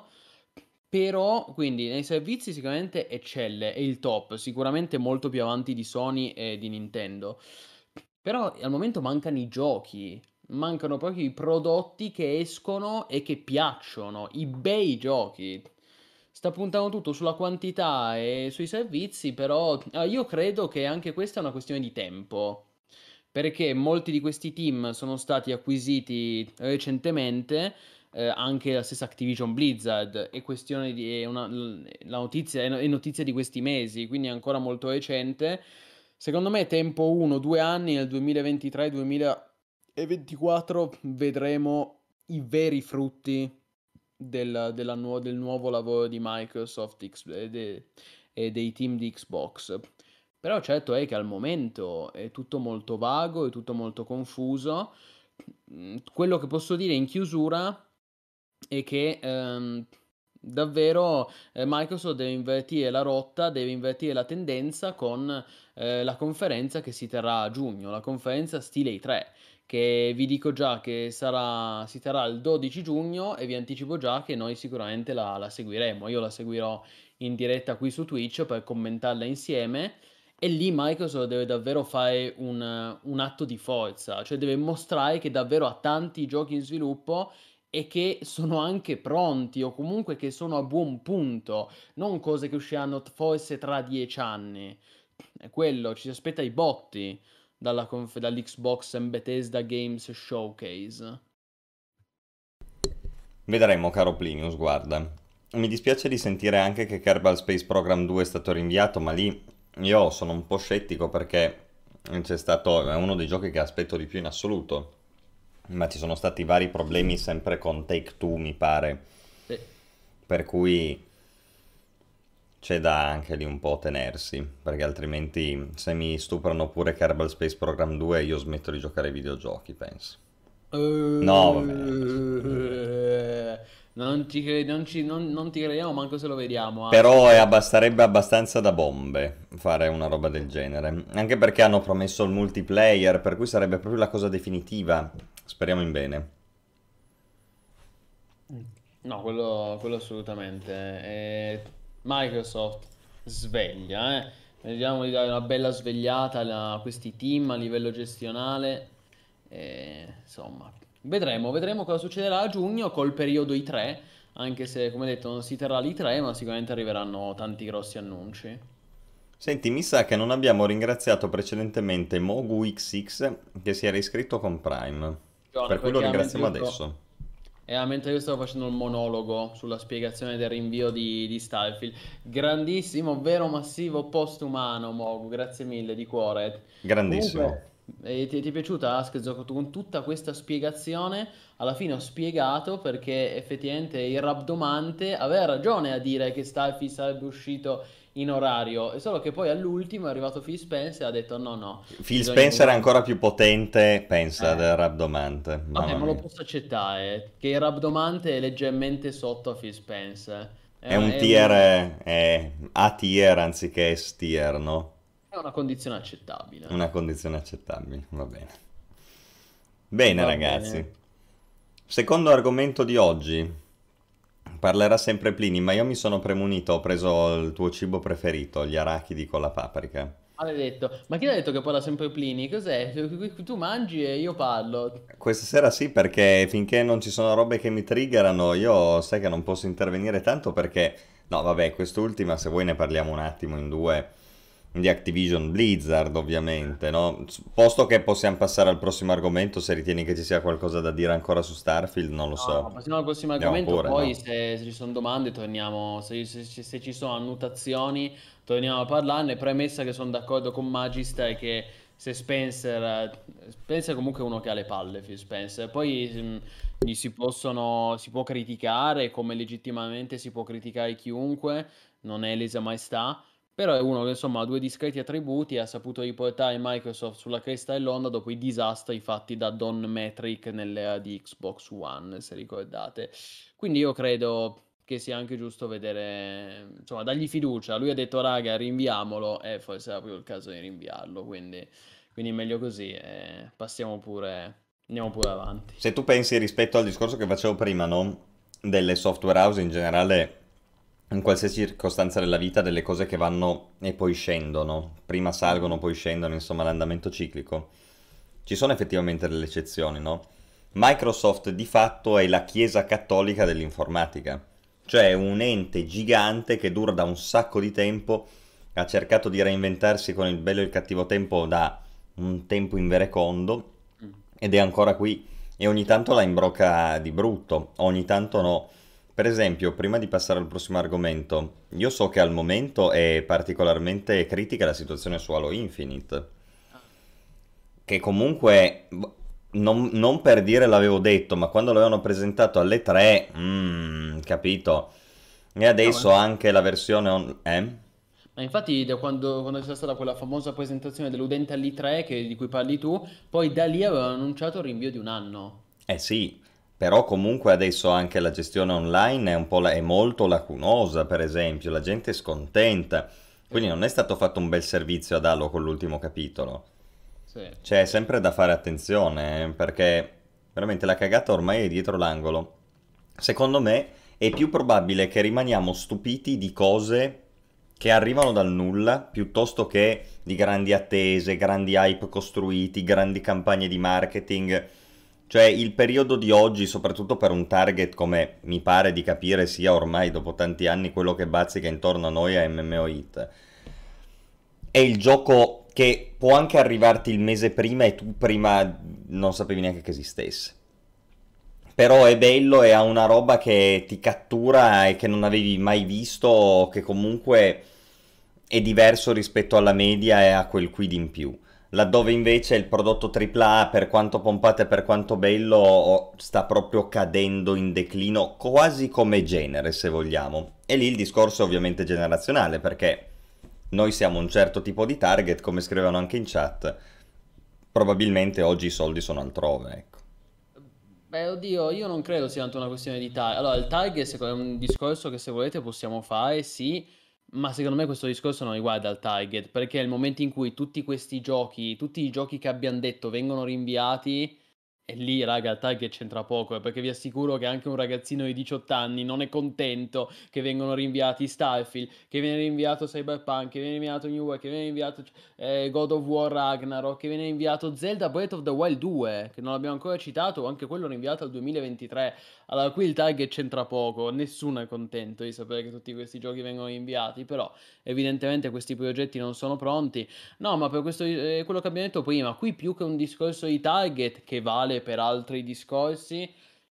Però, quindi, nei servizi sicuramente eccelle, è il top, sicuramente molto più avanti di Sony e di Nintendo. Però al momento mancano i giochi, mancano proprio i prodotti che escono e che piacciono, i bei giochi. Sta puntando tutto sulla quantità e sui servizi, però ah, io credo che anche questa è una questione di tempo. Perché molti di questi team sono stati acquisiti recentemente, eh, anche la stessa Activision Blizzard, è questione di è una, la notizia, è è notizia di questi mesi, quindi è ancora molto recente. Secondo me tempo uno due anni, nel duemilaventitré-duemilaventiquattro vedremo i veri frutti del, della nuo- del nuovo lavoro di Microsoft X- e, de- e dei team di Xbox. Però certo è che al momento è tutto molto vago, è tutto molto confuso. Mm, Quello che posso dire in chiusura è che ehm, davvero eh, Microsoft deve invertire la rotta, deve invertire la tendenza con eh, la conferenza che si terrà a giugno, la conferenza stile i tre, che vi dico già che sarà, si terrà il dodici giugno e vi anticipo già che noi sicuramente la, la seguiremo. Io la seguirò in diretta qui su Twitch per commentarla insieme. E lì Microsoft deve davvero fare un, un atto di forza, cioè deve mostrare che davvero ha tanti giochi in sviluppo e che sono anche pronti o comunque che sono a buon punto, non cose che usciranno t- forse tra dieci anni. È quello, ci si aspetta i botti dalla conf- dall'Xbox and Bethesda Games Showcase. Vedremo, caro Plinius, guarda. Mi dispiace di sentire anche che Kerbal Space Program due è stato rinviato, ma lì io sono un po' scettico perché c'è stato, è uno dei giochi che aspetto di più in assoluto, ma ci sono stati vari problemi sempre con Take-Two, mi pare, Sì. per cui c'è da anche lì un po' tenersi, perché altrimenti se mi stuprano pure Kerbal Space Program due io smetto di giocare ai videogiochi, penso. No, vabbè, adesso esagero. Eh, non ci cre- non ci- non- non ti crediamo manco se lo vediamo, Però è Asked. abba- sarebbe abbastanza da bombe fare una roba del genere. Anche perché hanno promesso il multiplayer, per cui sarebbe proprio la cosa definitiva. Speriamo in bene. No, quello, quello assolutamente. E Microsoft sveglia, eh. Vediamo di dare una bella svegliata a questi team a livello gestionale. E, insomma, vedremo, vedremo cosa succederà a giugno col periodo i tre, anche se, come detto, non si terrà l'I tre, ma sicuramente arriveranno tanti grossi annunci. Senti, mi sa che non abbiamo ringraziato precedentemente Mogu X X che si era iscritto con Prime. Giorgio, Per cui lo perché ha ringraziamo mezzucco, adesso. E mentre io stavo facendo un monologo sulla spiegazione del rinvio di, di Starfield, grandissimo, vero massivo postumano, Mogu, grazie mille di cuore. Grandissimo. Comunque, eh, ti, ti è piaciuta Askzo con tutta questa spiegazione? Alla fine ho spiegato perché effettivamente il rabdomante aveva ragione a dire che Starfield sarebbe uscito in orario, è solo che poi all'ultimo è arrivato Phil Spencer e ha detto no, no, Phil bisogna Spencer è ancora innovare. più potente, pensa, Eh, del Rabdomante. Vabbè, Mamma ma lo mia. posso accettare, che il rabdomante è leggermente sotto a Phil Spencer. È, È un è un- tier, è A tier anziché S tier, no? è una condizione accettabile. Una condizione accettabile, va bene. Bene Va ragazzi, bene. secondo argomento di oggi, parlerà sempre Plini, ma io mi sono premunito, ho preso il tuo cibo preferito, gli arachidi con la paprika. Maledetto. Ma chi ha detto che parla sempre Plini? Cos'è? Tu mangi e io parlo. Questa sera sì, perché finché non ci sono robe che mi triggerano, io sai che non posso intervenire tanto perché... No, vabbè, quest'ultima, se vuoi ne parliamo un attimo in due, di Activision Blizzard, ovviamente, no? Posto che possiamo passare al prossimo argomento, se ritieni che ci sia qualcosa da dire ancora su Starfield, non lo No, no, so. passiamo al prossimo Andiamo argomento, pure, poi no? se, se ci sono domande torniamo, se, se- se- se ci sono annotazioni torniamo a parlarne, premessa che sono d'accordo con Magister che se Spencer, eh, Spencer comunque è uno che ha le palle, Phil Spencer, poi mm, gli si possono, si può criticare come legittimamente si può criticare chiunque, non è lesa maestà, però è uno che insomma ha due discreti attributi e ha saputo riportare Microsoft sulla cresta dell'onda dopo i disastri fatti da Don Metric nell'era di Xbox One, se ricordate. Quindi io credo che sia anche giusto vedere, insomma, dargli fiducia. Lui ha detto, raga, rinviamolo, e forse era proprio il caso di rinviarlo, quindi, quindi meglio così. E passiamo pure, andiamo pure avanti. Se tu pensi rispetto al discorso che facevo prima, no? Delle software house in generale, in qualsiasi circostanza della vita, delle cose che vanno e poi scendono, prima salgono, Mhm. poi scendono, insomma, l'andamento ciclico. Ci sono effettivamente delle eccezioni, no? Microsoft di fatto è la chiesa cattolica dell'informatica, cioè un ente gigante che dura da un sacco di tempo, ha cercato di reinventarsi con il bello e il cattivo tempo da un tempo inverecondo Mm. ed è ancora qui e ogni tanto la imbrocca di brutto, ogni tanto no. Per esempio, prima di passare al prossimo argomento, io so che al momento è particolarmente critica la situazione su Halo Infinite, Ah, che comunque, b- non, non per dire l'avevo detto, ma quando l'avevano presentato alle tre, mm, capito? E no, ma adesso anche la versione on... Eh? Ma infatti da quando, quando c'è stata quella famosa presentazione dell'udente all'I tre che- di cui parli tu, poi da lì avevano annunciato il rinvio di un anno. Eh sì, però comunque adesso anche la gestione online è un po' la- è molto lacunosa, per esempio, la gente è scontenta, Sì, quindi non è stato fatto un bel servizio ad Halo con l'ultimo capitolo. sì, C'è sì. sempre da fare attenzione, eh, perché veramente la cagata ormai è dietro l'angolo. Secondo me è più probabile che rimaniamo stupiti di cose che arrivano dal nulla piuttosto che di grandi attese, grandi hype costruiti, grandi campagne di marketing. Cioè il periodo di oggi, soprattutto per un target come mi pare di capire sia ormai dopo tanti anni quello che bazzica intorno a noi a M M O Hit, è il gioco che può anche arrivarti il mese prima e tu prima non sapevi neanche che esistesse. Però è bello e ha una roba che ti cattura e che non avevi mai visto, che comunque è diverso rispetto alla media e a quel quid in più. Laddove invece il prodotto tripla A, per quanto pompato e per quanto bello, sta proprio cadendo in declino, quasi come genere, se vogliamo. E lì il discorso è ovviamente generazionale, perché noi siamo un certo tipo di target, come scrivevano anche in chat. Probabilmente oggi i soldi sono altrove, ecco. Beh, oddio, io non credo sia tanto una questione di target. Allora, il target è un discorso che se volete possiamo fare, sì, ma secondo me questo discorso non riguarda il target, perché nel momento in cui tutti questi giochi, tutti i giochi che abbiamo detto vengono rinviati, e lì, raga, il target c'entra poco, eh, perché vi assicuro che anche un ragazzino di diciotto anni non è contento che vengono rinviati Starfield, che viene rinviato Cyberpunk, che viene rinviato New World, che viene rinviato eh, God of War Ragnarok, che viene inviato Zelda Breath of the Wild due, che non abbiamo ancora citato, anche quello rinviato al duemilaventitré. Allora, qui il target c'entra poco, nessuno è contento di sapere che tutti questi giochi vengono inviati, però evidentemente questi progetti non sono pronti. No, ma per questo è quello che abbiamo detto prima, qui più che un discorso di target che vale per altri discorsi,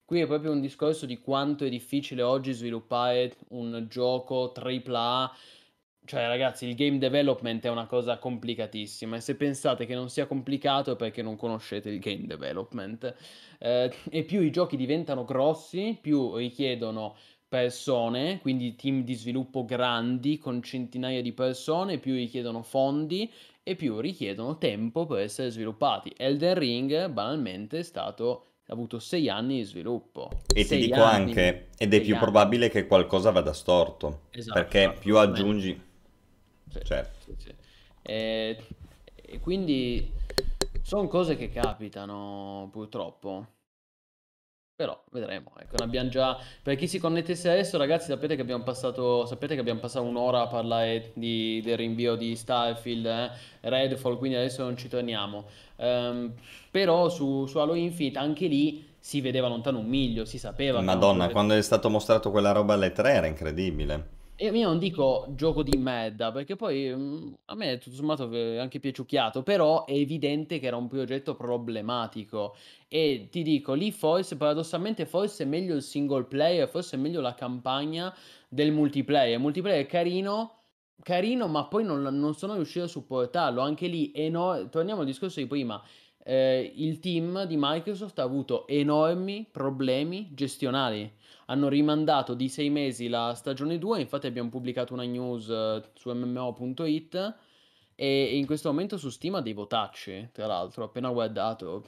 Qui è proprio un discorso di quanto è difficile oggi sviluppare un gioco tripla A. Cioè ragazzi, il game development è una cosa complicatissima e se pensate che non sia complicato è perché non conoscete il game development. Ehm, e più i giochi diventano grossi, più richiedono persone, quindi team di sviluppo grandi con centinaia di persone, più richiedono fondi e più richiedono tempo per essere sviluppati. Elden Ring banalmente è stato ha avuto sei anni di sviluppo. E ti sei dico anni, anche, ed è sei più anni. probabile che qualcosa vada storto, Esatto, perché più assolutamente. aggiungi... Sì, Certo. sì, sì. E e quindi son cose che capitano purtroppo. Però vedremo, ecco, ne abbiam già per chi si connettesse adesso ragazzi sapete che abbiam passato sapete che abbiam passato un' ora a parlare di del rinvio di Starfield, eh, Redfall, quindi adesso non ci torniamo. Ehm, però su su Halo Infinite anche lì si vedeva lontano un miglio, si sapeva che era un Madonna, progetto. quando è stato mostrato quella roba alle tre era incredibile. E io non dico gioco di merda, perché poi, mhmm, a me tutto sommato è anche piaciucchiato, però è evidente che era un progetto problematico. E ti dico, lì forse paradossalmente forse è meglio il single player, forse è meglio la campagna del multiplayer. Il multiplayer è carino carino, ma poi non l non sono riuscito a supportarlo. Anche lì eno torniamo al discorso di prima, ehm, il team di Microsoft ha avuto enormi problemi gestionali. Hanno rimandato di sei mesi la stagione due, infatti abbiamo pubblicato una news eh, su M M O punto it e e in questo momento su Steam ha dei votacci, tra l'altro, ho appena guardato.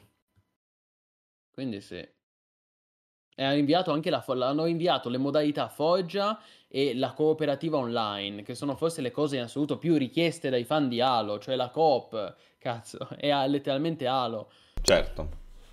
Quindi sì. E ha inviato anche la fo hanno inviato le modalità Foggia e la cooperativa online, che sono forse le cose in assoluto più richieste dai fan di Halo, cioè la coop, cazzo, è a letteralmente Halo. Certo.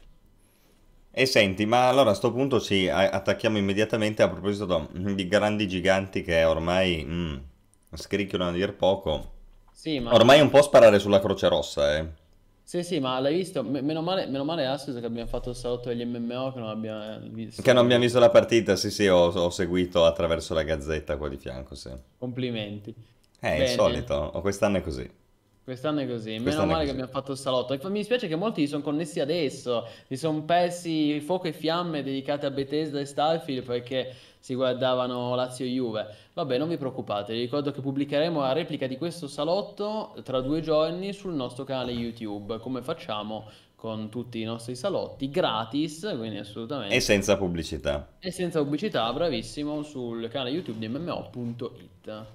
E senti, ma allora a sto punto ci a- attacchiamo immediatamente a proposito di grandi giganti che ormai mm, scricchiolano a dir poco. Sì, Ormai è ma un po' sparare sulla Croce Rossa, eh. sì, sì, ma l'hai visto? Me meno male meno male Asus che abbiam fatto il salotto degli M M O che non abbia Che non visto abbiamo il visto la partita, sì sì, ho, ho seguito attraverso la gazzetta qua di fianco, sì. complimenti. Eh, è il Bene. solito, o quest'anno è così. Quest'anno è così, meno Quest'anno è male che così. abbiamo fatto il salotto. E fa- mi dispiace che molti si sono connessi adesso, si sono persi fuoco e fiamme dedicate a Bethesda e Starfield perché si guardavano Lazio e Juve. Vabbè, non vi preoccupate, vi ricordo che pubblicheremo la replica di questo salotto tra due giorni sul nostro canale YouTube, come facciamo con tutti i nostri salotti, gratis, quindi E assolutamente. senza pubblicità. E senza pubblicità, bravissimo, sul canale YouTube di M M O punto it.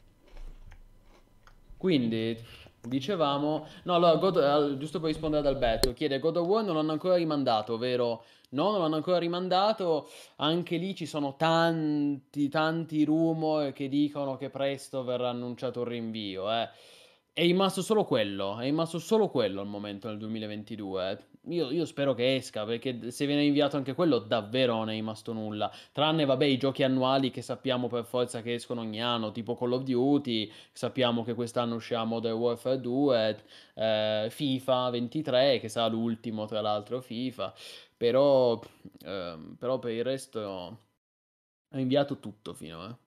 Quindi, dicevamo, no, allora, God- al- giusto per rispondere ad Alberto, chiede God of War non l'hanno ancora rimandato, vero? No, non l'hanno ancora rimandato, anche lì ci sono tanti, tanti rumor che dicono che presto verrà annunciato un rinvio, eh. È rimasto solo quello, è rimasto solo quello al momento nel duemilaventidue. Io, io spero che esca, perché d- se viene inviato anche quello, davvero non è rimasto nulla. Tranne, vabbè, i giochi annuali che sappiamo per forza che escono ogni anno, tipo Call of Duty, sappiamo che quest'anno uscirà Modern Warfare due, eh, FIFA ventitré, che sarà l'ultimo tra l'altro FIFA, però, ehm, però per il resto ho inviato tutto finora.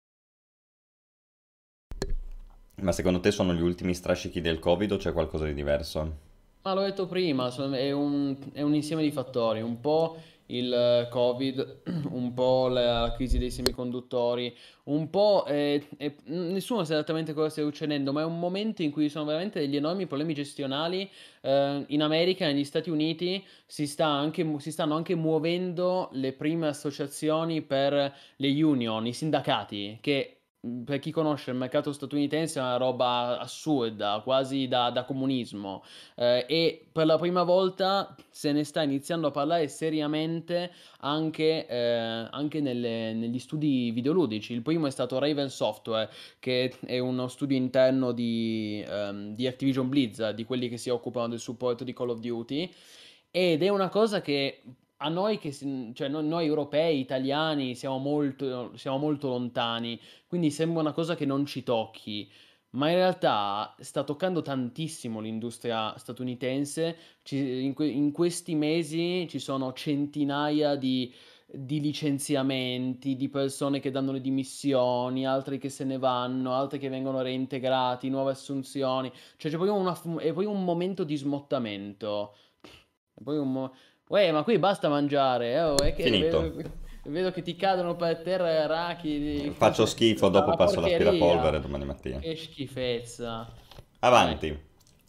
Ma secondo te sono gli ultimi strascichi del Covid o c'è qualcosa di diverso? Ma l'ho detto prima, so- è un, è un insieme di fattori, un po' il eh, Covid, un po' la crisi dei semiconduttori, un po' eh, eh, nessuno sa esattamente cosa stia succedendo, ma è un momento in cui ci sono veramente degli enormi problemi gestionali. Eh, in America, negli Stati Uniti, si sta anche, mu- si stanno anche muovendo le prime associazioni per le union, i sindacati, che mh, per chi conosce il mercato statunitense è una roba assurda, quasi da da comunismo. Eh, e per la prima volta se ne sta iniziando a parlare seriamente anche, eh, anche nelle- negli studi videoludici. Il primo è stato Raven Software, che è uno studio interno di, ehm, di Activision Blizzard, di quelli che si occupano del supporto di Call of Duty. Ed è una cosa che a noi, che, si- cioè noi, noi europei, italiani, siamo molto, siamo molto lontani, quindi sembra una cosa che non ci tocchi. Ma in realtà sta toccando tantissimo l'industria statunitense. Ci- in, que- in questi mesi ci sono centinaia di, di licenziamenti, di persone che danno le dimissioni, altri che se ne vanno, altri che vengono reintegrati, nuove assunzioni. Cioè c'è proprio una fu- è proprio un momento di smottamento. È proprio un mo- Uè, ma qui basta mangiare, eh, oh, è che Finito. vedo, vedo che ti cadono per terra arachidi, Faccio schifo, dopo una passo l'aspirapolvere porcheria. domani mattina. Che schifezza. Vabbè, Avanti.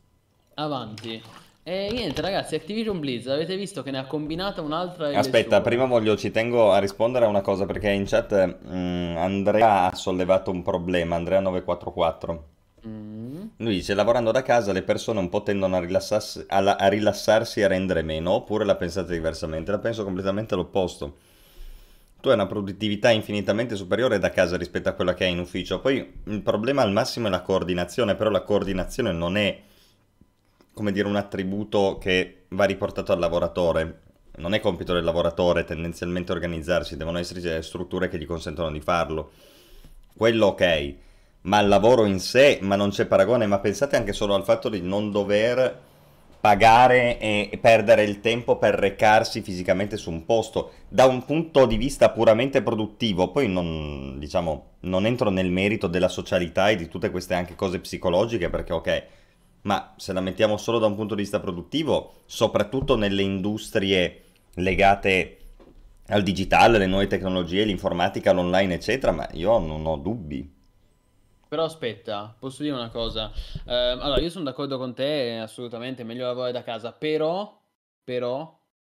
avanti. E niente, ragazzi, Activision Blizzard, avete visto che ne ha combinata un'altra e le Aspetta, sue. prima voglio, ci tengo a rispondere a una cosa perché in chat mm, Andrea ha sollevato un problema, Andrea nove quattro quattro. Mm. Lui dice, lavorando da casa le persone un po' tendono a rilassarsi, a, a rilassarsi e a rendere meno, oppure la pensate diversamente? La penso completamente l'opposto. Tu hai una produttività infinitamente superiore da casa rispetto a quella che hai in ufficio. Poi il problema al massimo è la coordinazione, però la coordinazione non è, come dire, un attributo che va riportato al lavoratore. Non è compito del lavoratore tendenzialmente organizzarsi, devono esserci delle strutture che gli consentono di farlo. Quello ok, ma il lavoro in sé, ma non c'è paragone, ma pensate anche solo al fatto di non dover pagare e perdere il tempo per recarsi fisicamente su un posto da un punto di vista puramente produttivo. Poi non, diciamo, non entro nel merito della socialità e di tutte queste anche cose psicologiche perché ok, ma se la mettiamo solo da un punto di vista produttivo, soprattutto nelle industrie legate al digitale, alle nuove tecnologie, l'informatica, l'online eccetera, ma io non ho dubbi. Però aspetta, posso dire una cosa? Eh, allora, io sono d'accordo con te, assolutamente, è meglio lavorare da casa, però, però,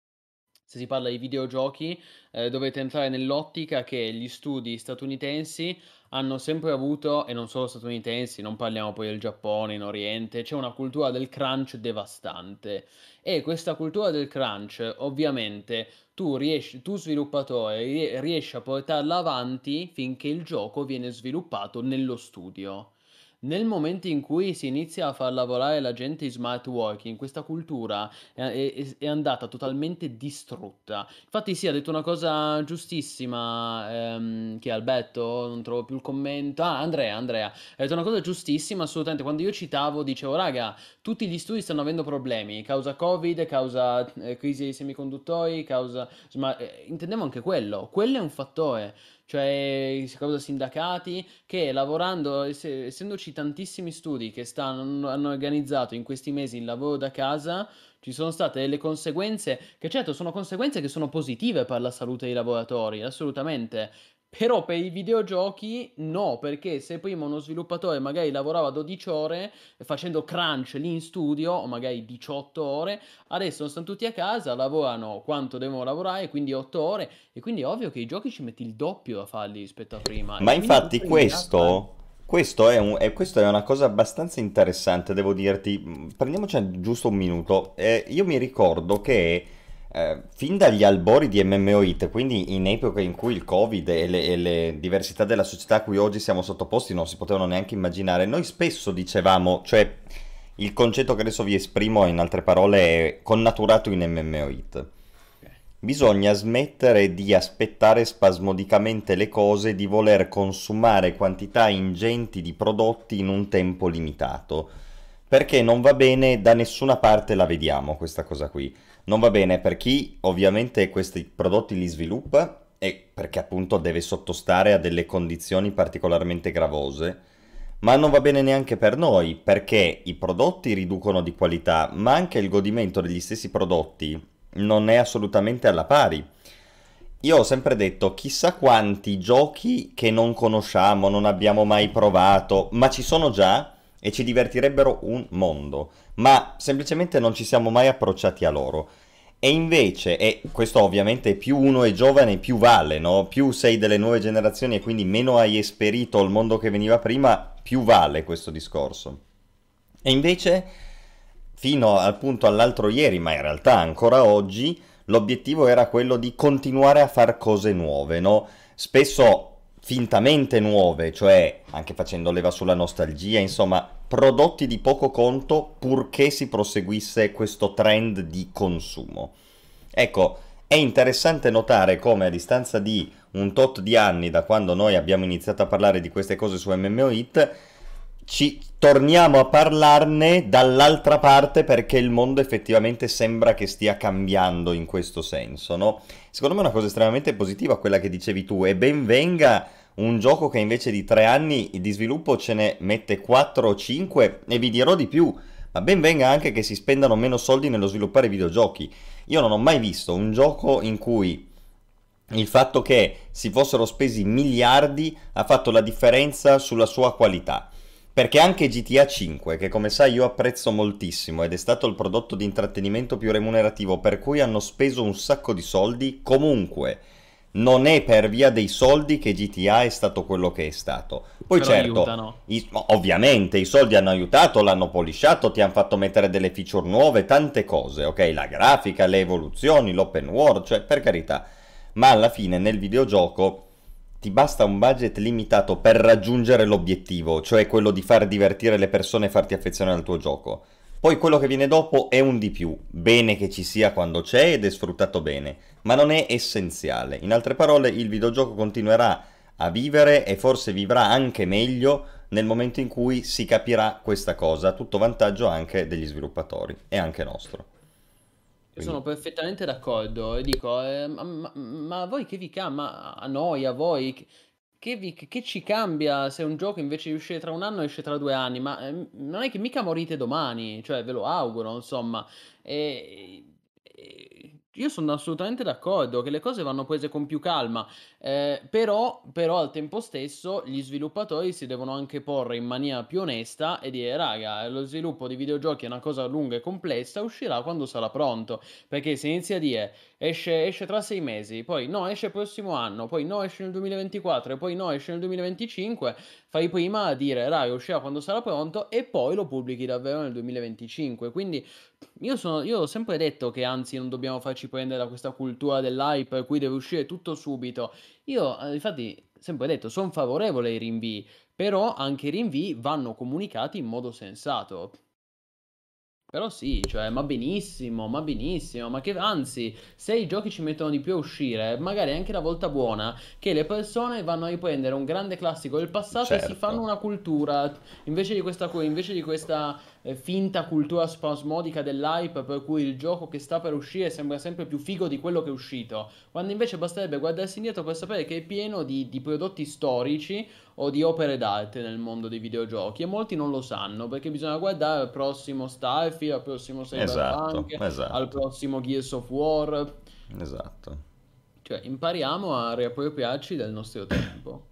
se si parla di videogiochi, eh, dovete entrare nell'ottica che gli studi statunitensi hanno sempre avuto, e non solo statunitensi, non parliamo poi del Giappone, in Oriente, c'è una cultura del crunch devastante. E questa cultura del crunch, ovviamente, tu riesci, tu sviluppatore, rie- riesci a portarla avanti finché il gioco viene sviluppato nello studio. Nel momento in cui si inizia a far lavorare la gente in smart working, questa cultura è, è- è andata totalmente distrutta. Infatti, sì, ha detto una cosa giustissima. Ehm, chi è Alberto? Non trovo più il commento. Ah, Andrea, Andrea. Ha detto una cosa giustissima, assolutamente. Quando io citavo, dicevo, raga, tutti gli studi stanno avendo problemi, causa Covid, causa eh, crisi dei semiconduttori, causa... Ma eh, intendiamo anche quello. Quello è un fattore. Cioè, causa sindacati che lavorando, ess- essendoci tantissimi studi che stanno, hanno organizzato in questi mesi il lavoro da casa, ci sono state delle conseguenze che certo sono conseguenze che sono positive per la salute dei lavoratori, assolutamente. Però per i videogiochi no, perché se prima uno sviluppatore magari lavorava dodici ore facendo crunch lì in studio, o magari diciotto ore, adesso stanno tutti a casa, lavorano quanto devono lavorare, quindi otto ore, e quindi è ovvio che i giochi ci metti il doppio a farli rispetto a prima, Ma e quindi infatti questo impatta, eh. questo, questo è un- è, questo è una cosa abbastanza interessante, devo dirti. Mm, Prendiamoci giusto un minuto. Eh, io mi ricordo che eh, fin dagli albori di M M O It, quindi in epoca in cui il Covid e le, e le diversità della società a cui oggi siamo sottoposti non si potevano neanche immaginare, noi spesso dicevamo, cioè il concetto che adesso vi esprimo in altre parole è connaturato in M M O It. Ok. Bisogna smettere di aspettare spasmodicamente le cose, di voler consumare quantità ingenti di prodotti in un tempo limitato. Perché non va bene da nessuna parte, la vediamo questa cosa qui. Non va bene per chi ovviamente questi prodotti li sviluppa e perché appunto deve sottostare a delle condizioni particolarmente gravose. Ma non va bene neanche per noi, perché i prodotti riducono di qualità, ma anche il godimento degli stessi prodotti non è assolutamente alla pari. Io ho sempre detto, chissà quanti giochi che non conosciamo, non abbiamo mai provato, ma ci sono già e ci divertirebbero un mondo, ma semplicemente non ci siamo mai approcciati a loro. E invece, e questo ovviamente più uno è giovane più vale, no? Più sei delle nuove generazioni e quindi meno hai esperito il mondo che veniva prima, più vale questo discorso. E invece, fino al punto all'altro ieri, ma in realtà ancora oggi, l'obiettivo era quello di continuare a fare cose nuove, no? Spesso fintamente nuove, cioè anche facendo leva sulla nostalgia, insomma, prodotti di poco conto purché si proseguisse questo trend di consumo. Ecco, è interessante notare come a distanza di un tot di anni da quando noi abbiamo iniziato a parlare di queste cose su M M O It, ci torniamo a parlarne dall'altra parte perché il mondo effettivamente sembra che stia cambiando in questo senso, no? Secondo me è una cosa estremamente positiva quella che dicevi tu e ben venga un gioco che invece di tre anni di sviluppo ce ne mette quattro o cinque e vi dirò di più. ma ben venga anche che si spendano meno soldi nello sviluppare videogiochi. Io non ho mai visto un gioco in cui il fatto che si fossero spesi miliardi ha fatto la differenza sulla sua qualità. Perché anche G T A cinque, che come sai io apprezzo moltissimo ed è stato il prodotto di intrattenimento più remunerativo per cui hanno speso un sacco di soldi, comunque non è per via dei soldi che G T A è stato quello che è stato. Poi Però certo, aiutano. i- ovviamente i soldi hanno aiutato, l'hanno polisciato, ti hanno fatto mettere delle feature nuove, tante cose, ok? La grafica, le evoluzioni, l'open world, cioè per carità. Ma alla fine nel videogioco ti basta un budget limitato per raggiungere l'obiettivo, cioè quello di far divertire le persone e farti affezionare al tuo gioco. Poi quello che viene dopo è un di più, bene che ci sia quando c'è ed è sfruttato bene, ma non è essenziale. In altre parole, il videogioco continuerà a vivere e forse vivrà anche meglio nel momento in cui si capirà questa cosa, a tutto vantaggio anche degli sviluppatori e anche nostro. Io sono Quindi, perfettamente d'accordo e dico, eh, ma, ma- ma a voi che vi cambia? A noi, a voi, che, che vi- che ci cambia se un gioco invece di uscire tra un anno esce tra due anni? Ma eh, non è che mica morite domani, cioè ve lo auguro, insomma. E, e- io sono assolutamente d'accordo che le cose vanno prese con più calma, eh, però, però al tempo stesso gli sviluppatori si devono anche porre in maniera più onesta e dire, raga, lo sviluppo di videogiochi è una cosa lunga e complessa, uscirà quando sarà pronto. Perché se inizi a dire esce, esce tra sei mesi, poi no, esce il prossimo anno, poi no, esce nel duemilaventiquattro e poi no, esce nel duemilaventicinque, fai prima a dire, raga, uscirà quando sarà pronto e poi lo pubblichi davvero nel duemilaventicinque. Quindi io, sono, io ho sempre detto che anzi non dobbiamo farci prendere da questa cultura dell'hype per cui deve uscire tutto subito. Io, eh, infatti, sempre detto, sono favorevole ai rinvii, però anche i rinvii vanno comunicati in modo sensato. Però sì, cioè, ma benissimo, ma benissimo, ma che anzi, se i giochi ci mettono di più a uscire, magari è anche la volta buona che le persone vanno a riprendere un grande classico del passato e si fanno certo, una cultura, invece di questa, cu- invece di questa eh, finta cultura spasmodica dell'hype per cui il gioco che sta per uscire sembra sempre più figo di quello che è uscito, quando invece basterebbe guardarsi indietro per sapere che è pieno di, di prodotti storici o di opere d'arte nel mondo dei videogiochi e molti non lo sanno perché bisogna guardare al prossimo Starfield, al prossimo esatto, Cyberpunk, al esatto, prossimo Gears of War, esatto. cioè impariamo a riappropriarci del nostro tempo.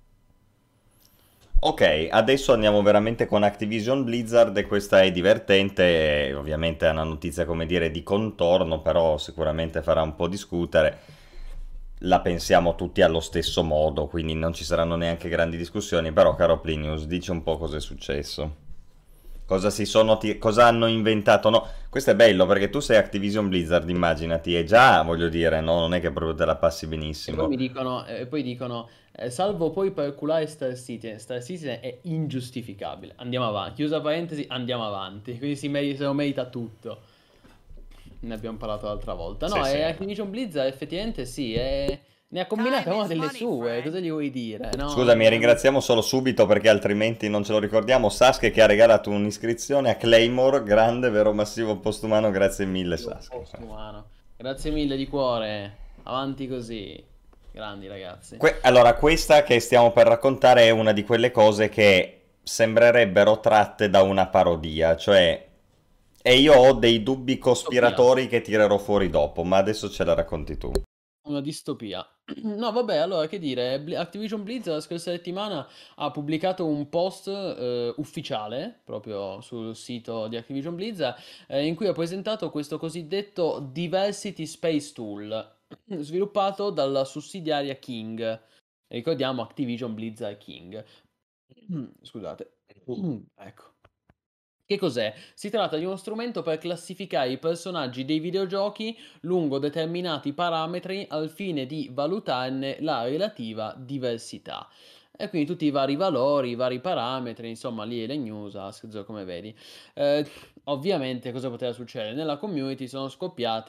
Ok, adesso andiamo veramente con Activision Blizzard e questa è divertente, e ovviamente è una notizia come dire di contorno, però sicuramente farà un po' discutere. La pensiamo tutti allo stesso modo, quindi non ci saranno neanche grandi discussioni, però caro Plinius, dici un po' cosa è successo. Cosa si sono ti- cosa hanno inventato? No, questo è bello perché tu sei Activision Blizzard, immaginati, e già, voglio dire, no, non è che proprio te la passi E poi benissimo. mi dicono, e poi dicono, eh, salvo poi per culare Star Citizen, Star Citizen è ingiustificabile. Andiamo avanti, chiusa parentesi, andiamo avanti, quindi si, meri- se lo merita tutto. Ne abbiamo parlato l'altra volta. Sì, No, sì. e Activision Blizzard effettivamente sì, è- ne ha combinate Time una is delle money, sue, cosa friend. gli vuoi dire? No, Scusami, veramente. ringraziamo solo subito perché altrimenti non ce lo ricordiamo. Sasuke che ha regalato un'iscrizione a Claymore, grande, vero massivo postumano, grazie mille Io Sasuke. posto umano. Grazie mille di cuore. Avanti così. Grandi ragazzi. Que- allora, questa che stiamo per raccontare è una di quelle cose che sembrerebbero tratte da una parodia, cioè... E io ho dei dubbi Distopia. cospiratori che tirerò fuori dopo, ma adesso ce la racconti tu. Una distopia. No, vabbè, allora che dire, Bli- Activision Blizzard la scorsa settimana ha pubblicato un post eh, ufficiale proprio sul sito di Activision Blizzard eh, in cui ha presentato questo cosiddetto Diversity Space Tool sviluppato dalla sussidiaria King. Ricordiamo Activision Blizzard King. Scusate. Ecco. Che cos'è? Si tratta di uno strumento per classificare i personaggi dei videogiochi lungo determinati parametri al fine di valutarne la relativa diversità. E quindi tutti i vari valori, i vari parametri, insomma, lì è le news, Ask, come vedi. Eh, ovviamente cosa poteva succedere? Nella community sono scoppiate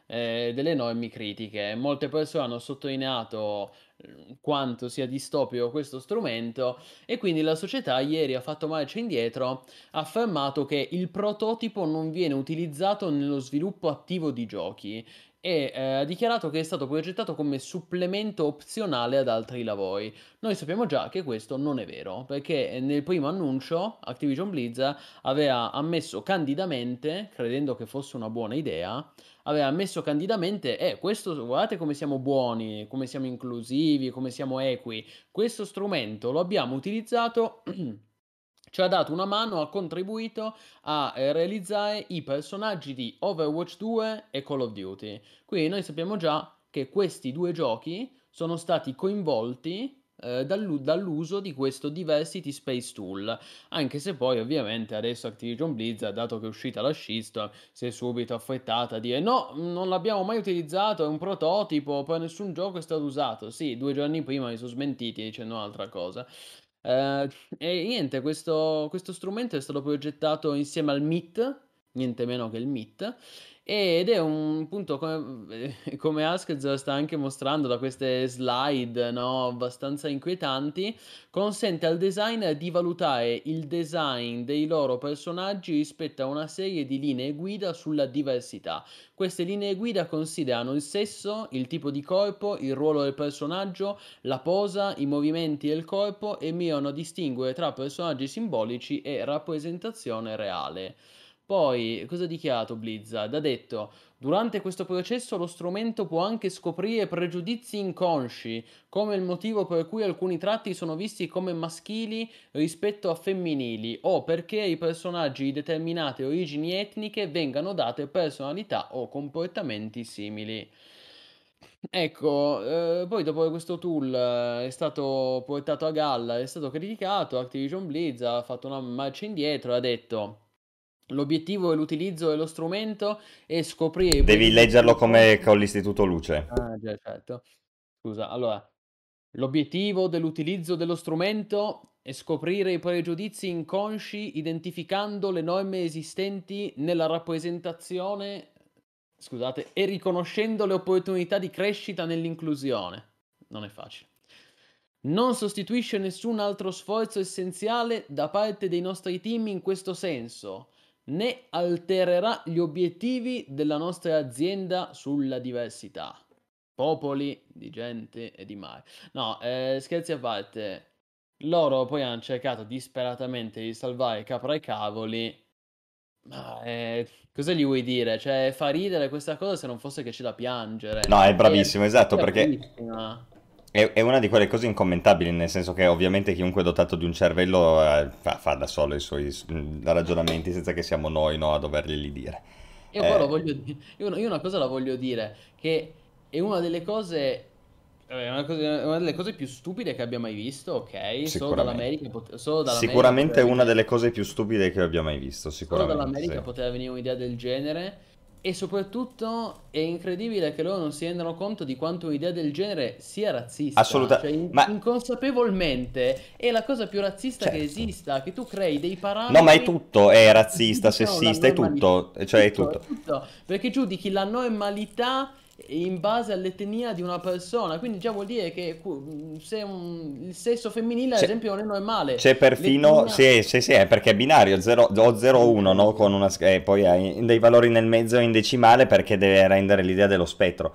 eh, delle enormi critiche. Molte persone hanno sottolineato eh, quanto sia distopico questo strumento e quindi la società ieri ha fatto marcia indietro, ha affermato che il prototipo non viene utilizzato nello sviluppo attivo di giochi e eh, ha dichiarato che è stato progettato come supplemento opzionale ad altri lavori. Noi sappiamo già che questo non è vero, perché nel primo annuncio Activision Blizzard aveva ammesso candidamente, credendo che fosse una buona idea, aveva ammesso candidamente, eh, questo, guardate come siamo buoni, come siamo inclusivi, come siamo equi, questo strumento lo abbiamo utilizzato, ci ha dato una mano, ha contribuito a eh, realizzare i personaggi di Overwatch due e Call of Duty. Quindi noi sappiamo già che questi due giochi sono stati coinvolti eh, dall'u- dall'uso di questo Diversity Space Tool, anche se poi ovviamente adesso Activision Blizzard, dato che è uscita la shitstorm, si è subito affrettata a dire no, non l'abbiamo mai utilizzato, è un prototipo, per nessun gioco è stato usato. Sì, due giorni prima mi sono smentiti dicendo un'altra cosa. Eh, e niente, questo, questo strumento è stato progettato insieme al M I T, niente meno che il M I T, ed è un punto come, come Asked sta anche mostrando da queste slide, no, abbastanza inquietanti, consente al designer di valutare il design dei loro personaggi rispetto a una serie di linee guida sulla diversità. Queste linee guida considerano il sesso, il tipo di corpo, il ruolo del personaggio, la posa, i movimenti del corpo e mirano a distinguere tra personaggi simbolici e rappresentazione reale. Poi, cosa ha dichiarato Blizzard? Ha detto: durante questo processo lo strumento può anche scoprire pregiudizi inconsci, come il motivo per cui alcuni tratti sono visti come maschili rispetto a femminili, o perché ai personaggi di determinate origini etniche vengano date personalità o comportamenti simili. Ecco, eh, poi dopo che questo tool eh, è stato portato a galla, è stato criticato, Activision Blizzard ha fatto una marcia indietro e ha detto: l'obiettivo e l'utilizzo dello strumento è scoprire i Devi pregiudizi leggerlo come inconsci. con l'Istituto Luce. Ah, già, certo. Scusa, allora, l'obiettivo dell'utilizzo dello strumento è scoprire i pregiudizi inconsci identificando le norme esistenti nella rappresentazione, scusate, e riconoscendo le opportunità di crescita nell'inclusione. Non è facile. Non sostituisce nessun altro sforzo essenziale da parte dei nostri team in questo senso, né altererà gli obiettivi della nostra azienda sulla diversità. Popoli di gente e di mare. No, eh, scherzi a parte. Loro poi hanno cercato disperatamente di salvare capra e cavoli. Ma eh, cosa gli vuoi dire? Cioè, fa ridere questa cosa se non fosse che c'è da piangere. No, è È bravissimo, esatto, perché bravissima. è, è una di quelle cose incommentabili, nel senso che ovviamente chiunque è dotato di un cervello eh, fa, fa da solo i suoi mm, ragionamenti senza che siamo noi, no, a doverglieli dire. Io qua lo Eh, voglio dire, io, una io una cosa la voglio dire, che è una delle cose, è una, cosa- è una delle cose più stupide che abbia mai visto, ok? Solo sicuramente. dall'America, pot- solo dall'America Sicuramente poteva è una venire, delle cose più stupide che abbia mai visto, solo sicuramente, sì. dall'America poteva venire un'idea del genere e soprattutto è incredibile che loro non si rendano conto di quanto un'idea del genere sia razzista, Assoluta, cioè in- ma inconsapevolmente è la cosa più razzista che certo. esista, che tu crei dei No, ma è parametri tutto, è che razzista, giudicano la sessista, è normalità. tutto, cioè è Tutto, è tutto. tutto, perché giudichi la normalità in base all'etnia di una persona, quindi già vuol dire che cu- se un- il sesso femminile, ad C'è esempio, non è normale, c'è perfino, l'etnia sì, sì, sì, è perché è binario, zero o è zero o uno, no? Con incredibile. una, sch- e poi hai dei valori nel mezzo in decimale perché deve rendere l'idea dello spettro.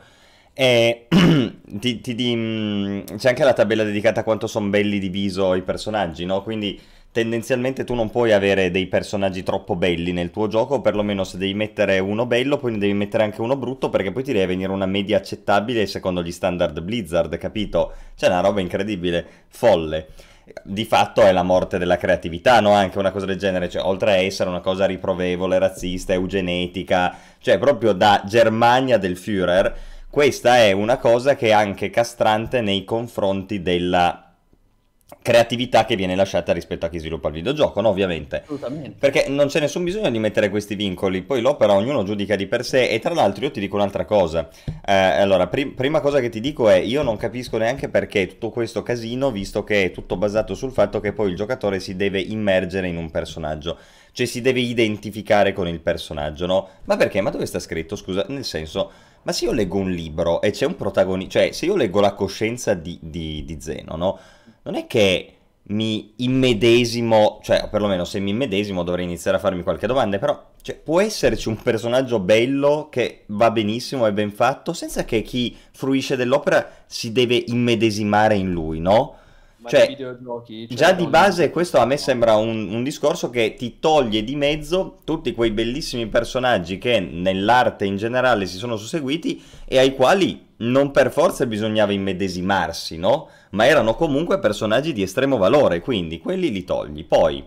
E ti, ti di- mh, c'è anche la tabella dedicata a quanto sono belli di viso i personaggi, no? Quindi tendenzialmente tu non puoi avere dei personaggi troppo belli nel tuo gioco, o perlomeno se devi mettere uno bello, poi ne devi mettere anche uno brutto, perché poi ti deve venire una media accettabile secondo gli standard Blizzard, capito? C'è una roba incredibile, folle. Di fatto è la morte della creatività, no? Anche una cosa del genere, cioè oltre a essere una cosa riprovevole, razzista, eugenetica, cioè proprio da Germania del Führer, questa è una cosa che è anche castrante nei confronti della creatività che viene lasciata rispetto a chi sviluppa il videogioco, no? Ovviamente. Assolutamente. Perché non c'è nessun bisogno di mettere questi vincoli, poi l'opera ognuno giudica di per sé e tra l'altro io ti dico un'altra cosa. Eh, allora, pri- prima cosa che ti dico è io non capisco neanche perché tutto questo casino, visto che è tutto basato sul fatto che poi il giocatore si deve immergere in un personaggio, cioè si deve identificare con il personaggio, no? Ma perché? Ma dove sta scritto? Scusa, nel senso, Ma se io leggo un libro e c'è un protagonista, cioè se io leggo La coscienza di, di, di Zeno, no? Non è che mi immedesimo, cioè o perlomeno se mi immedesimo dovrei iniziare a farmi qualche domanda, però cioè, può esserci un personaggio bello che va benissimo, è ben fatto, senza che chi fruisce dell'opera si deve immedesimare in lui, no? Ma nei Cioè, videogiochi, cioè già di non... base questo a me sembra un, un discorso che ti toglie di mezzo tutti quei bellissimi personaggi che nell'arte in generale si sono susseguiti e ai quali non per forza bisognava immedesimarsi, no? Ma erano comunque personaggi di estremo valore, quindi quelli li togli. Poi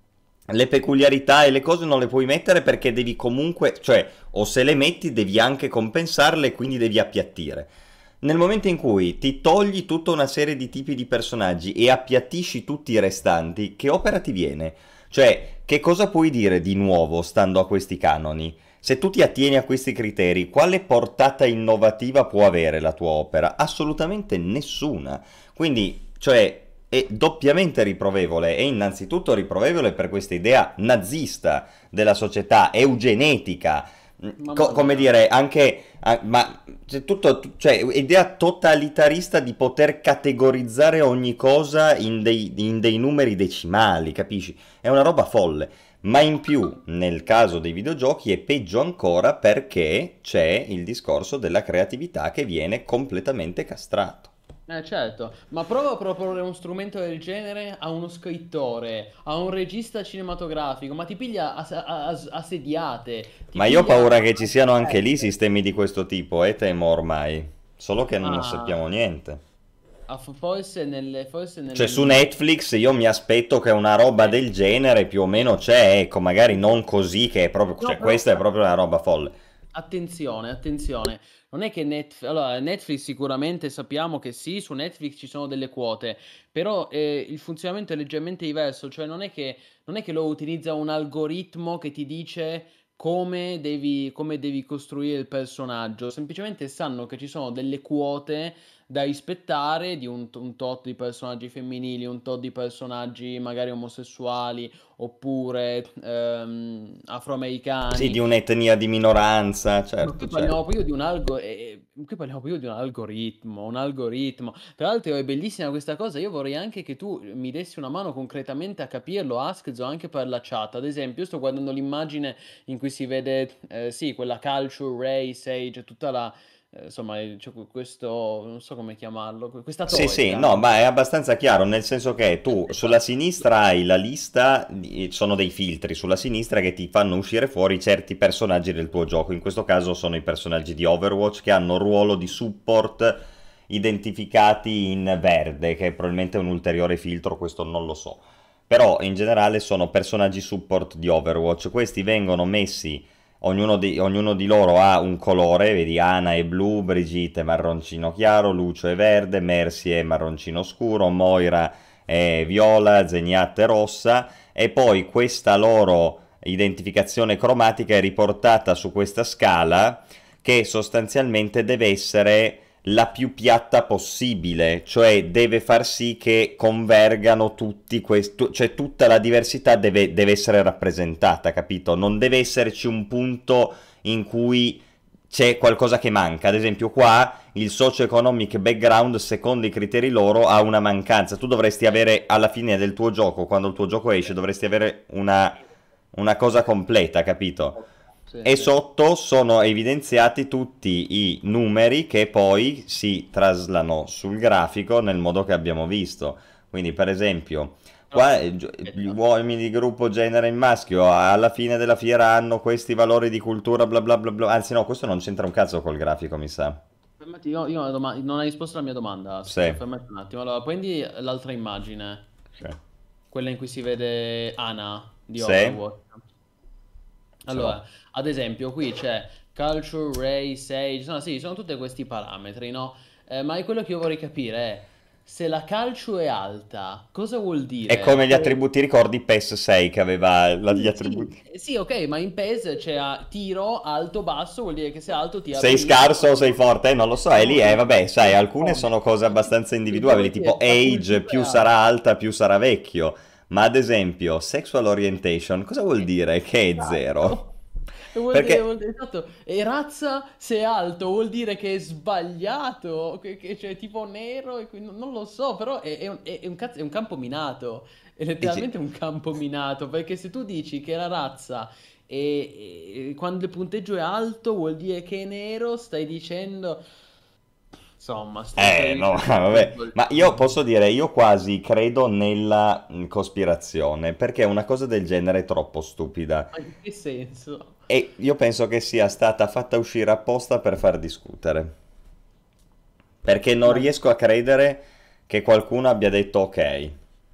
le peculiarità e le cose non le puoi mettere perché devi comunque, cioè, o se le metti devi anche compensarle e quindi devi appiattire. Nel momento in cui ti togli tutta una serie di tipi di personaggi e appiattisci tutti i restanti, che opera ti viene? Cioè, che cosa puoi dire di nuovo stando a questi canoni? Se tu ti attieni a questi criteri, quale portata innovativa può avere la tua opera? Assolutamente nessuna. Quindi, cioè, è doppiamente riprovevole. È innanzitutto riprovevole per questa idea nazista della società, eugenetica, Co- Mamma come mia. dire, anche, ah, ma c'è tutto, cioè, idea totalitarista di poter categorizzare ogni cosa in dei, in dei numeri decimali, capisci? È una roba folle. Ma in più, nel caso dei videogiochi, è peggio ancora perché c'è il discorso della creatività che viene completamente castrato. Eh certo, ma prova a proporre uno strumento del genere a uno scrittore, a un regista cinematografico, ma ti piglia a, a- a- assediate, ti Ma io ho piglia... paura che ci siano anche lì Eh, sistemi di questo tipo, e temo ormai. Solo che non ne sappiamo ah, niente. ah, fo- forse nelle, forse Cioè nelle su migliori... Netflix io mi aspetto che una roba del genere più o meno c'è, ecco, magari non così che è proprio, No, cioè però questa è proprio una roba folle. attenzione, attenzione, non è che Netf- allora, Netflix sicuramente sappiamo che sì, su Netflix ci sono delle quote, però eh, il funzionamento è leggermente diverso, cioè non è che, non è che lo utilizza un algoritmo che ti dice come devi, come devi costruire il personaggio, semplicemente sanno che ci sono delle quote da rispettare di un, un tot di personaggi femminili, un tot di personaggi magari omosessuali oppure ehm, Sì, di afroamericani. un'etnia di minoranza, Ma certo, qui certo. parliamo proprio di un algo- eh, eh, qui parliamo proprio di un algoritmo, un algoritmo. Tra l'altro è bellissima questa cosa, io vorrei anche che tu mi dessi una mano concretamente a capirlo, Askzo, anche per la chat. Ad esempio, io sto guardando l'immagine in cui si vede, eh, sì, quella culture, race, age, tutta la, eh, insomma, il- c'è questo, non so come chiamarlo, questa Sì, sì, torica, no, no? ma è abbastanza chiaro, nel senso che tu sulla Esatto. sinistra hai la lista, di- sono dei filtri sulla sinistra che ti fanno uscire fuori certi personaggi del tuo gioco. In questo caso sono i personaggi di Overwatch che hanno ruolo di support identificati in verde, che è probabilmente un ulteriore filtro, questo non lo so. Però in generale sono personaggi support di Overwatch. Questi vengono messi, ognuno di, ognuno di loro ha un colore, vedi Ana è blu, Brigitte è marroncino chiaro, Lucio è verde, Mercy è marroncino scuro, Moira è viola, Zenyatta è rossa, e poi questa loro identificazione cromatica è riportata su questa scala che sostanzialmente deve essere la più piatta possibile, cioè deve far sì che convergano tutti questi, cioè tutta la diversità deve, deve essere rappresentata, capito? Non deve esserci un punto in cui c'è qualcosa che manca. Ad esempio qua il socio-economic background, secondo i criteri loro, ha una mancanza. Tu dovresti avere alla fine del tuo gioco, quando il tuo gioco esce, dovresti avere una, una cosa completa, capito? Sì, E sì. sotto sono evidenziati tutti i numeri che poi si traslano sul grafico nel modo che abbiamo visto. Quindi, per esempio, No, qua eh, gio- gli aspetta. uomini di gruppo genere in maschio alla fine della fiera hanno questi valori di cultura, bla bla bla bla. Anzi, no, questo non c'entra un cazzo col grafico, mi sa. Fermati, io, io ho una doma- non hai risposto alla mia domanda, Ask. Sì, Fermati un attimo. Allora, prendi l'altra immagine. sì, Quella in cui si vede Ana di sì, Overwatch. ce l'ho. Allora, ad esempio, qui c'è culture, race, age, no, sì, sono tutti questi parametri, no? Eh, ma è quello che io vorrei capire è se la culture è alta, cosa vuol È dire? come gli Che- attributi, ricordi PES sei che aveva la- gli Sì, sì, attributi? eh, sì, ok, ma in PES c'è a- tiro alto, basso, vuol dire che se alto tira Sei benissimo. scarso o sei forte? Eh, non lo so, e lì, No, eh, no, vabbè, sai, alcune come? sono cose abbastanza Cosa individuabili, vuol dire? tipo La age, cultura è più sarà alta. alta, più sarà vecchio. Ma ad esempio, sexual orientation, cosa vuol dire che è zero? Esatto. E vuol dire, Perché vuol dire, esatto, e razza se è alto vuol dire che è sbagliato, che, che c'è tipo nero, e quindi non lo so, però è, è un, è- è un cazzo- è un campo minato, è dici, letteralmente un campo minato, perché se tu dici che la razza e, e quando il punteggio è alto vuol dire che è nero, stai dicendo, insomma, stai, eh, stai, no, stai vabbè, ma io svolgendo. posso dire, io quasi credo nella mh, cospirazione, perché una cosa del genere è troppo stupida. Ma in che senso? E io penso che sia stata fatta uscire apposta per far discutere. Perché non Ma riesco a credere che qualcuno abbia detto ok.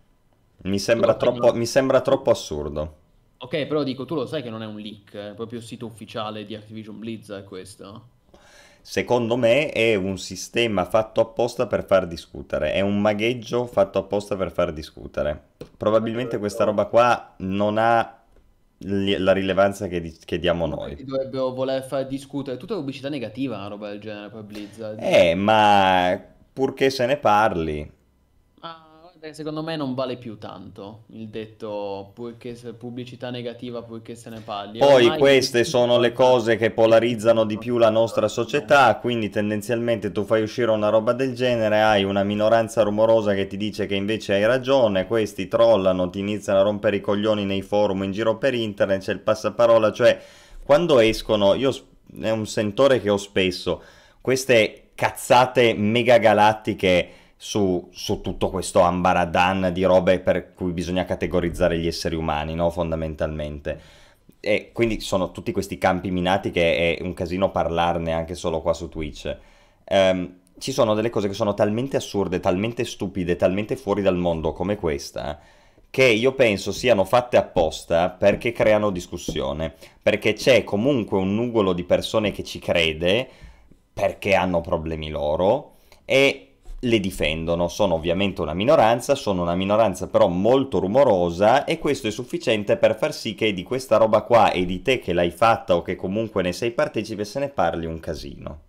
Mi tu lo sembra sai che troppo, non... mi sembra troppo assurdo. Ok, però dico, tu lo sai che non è un leak, è proprio il sito ufficiale di Activision Blizzard questo. Secondo me è un sistema fatto apposta per far discutere, è un magheggio fatto apposta per far discutere. Ma perché Probabilmente questa dovrebbero, roba qua non ha li- la rilevanza che, di- che diamo ma noi. perché dovrebbero voler far discutere? Tutta pubblicità negativa, una roba del genere per Blizzard. Eh, ma purché se ne parli. Ma guarda, secondo me non vale più tanto il detto purché se pubblicità negativa, purché se ne parli. Poi Ormai è queste sono le cose importante che che tutti polarizzano di siano più la nostra d'accordo. società, quindi tendenzialmente tu fai uscire una roba del genere, hai una minoranza rumorosa che ti dice che invece hai ragione, questi trollano, ti iniziano a rompere i coglioni nei forum in giro per internet, c'è il passaparola, cioè quando escono, io s- è un sentore che ho spesso, queste cazzate mega galattiche su, su tutto questo ambaradan di robe per cui bisogna categorizzare gli esseri umani, no? Fondamentalmente. E quindi sono tutti questi campi minati che è un casino parlarne anche solo qua su Twitch. Ehm, ci sono delle cose che sono talmente assurde, talmente stupide, talmente fuori dal mondo come questa, che io penso siano fatte apposta perché creano discussione, perché c'è comunque un nugolo di persone che ci crede, perché hanno problemi loro, e le difendono. Sono ovviamente una minoranza, sono una minoranza però molto rumorosa e questo è sufficiente per far sì che di questa roba qua e di te che l'hai fatta o che comunque ne sei partecipe se ne parli un casino.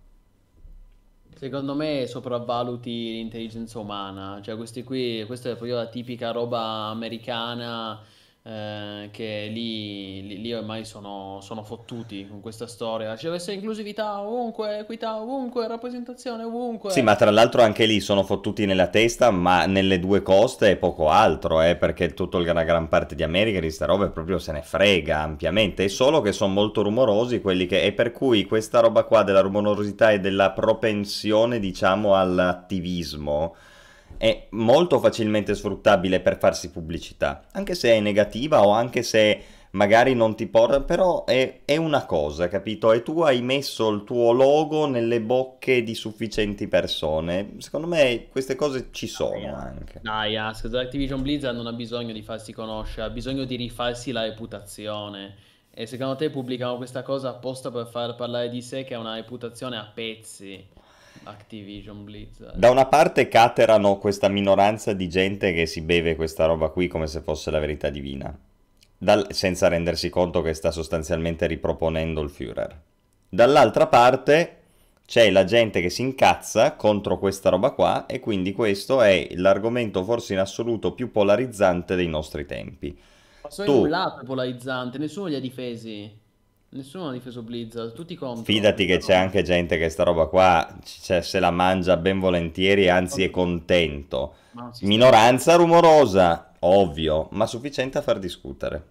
Secondo me sopravvaluti l'intelligenza umana, cioè questi qui, questa è proprio la tipica roba americana eh, che lì, lì- lì ormai sono, sono fottuti con questa storia. Ci deve essere inclusività ovunque, equità ovunque, rappresentazione Sì, ovunque. ma tra l'altro anche lì sono fottuti nella testa, ma nelle due coste è poco altro, eh, perché tutta la gran parte di America di sta roba proprio se ne frega ampiamente, è solo che sono molto rumorosi quelli che... e per cui questa roba qua della rumorosità e della propensione, diciamo, all'attivismo è molto facilmente sfruttabile per farsi pubblicità, anche se è negativa o anche se magari non ti porta, però è, è una cosa, capito? E tu hai messo il tuo logo nelle bocche di sufficienti persone. Secondo me queste cose ci Dai, sono Ask. anche. Dai, Ask, Activision Blizzard non ha bisogno di farsi conoscere, ha bisogno di rifarsi la reputazione. E secondo te pubblicano questa cosa apposta per far parlare di sé che ha una reputazione a pezzi, Activision Blizzard. Da una parte caterano questa minoranza di gente che si beve questa roba qui come se fosse la verità divina, dal- senza rendersi conto che sta sostanzialmente riproponendo il Führer. Dall'altra parte c'è la gente che si incazza contro questa roba qua e quindi questo è l'argomento forse in assoluto più polarizzante dei nostri tempi. Ma solo in un Tu lato è polarizzante, nessuno li ha difesi. Nessuno ha difeso Blizzard, tutti contro fidati che questa c'è roba. anche gente che sta roba qua cioè, se la mangia ben volentieri, anzi è contento. Ma non si sta dicendo. Minoranza rumorosa, ovvio, ma sufficiente a far discutere.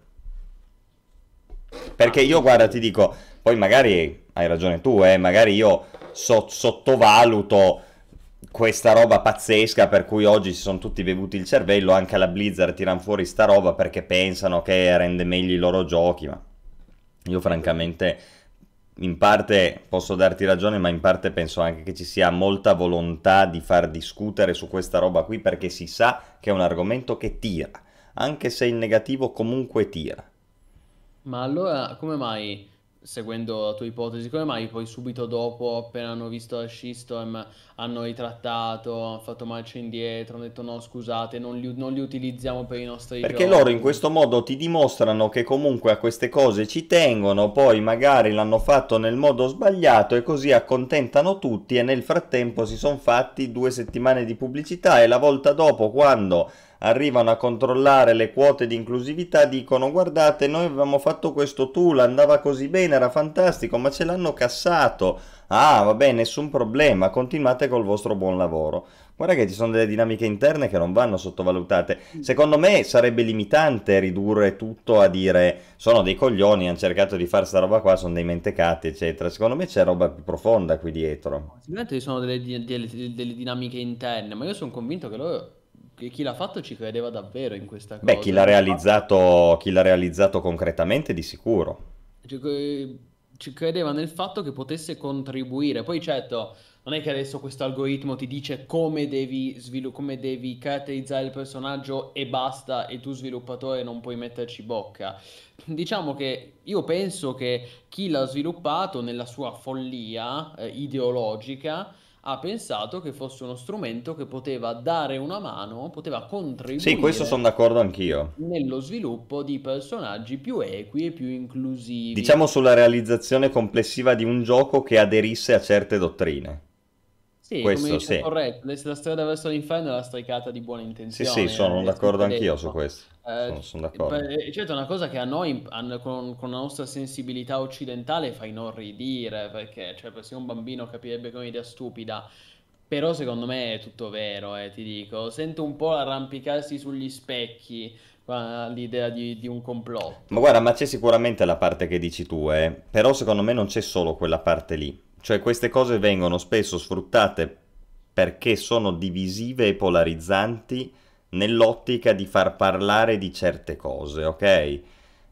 Ma Perché io, sì, guarda, sì. ti dico, poi magari hai ragione tu, eh, magari io so- sottovaluto questa roba pazzesca per cui oggi si sono tutti bevuti il cervello, anche alla Blizzard tirano fuori sta roba perché pensano che rende meglio i loro giochi, ma io francamente in parte posso darti ragione, ma in parte penso anche che ci sia molta volontà di far discutere su questa roba qui perché si sa che è un argomento che tira, anche se in negativo comunque tira. Ma allora, come mai, seguendo la tua ipotesi, come mai poi subito dopo, appena hanno visto la shitstorm, hanno ritrattato, hanno fatto marcia indietro, hanno detto no, scusate, non li, non li utilizziamo per i nostri Perché loro in giochi? questo modo ti dimostrano che comunque a queste cose ci tengono, poi magari l'hanno fatto nel modo sbagliato e così accontentano tutti e nel frattempo si sono fatti due settimane di pubblicità e la volta dopo quando arrivano a controllare le quote di inclusività, dicono guardate noi avevamo fatto questo tool, andava così bene, era fantastico, ma ce l'hanno cassato. Ah, vabbè, nessun problema, continuate col vostro buon lavoro. Guarda che ci sono delle dinamiche interne che non vanno sottovalutate. Secondo me sarebbe limitante ridurre tutto a dire sono dei coglioni, hanno cercato di fare sta roba qua, sono dei mentecati, eccetera. Secondo me c'è roba più profonda qui dietro. Sicuramente ci sono delle, di- delle- delle dinamiche interne, ma io sono convinto che, loro, che chi l'ha fatto ci credeva davvero in questa Beh, chi cosa. l'ha Infatti, realizzato, chi l'ha realizzato concretamente di sicuro. ci, cre- ci credeva nel fatto che potesse contribuire. Poi certo, non è che adesso questo algoritmo ti dice come devi, svilu- come devi caratterizzare il personaggio e basta, e tu sviluppatore non puoi metterci bocca. Diciamo che io penso che chi l'ha sviluppato nella sua follia eh, ideologica ha pensato che fosse uno strumento che poteva dare una mano, poteva Sì, questo sono contribuire d'accordo anch'io. nello sviluppo di personaggi più equi e più inclusivi. Diciamo sulla realizzazione complessiva di un gioco che aderisse a certe dottrine. Sì, come Questo dice sì. corretto, la strada verso l'inferno è la strecata di buone Sì, sì, intenzioni, sono eh, è d'accordo sempre anch'io su detto. questo. Eh, Sono, sono d'accordo. per- eh, certo, è una cosa che a noi, an- con, con la nostra sensibilità occidentale, fa inorridire, perché cioè, per se un bambino capirebbe che è un'idea stupida, però secondo me è tutto vero, eh, ti dico. Sento un po' arrampicarsi sugli specchi qua, l'idea di, di un Ma complotto. guarda, ma c'è sicuramente la parte che dici tu, eh, però secondo me non c'è solo quella parte lì. Cioè queste cose vengono spesso sfruttate perché sono divisive e polarizzanti nell'ottica di far parlare di certe cose, ok?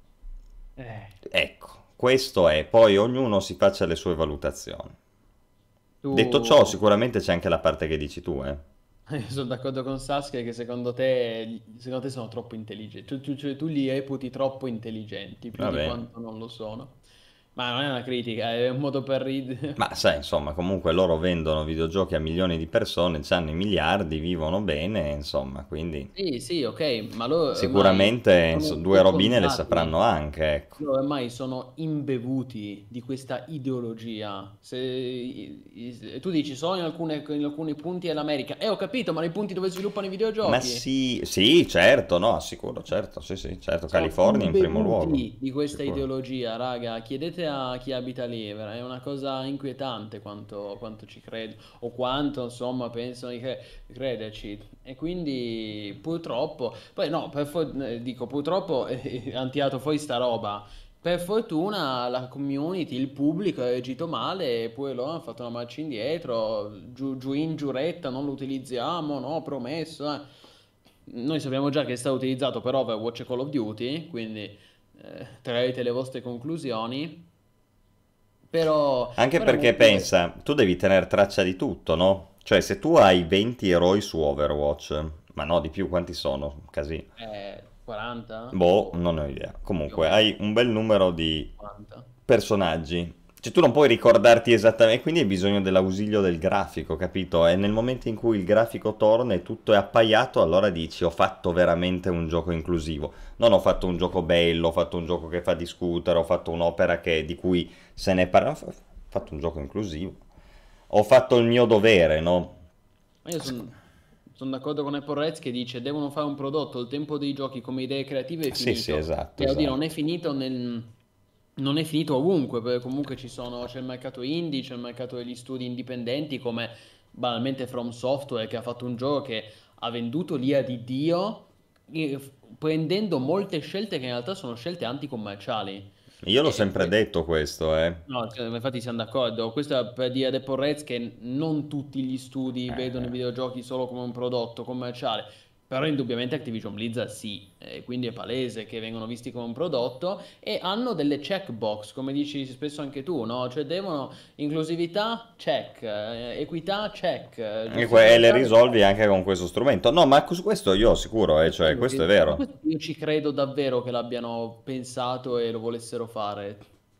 Eh, Ecco, questo è, poi ognuno si faccia le sue valutazioni. Detto ciò, tu... sicuramente c'è anche la parte che dici tu, eh. Io sono d'accordo con Sasuke che secondo te, secondo te sono troppo intelligenti. Tu, tu- cioè, tu li reputi troppo intelligenti, più Va di bene. quanto non lo sono. Ma non è una critica, è un modo per ridere. Ma sai, insomma, comunque loro vendono videogiochi a milioni di persone, hanno i miliardi, vivono bene, insomma, quindi Sì, sì, ok, ma loro ormai sicuramente inso- sono due robine le fecondati. sapranno anche, ecco. Loro ormai sono imbevuti di questa ideologia. Se, i- i- tu dici solo in, alcune- in alcuni punti è l'America. Eh, ho capito, ma nei punti dove sviluppano i Ma videogiochi? sì, sì, certo, no, sicuro, certo, sì, sì, certo, Sono California in primo luogo, imbevuti di questa sicuro. ideologia, raga. Chiedete a chi abita lì, vera- è una cosa inquietante quanto, quanto ci credo, o quanto, insomma, pensano di cre- crederci. E quindi, purtroppo, poi no, per for- eh, dico, purtroppo eh, hanno tirato fuori sta roba. Per fortuna la community, il pubblico ha reagito male, e poi loro hanno fatto una marcia indietro, giù, giù in giuretta, non lo utilizziamo, no, promesso, eh. Noi sappiamo già che è stato utilizzato per Overwatch e Call of Duty, quindi eh, traete le vostre conclusioni. Però, Anche però perché comunque, pensa, tu devi tenere traccia di tutto, no? Cioè, se tu hai venti eroi su Overwatch, ma no, di più, quanti sono? Casino. eh, quaranta? Boh, Boh, non ne ho idea. più o Comunque, meno hai un bel numero di quaranta. personaggi. Cioè, tu non puoi ricordarti esattamente, quindi hai bisogno dell'ausilio del grafico, capito? E nel momento in cui il grafico torna e tutto è appaiato, allora dici, ho fatto veramente un gioco inclusivo. Non ho fatto un gioco bello, ho fatto un gioco che fa discutere, ho fatto un'opera che- di cui se ne parla. Ho fatto un gioco inclusivo. Ho fatto il mio dovere, no? Ma io sono d'accordo con Apple Reds che dice devono fare un prodotto, il tempo dei giochi come idee creative è Sì, sì, finito. esatto, E oddio, non è esatto. finito nel... non è finito ovunque, perché comunque ci sono, c'è il mercato indie, c'è il mercato degli studi indipendenti come banalmente From Software che ha fatto un gioco che ha venduto l'ira di Dio eh, prendendo molte scelte che in realtà sono scelte anticommerciali. Io l'ho E, sempre e- detto questo, eh. No, cioè, infatti siamo d'accordo. Questo è per dire ad Apple Reds che non tutti gli studi vedono i Eh, videogiochi solo come un prodotto commerciale, però indubbiamente Activision Blizzard sì, e quindi è palese che vengono visti come un prodotto e hanno delle checkbox, come dici spesso anche tu, no? Cioè devono inclusività, check, eh, equità, check, eh, E que- e le giustiziabilità, risolvi check. anche con questo strumento. No, ma su questo io sicuro, eh, Per cioè, quello questo è che- per vero. questo io ci credo davvero che l'abbiano pensato e lo volessero fare.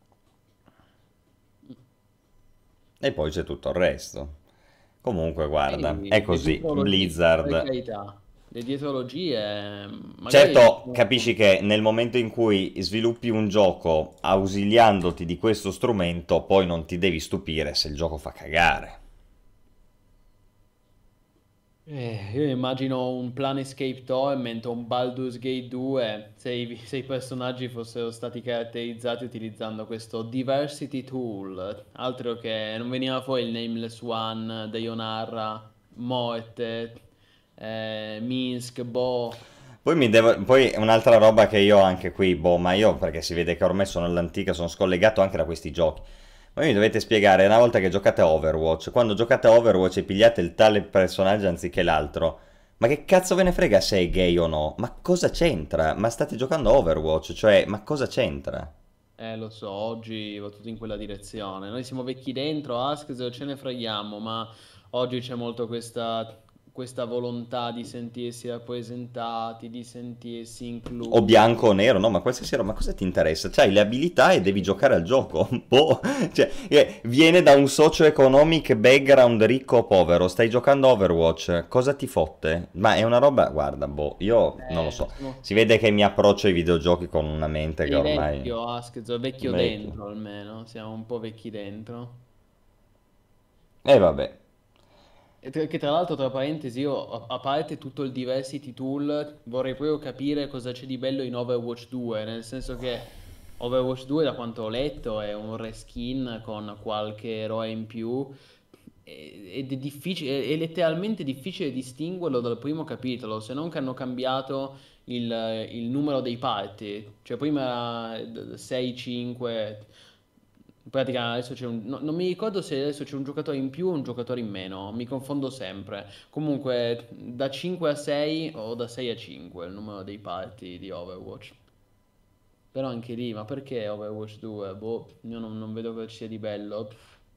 E poi c'è tutto il resto. Comunque, guarda, è Poi le così. dietrologie, per Blizzard. carità, le dietrologie, magari ci Certo, sono... capisci che nel momento in cui sviluppi un gioco ausiliandoti di questo strumento, poi non ti devi stupire se il gioco fa cagare. Eh, io immagino un Planescape Torment o un Baldur's Gate due se i, se i personaggi fossero stati caratterizzati utilizzando questo Diversity Tool, altro che non veniva fuori il Nameless One, Dayonara, Morte, eh, Minsk, Boh. Poi, mi devo, poi un'altra roba che io anche qui, boh, ma io perché si vede che ormai sono all'antica, sono scollegato anche da questi giochi. Ma mi dovete spiegare, una volta che giocate a Overwatch, quando giocate a Overwatch e pigliate il tale personaggio anziché l'altro, ma che cazzo ve ne frega se è gay o no? Ma cosa c'entra? Ma state giocando a Overwatch, cioè, ma cosa c'entra? Eh, lo so, oggi va tutto in quella direzione. Noi siamo vecchi dentro, Ask, ce ne freghiamo, ma oggi c'è molto questa, questa volontà di sentirsi rappresentati, di sentirsi O inclusi. bianco o nero, no, ma qualsiasi roba, ma cosa ti interessa? C'hai le abilità e devi giocare al gioco. Boh, cioè, eh, viene da un socio-economic background ricco o povero, stai giocando a Overwatch, cosa ti fotte? Ma è una roba, guarda, boh, io non lo Eh, so. siamo- Si vede che mi approccio ai videogiochi con una mente che sei ormai vecchio, Ask, vecchio vecchio. dentro almeno, siamo un po' vecchi dentro. E vabbè. E tra- Che tra l'altro, tra parentesi, io, a a parte tutto il Diversity Tool, vorrei proprio capire cosa c'è di bello in Overwatch due, nel senso che Overwatch due, da quanto ho letto, è un reskin con qualche eroe in più e- ed è difficile, è è letteralmente difficile distinguerlo dal primo capitolo, se non che hanno cambiato il, il numero dei party, cioè prima era sei cinque, in pratica adesso c'è un... no- non mi ricordo se adesso c'è un giocatore in più o un giocatore in meno, mi confondo sempre. Comunque da cinque a sei o da sei a cinque il numero dei party di Overwatch. Però anche lì, ma perché Overwatch due? Boh, io non, non vedo cosa ci sia di bello.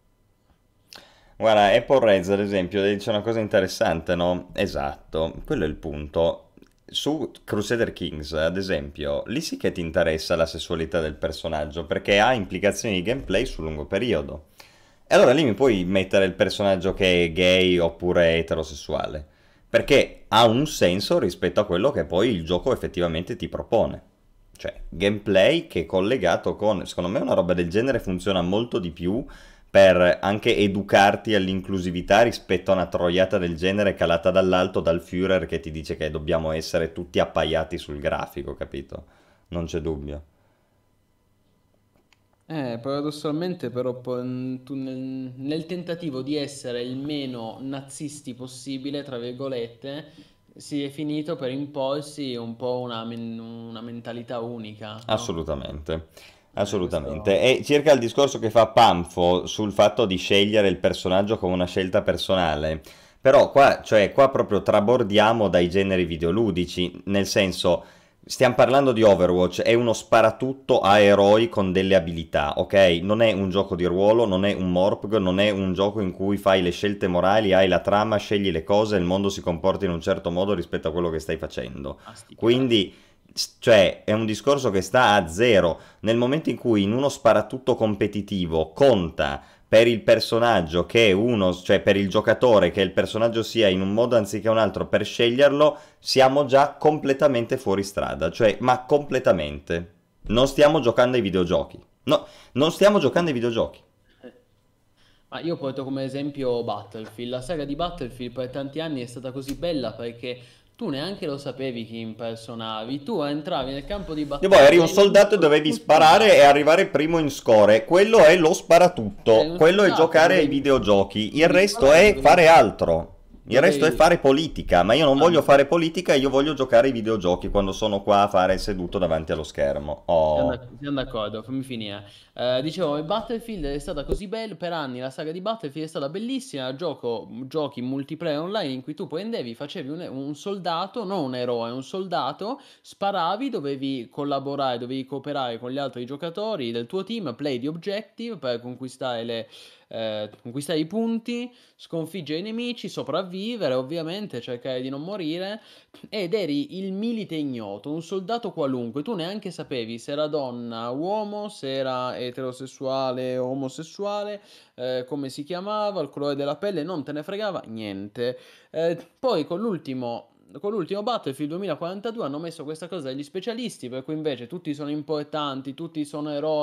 Guarda, Apple Reds ad esempio dice una cosa interessante, no? Esatto, quello è il punto. Su Crusader Kings, ad esempio, lì sì che ti interessa la sessualità del personaggio, perché ha implicazioni di gameplay sul lungo periodo. E allora lì mi puoi mettere il personaggio che è gay oppure eterosessuale, perché ha un senso rispetto a quello che poi il gioco effettivamente ti propone. Cioè, gameplay che è collegato con... Secondo me una roba del genere funziona molto di più per anche educarti all'inclusività rispetto a una troiata del genere calata dall'alto dal Führer che ti dice che dobbiamo essere tutti appaiati sul grafico, capito? Non c'è dubbio. Eh, paradossalmente però po- n- tu nel, nel tentativo di essere il meno nazisti possibile, tra virgolette, si è finito per imporsi un po' una, men- una mentalità unica, no? Assolutamente, Eh, assolutamente. questo... E circa il discorso che fa Panfo sul fatto di scegliere il personaggio come una scelta personale, però qua, cioè, qua proprio trabordiamo dai generi videoludici, nel senso, stiamo parlando di Overwatch, è uno sparatutto a eroi con delle abilità, ok? Non è un gioco di ruolo, non è un Morpg, non è un gioco in cui fai le scelte morali, hai la trama, scegli le cose e il mondo si comporta in un certo modo rispetto a quello che stai facendo. Ah, sti cazzi. Quindi cioè, è un discorso che sta a zero. Nel momento in cui in uno sparatutto competitivo conta per il personaggio che è uno, cioè per il giocatore che il personaggio sia in un modo anziché un altro per sceglierlo, siamo già completamente fuori strada. Cioè, ma completamente. Non stiamo giocando ai videogiochi. No, non stiamo giocando ai videogiochi. Eh. Ma io porto come esempio Battlefield. La saga di Battlefield per tanti anni è stata così bella perché tu neanche lo sapevi chi impersonavi. Tu entravi nel campo di E poi eri battaglia un e eri un, soldato e sol- dovevi un sparare e soldato. arrivare primo in score. Quello è lo Eri sparatutto. un Quello è soldato, giocare ai dovevi, videogiochi. Il dovevi resto sparare, è dovevi, fare altro. Il resto è dovevi... fare politica. Ma io non Ah, voglio ma fare politica, io voglio giocare ai videogiochi quando sono qua a fare seduto davanti allo schermo. Siamo Oh. d'ac- siamo d'accordo, fammi finire. Eh, dicevo, il Battlefield è stata così bella per anni, la saga di Battlefield è stata bellissima, gioco, giochi multiplayer online in cui tu prendevi, facevi un, un soldato, non un eroe, un soldato, sparavi, dovevi collaborare, dovevi cooperare con gli altri giocatori del tuo team, play the objective per conquistare, le, eh, conquistare i punti, sconfiggere i nemici, sopravvivere, ovviamente, cercare di non morire. Ed eri il milite ignoto, un soldato qualunque, tu neanche sapevi se era donna, uomo, se era eterosessuale o omosessuale, eh, come si chiamava, il colore della pelle, non te ne fregava niente. Eh, poi con l'ultimo, con l'ultimo Battlefield duemilaquarantadue hanno messo questa cosa degli specialisti, per cui invece tutti sono importanti, tutti sono eroi,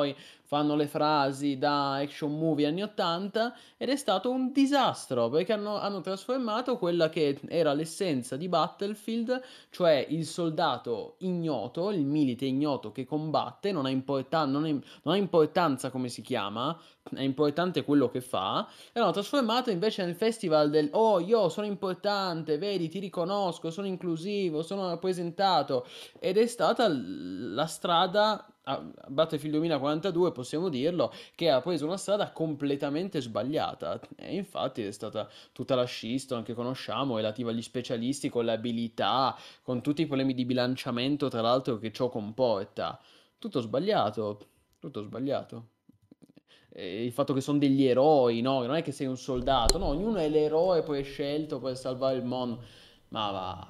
fanno le frasi da action movie anni ottanta ed è stato un disastro perché hanno, hanno trasformato quella che era l'essenza di Battlefield, cioè il soldato ignoto, il milite ignoto che combatte, non ha, importan- non è- non ha importanza come si chiama, è importante quello che fa, e l'hanno trasformato invece nel festival del oh, io sono importante, vedi, ti riconosco, sono inclusivo, sono rappresentato, ed è stata l- la strada a Battlefield duemilaquarantadue, possiamo dirlo, che ha preso una strada completamente sbagliata, e infatti è stata tutta la shitstorm che conosciamo relativa agli specialisti con le abilità, con tutti i problemi di bilanciamento tra l'altro che ciò comporta. Tutto sbagliato, tutto sbagliato. E il fatto che sono degli eroi, no? Non è che sei un soldato, no, ognuno è l'eroe poi è scelto per salvare il mondo. Ma va.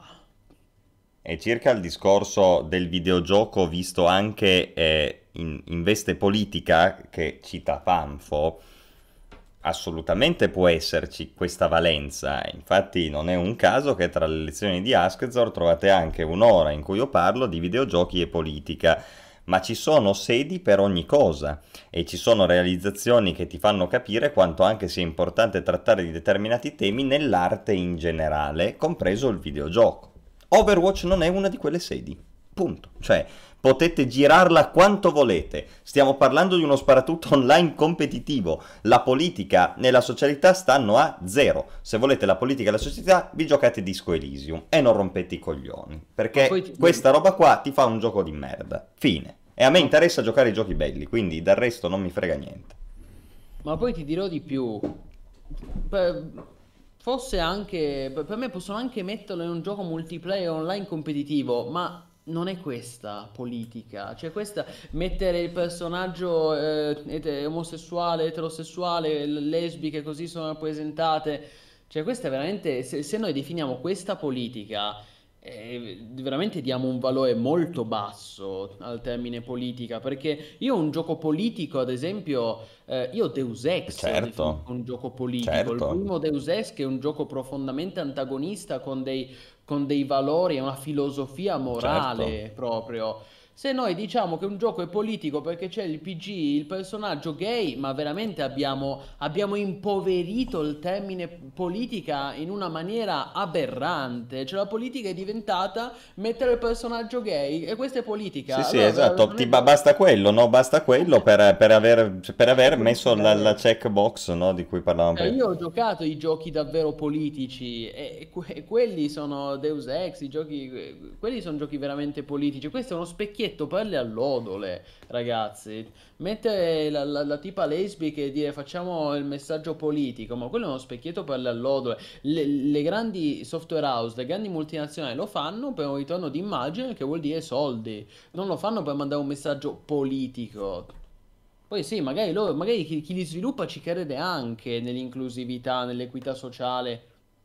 E circa il discorso del videogioco visto anche eh, in, in veste politica, che cita Panfo, assolutamente può esserci questa valenza. Infatti non è un caso che tra le lezioni di Askzor trovate anche un'ora in cui io parlo di videogiochi e politica. Ma ci sono sedi per ogni cosa e ci sono realizzazioni che ti fanno capire quanto anche sia importante trattare di determinati temi nell'arte in generale, compreso il videogioco. Overwatch non è una di quelle sedi, punto. Cioè, potete girarla quanto volete. Stiamo parlando di uno sparatutto online competitivo. La politica e la socialità stanno a zero. Se volete la politica e la società, vi giocate Disco Elysium e non rompete i coglioni. Perché Ti... questa roba qua ti fa un gioco di merda. Fine. E a me interessa giocare i giochi belli, quindi del resto non mi frega niente. Ma poi ti dirò di più. Per... Forse anche... Per me possono anche metterlo in un gioco multiplayer online competitivo, ma non è questa politica. Cioè questa... Mettere il personaggio eh, et- omosessuale, eterosessuale, l- lesbiche così sono rappresentate. Cioè questa è veramente... Se, se noi definiamo questa politica... eh, veramente diamo un valore molto basso al termine politica, perché io un gioco politico, ad esempio, eh, io Deus Ex lo Certo, definisco un gioco politico, il certo. primo Deus Ex che è un gioco profondamente antagonista con dei, con dei valori e una filosofia Certo. morale proprio. Se noi diciamo che un gioco è politico perché c'è il P G, il personaggio gay, ma veramente abbiamo, abbiamo impoverito il termine politica in una maniera aberrante. Cioè la politica è diventata mettere il personaggio gay e questa è Sì, politica. sì, Allora ver- esatto, ti ba- veramente... basta quello, no? Basta quello per, per aver, per Che aver messo politica la, la è? checkbox, no? Di cui parlavamo Cioè, prima. io ho giocato i giochi davvero politici e, e que- e quelli sono Deus Ex, i giochi, quelli sono giochi veramente politici. Questo è uno specchietto per le allodole, ragazzi. Mettere la, la- la tipa lesbica e dire facciamo il messaggio politico, ma quello è uno specchietto per le allodole. Le, le grandi software house, le grandi multinazionali lo fanno per un ritorno di immagine che vuol dire soldi, non lo fanno per mandare un messaggio politico. Poi sì, magari, loro, magari chi, chi li sviluppa ci crede anche nell'inclusività, nell'equità sociale,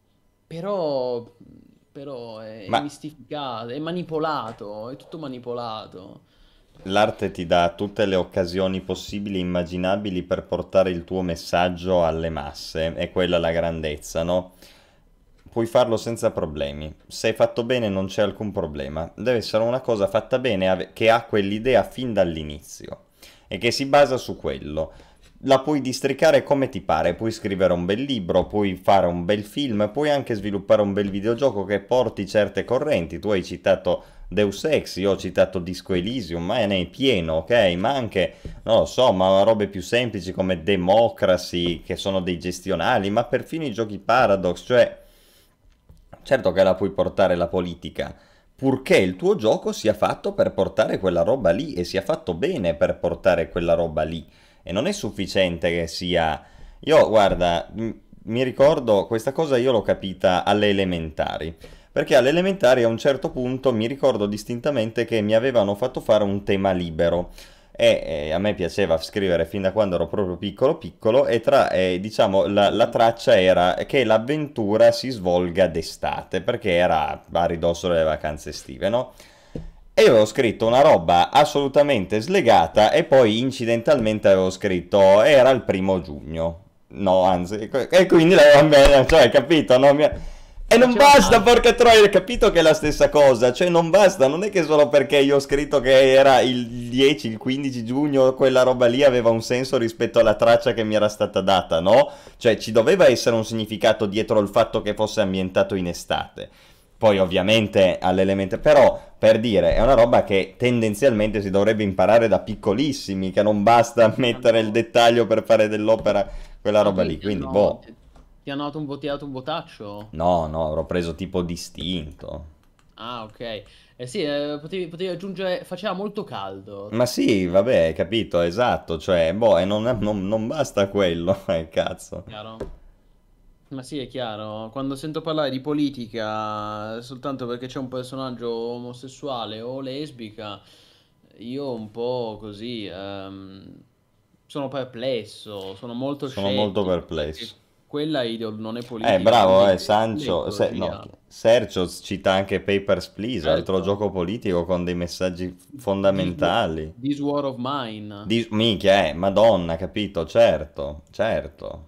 però, però è Ma mistificato, è manipolato, è tutto manipolato. l'arte ti dà tutte le occasioni possibili e immaginabili per portare il tuo messaggio alle masse, è quella la grandezza, no? Puoi farlo senza problemi. Se è fatto bene non c'è alcun problema. Deve essere una cosa fatta bene ave- che ha quell'idea fin dall'inizio e che si basa su quello. La puoi districare come ti pare, puoi scrivere un bel libro, puoi fare un bel film, puoi anche sviluppare un bel videogioco che porti certe correnti. Tu hai citato Deus Ex, io ho citato Disco Elysium, ma ne è pieno, ok? Ma anche, non lo so, ma robe più semplici come Democracy, che sono dei gestionali, ma perfino i giochi Paradox, cioè... Certo che la puoi portare la politica, purché il tuo gioco sia fatto per portare quella roba lì e sia fatto bene per portare quella roba lì. E non è sufficiente che sia... Io, guarda, m- mi ricordo, questa cosa io l'ho capita alle elementari. Perché alle elementari a un certo punto mi ricordo distintamente che mi avevano fatto fare un tema libero. E eh, a me piaceva scrivere fin da quando ero proprio piccolo piccolo e tra, eh, diciamo, la, la traccia era che l'avventura si svolga d'estate, perché era a ridosso delle vacanze estive, no? E io avevo scritto una roba assolutamente slegata e poi incidentalmente avevo scritto era il primo giugno. No, anzi, e quindi l'avevo bene, cioè, capito? No? Mi- E non faceva basta, caldo. porca troia, hai capito che è la stessa cosa, cioè non basta, non è che solo perché io ho scritto che era il dieci, il quindici giugno, quella roba lì aveva un senso rispetto alla traccia che mi era stata data, no? Cioè ci doveva essere un significato dietro il fatto che fosse ambientato in estate. Poi ovviamente all'elemento, però per dire, è una roba che tendenzialmente si dovrebbe imparare da piccolissimi, che non basta Ti mettere il hanno, dettaglio per fare dell'opera, quella ma roba quindi lì, ti quindi hanno, boh. ti, ti hanno dato un, vo- ti ha dato un votaccio? No, no, avrò preso tipo distinto. Ah, ok. Eh sì, eh, potevi, potevi aggiungere, faceva molto caldo. Ma sì, vabbè, hai capito, esatto, cioè, boh, e non, non- non basta quello, eh, cazzo. Chiaro? Ma sì, è chiaro. Quando sento parlare di politica soltanto perché c'è un personaggio omosessuale o lesbica, io un po' così, ehm, sono perplesso, sono molto Sono molto scettico perplesso. perché quella ideo- non è Eh, politica, quella bravo, eh, ide- quella è Sancho, se- no, ideologia. Sergio cita anche Papers, Please, altro Certo. gioco politico con dei messaggi This, Wa- fondamentali. This War of Mine. Di, minchia, eh, Madonna, capito, certo, certo.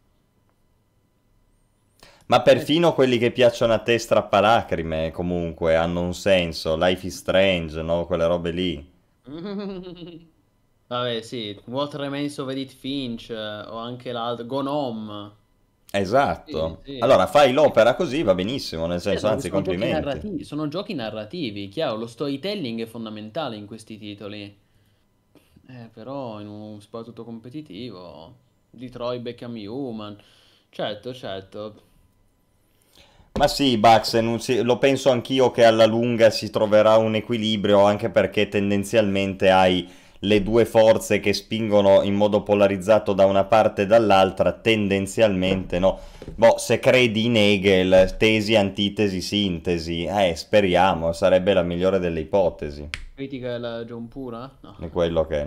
Ma Eh sì. perfino quelli che piacciono a te strappalacrime, comunque, hanno un senso. Life is Strange, no? Quelle robe lì. Vabbè, sì, What Remains of Edith Finch, eh, o anche l'altro, Gone Home. Sì, Esatto. sì. Allora, fai l'opera così, va benissimo, nel Sì, senso, sono, anzi, sono giochi complimenti. narrativi, sono giochi narrativi, chiaro, lo storytelling è fondamentale in questi titoli. Eh, però in un soprattutto competitivo, Detroit Become Human. Certo, certo. Ma sì, Bax, non si- lo penso anch'io che alla lunga si troverà un equilibrio, anche perché tendenzialmente hai le due forze che spingono in modo polarizzato da una parte e dall'altra, tendenzialmente, no? Boh, se credi in Hegel, tesi, antitesi, sintesi, eh, speriamo, sarebbe la migliore delle ipotesi. Critica la John Pura? No. È quello che,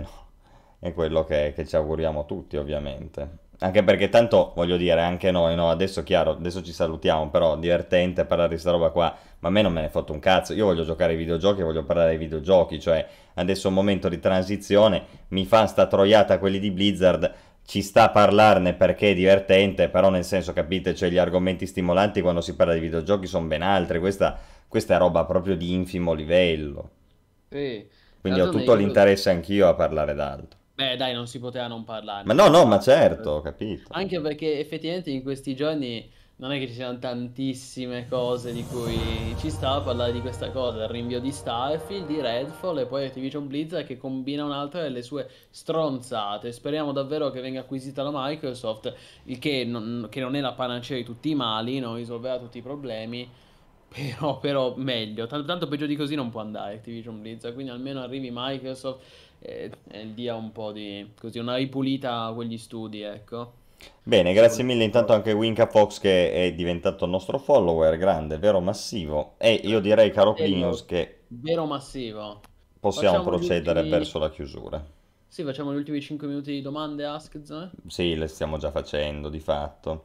è quello che, che ci auguriamo tutti, ovviamente. Anche perché tanto, voglio dire, anche noi, no? Adesso, chiaro, adesso ci salutiamo, però divertente parlare di sta roba qua, ma a me non me ne fotte un cazzo. Io voglio giocare ai videogiochi e voglio parlare ai videogiochi, cioè adesso è un momento di transizione, mi fa sta troiata quelli di Blizzard, ci sta a parlarne perché è divertente, però nel senso, capite, cioè gli argomenti stimolanti quando si parla di videogiochi sono ben altri, questa, questa è roba proprio di infimo livello. Sì. Quindi ho D'altronde tutto io... l'interesse anch'io a parlare d'altro. Beh, dai, non si poteva non Ma parlarne, no, ci no, ma sta. certo, ho capito. Anche perché effettivamente in questi giorni non è che ci siano tantissime cose di cui ci sta a parlare di questa cosa, il rinvio di Starfield, di Redfall e poi Activision Blizzard che combina un'altra delle sue stronzate. Speriamo davvero che venga acquisita la Microsoft, il che non, che non è la panacea di tutti i mali, non risolverà tutti i problemi, però, però meglio, tanto, tanto peggio di così non può andare Activision Blizzard, quindi almeno arrivi Microsoft e, e dia un po' di, così, una ripulita a quegli studi, ecco. Bene, grazie mille intanto anche a Winca Fox che è diventato nostro follower, grande, vero massivo. E io direi, caro Plinius, Fratello, che vero massivo. possiamo Facciamo gli procedere ultimi... verso la chiusura. Sì, facciamo gli ultimi cinque minuti di domande, Ask. Sì, le stiamo già facendo, di fatto.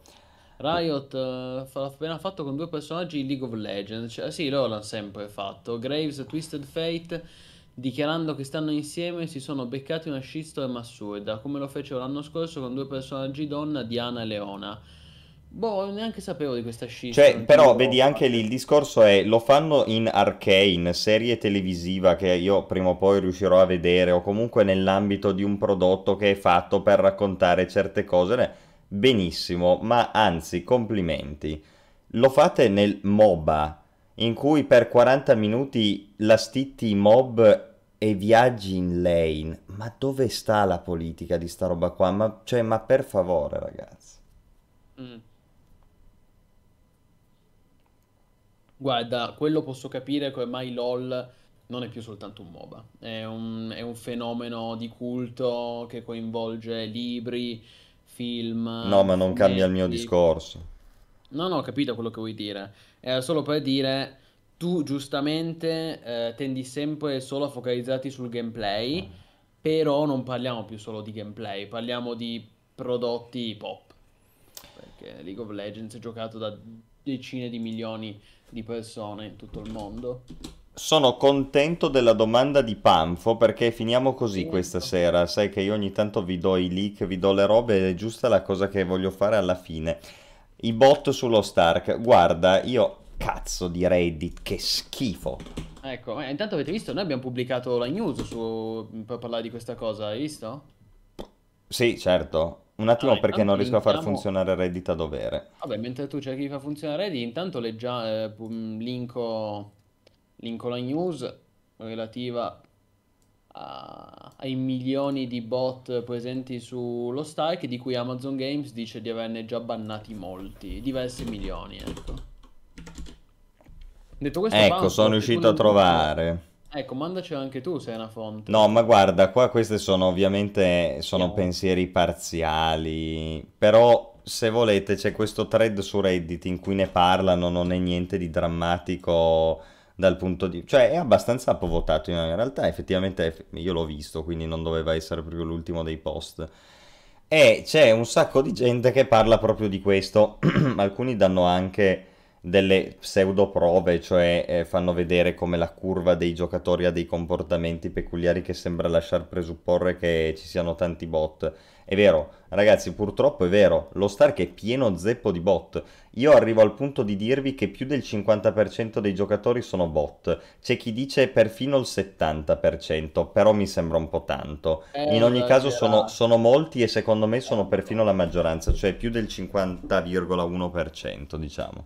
Riot eh, fa- appena fatto con due personaggi in League of Legends. Cioè, sì, loro l'hanno sempre fatto. Graves e Twisted Fate, dichiarando che stanno insieme, si sono beccati una shitstorm assurda, come lo fecero l'anno scorso con due personaggi donna, Diana e Leona. Boh, neanche sapevo di questa Cioè, shitstorm, ti però, dirò. vedi, anche lì il discorso è, lo fanno in Arcane, serie televisiva che io prima o poi riuscirò a vedere, o comunque nell'ambito di un prodotto che è fatto per raccontare certe cose, ne- benissimo, ma anzi, complimenti. Lo fate nel MOBA, in cui per quaranta minuti la stitti i mob e viaggi in lane. Ma dove sta la politica di sta roba qua? Ma, cioè, ma per favore, ragazzi. Mm. Guarda, quello posso capire che ormai LOL non è più soltanto un MOBA, è un, è un fenomeno di culto che coinvolge libri, No, film, ma non cambia il mio fumetti. discorso. No, no, ho capito quello che vuoi dire. Era solo per dire, tu giustamente eh, tendi sempre solo a focalizzarti sul gameplay, però non parliamo più solo di gameplay, parliamo di prodotti pop. Perché League of Legends è giocato da decine di milioni di persone in tutto il mondo. Sono contento della domanda di Panfo perché finiamo così questa Certo. sera. Sai che io ogni tanto vi do i leak, vi do le robe ed è giusta la cosa che voglio fare alla fine. I bot sullo Stark. Guarda, io cazzo di Reddit, che schifo. Ecco, eh, intanto avete visto, noi abbiamo pubblicato la news su, per parlare di questa cosa, hai visto? Sì, certo. Un attimo Allora, perché non intanto riesco a far linkiamo. funzionare Reddit a dovere. Vabbè, mentre tu cerchi di far funzionare Reddit, intanto leggia, eh, pu- linko, linko la news relativa a- ai milioni di bot presenti sullo Stark, di cui Amazon Games dice di averne già bannati molti, diversi milioni, ecco. Detto questo, Ecco, sono Paolo, se tu riuscito a non trovi... trovare. Ecco, mandacelo anche tu se è una No, fonte. ma guarda, qua queste sono ovviamente sono Vediamo. pensieri parziali, però se volete c'è questo thread su Reddit in cui ne parlano, non è niente di drammatico dal punto di... cioè è abbastanza votato in in realtà effettivamente eff- io l'ho visto, quindi non doveva essere proprio l'ultimo dei post. E c'è un sacco di gente che parla proprio di questo, alcuni danno anche delle pseudo prove, cioè eh, fanno vedere come la curva dei giocatori ha dei comportamenti peculiari che sembra lasciar presupporre che ci siano tanti bot. È vero, ragazzi, purtroppo è vero, lo Stark è pieno zeppo di bot. Io arrivo al punto di dirvi che più del cinquanta per cento dei giocatori sono bot. C'è chi dice perfino il settanta per cento, però mi sembra un po' tanto. È In ogni caso sono, esagerato. sono molti e secondo me È sono un perfino po'. la maggioranza, cioè più del cinquanta virgola uno per cento, diciamo.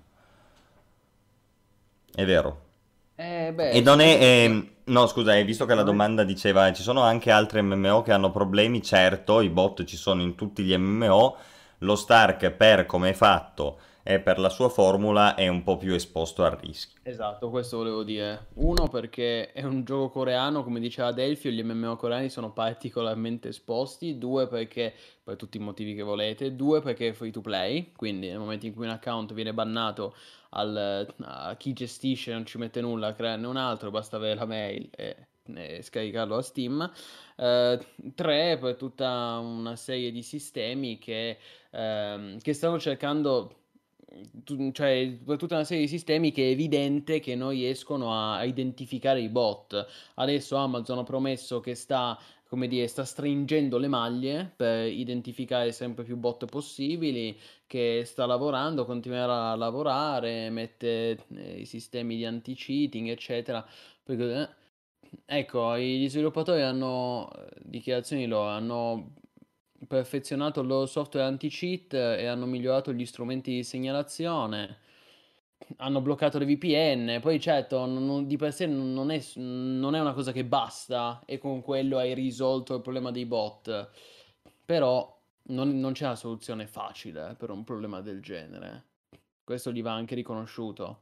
È vero. Eh, E beh, non è... soprattutto... ehm, no, scusa, hai visto che la Vai. domanda diceva ci sono anche altri M M O che hanno problemi? Certo, i bot ci sono in tutti gli M M O. Lo Stark, per come è fatto e per la sua formula, è un po' più esposto al rischio. Esatto, questo volevo dire. Uno, perché è un gioco coreano, come diceva Delphio, gli M M O coreani sono particolarmente esposti. Due, perché, per tutti i motivi che volete. Due, perché è free to play, quindi nel momento in cui un account viene bannato al- a chi gestisce, non ci mette nulla a crearne un altro, basta avere la mail e, e scaricarlo a Steam. Eh, tre, per tutta una serie di sistemi che, ehm, che stanno cercando tu- cioè, per tutta una serie di sistemi che è evidente che non riescono a, a identificare i bot. Adesso Amazon ha promesso che sta, come dire, sta stringendo le maglie per identificare sempre più bot possibili, che sta lavorando, continuerà a lavorare, mette eh, i sistemi di anti-cheating, eccetera. Perché, eh, ecco, gli sviluppatori hanno, eh, dichiarazioni loro, hanno perfezionato il loro software anti-cheat e hanno migliorato gli strumenti di segnalazione, hanno bloccato le V P N, poi certo non- non- di per sé non non è, s- non è una cosa che basta e con quello hai risolto il problema dei bot, però non, non c'è una soluzione facile per un problema del genere. Questo gli va anche riconosciuto.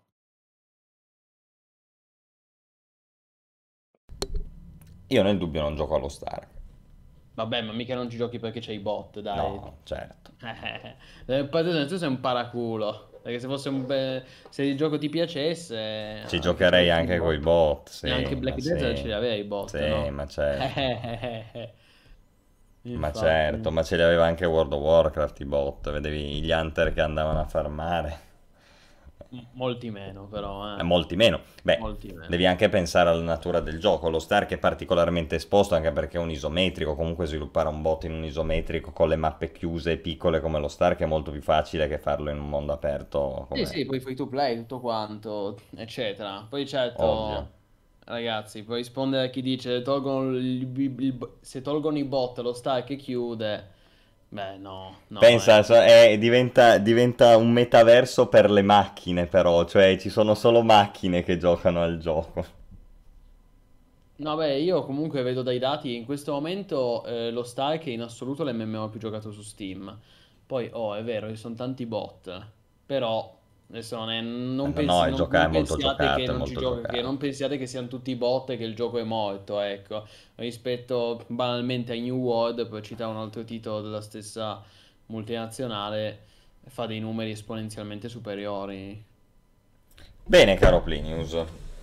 Io nel dubbio non gioco allo Stark. Vabbè, ma mica non ci giochi perché c'hai i bot, dai. No, certo. Eh, poi tu sei un paraculo. Perché se fosse un be- se il gioco ti piacesse, Ci anche ci giocherei metti i anche coi bot. bot, E anche sì, ma Black Desert ce sì. li aveva i bot, Sì, no? ma certo. Ma certo, Infatti, ma ce li aveva anche World of Warcraft i bot, vedevi gli hunter che andavano a farmare. m- molti meno però, Eh, eh. molti meno. Beh, Molti meno. devi anche pensare alla natura del gioco. Lo Stark è particolarmente esposto anche perché è un isometrico. Comunque sviluppare un bot in un isometrico con le mappe chiuse e piccole come lo Stark è molto più facile che farlo in un mondo aperto Sì, come sì, poi free to play, tutto quanto, eccetera. Poi ovvio. certo, ragazzi, puoi rispondere a chi dice tolgono il- il- il- se tolgono i bot lo Stark chiude. Beh, no, no, Pensa, eh. so- è- diventa, diventa un metaverso per le macchine però, cioè ci sono solo macchine che giocano al gioco. No, beh, io comunque vedo dai dati, in questo momento eh, lo Stark è in assoluto l'M M O più giocato su Steam. Poi, oh, è vero, ci sono tanti bot, però adesso non, è- Eh, non No, no, pensi- è, non- gioca- non è molto pensiate che giocato, è non ci molto gioca, che non giocato. pensiate che siano tutti bot e che il gioco è morto, ecco. Rispetto banalmente a New World, per citare un altro titolo della stessa multinazionale, fa dei numeri esponenzialmente superiori. Bene, caro Plinius.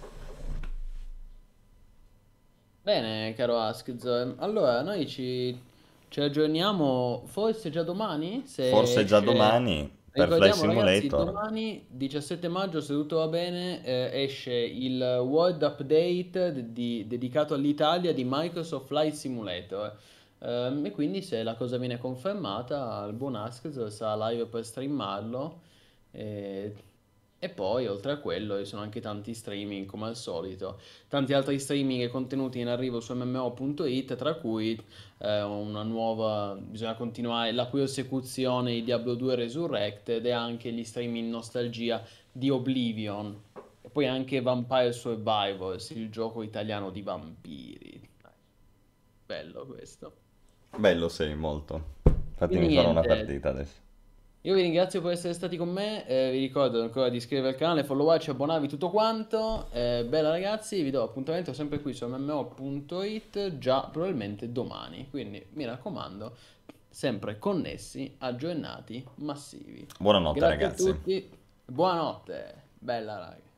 Bene, caro Askz, allora noi ci, ci aggiorniamo forse già domani, se Forse già esce. domani per Flight Ricordiamo ragazzi, Simulator. domani diciossette maggio, se tutto va bene, eh, esce il World Update de- di- dedicato all'Italia di Microsoft Flight Simulator. Ehm, e quindi se la cosa viene confermata, il buon Askz sarà live per streamarlo E, e poi, oltre a quello, ci sono anche tanti streaming, come al solito, tanti altri streaming e contenuti in arrivo su M M O punto it, tra cui eh, una nuova, bisogna continuare la cui esecuzione di Diablo due Resurrected, e anche gli streaming nostalgia di Oblivion, e poi anche Vampire Survivors, il gioco italiano di vampiri. Bello questo. Bello, sei molto. Infatti Quindi mi farò una niente, partita adesso. io vi ringrazio per essere stati con me, eh, vi ricordo ancora di iscrivervi al canale, followarci, abbonarvi, tutto quanto. Eh, bella ragazzi, vi do appuntamento sempre qui su M M O punto it, già probabilmente domani. Quindi mi raccomando, sempre connessi, aggiornati, massivi. Buonanotte Grazie a ragazzi. tutti, buonanotte, bella raga.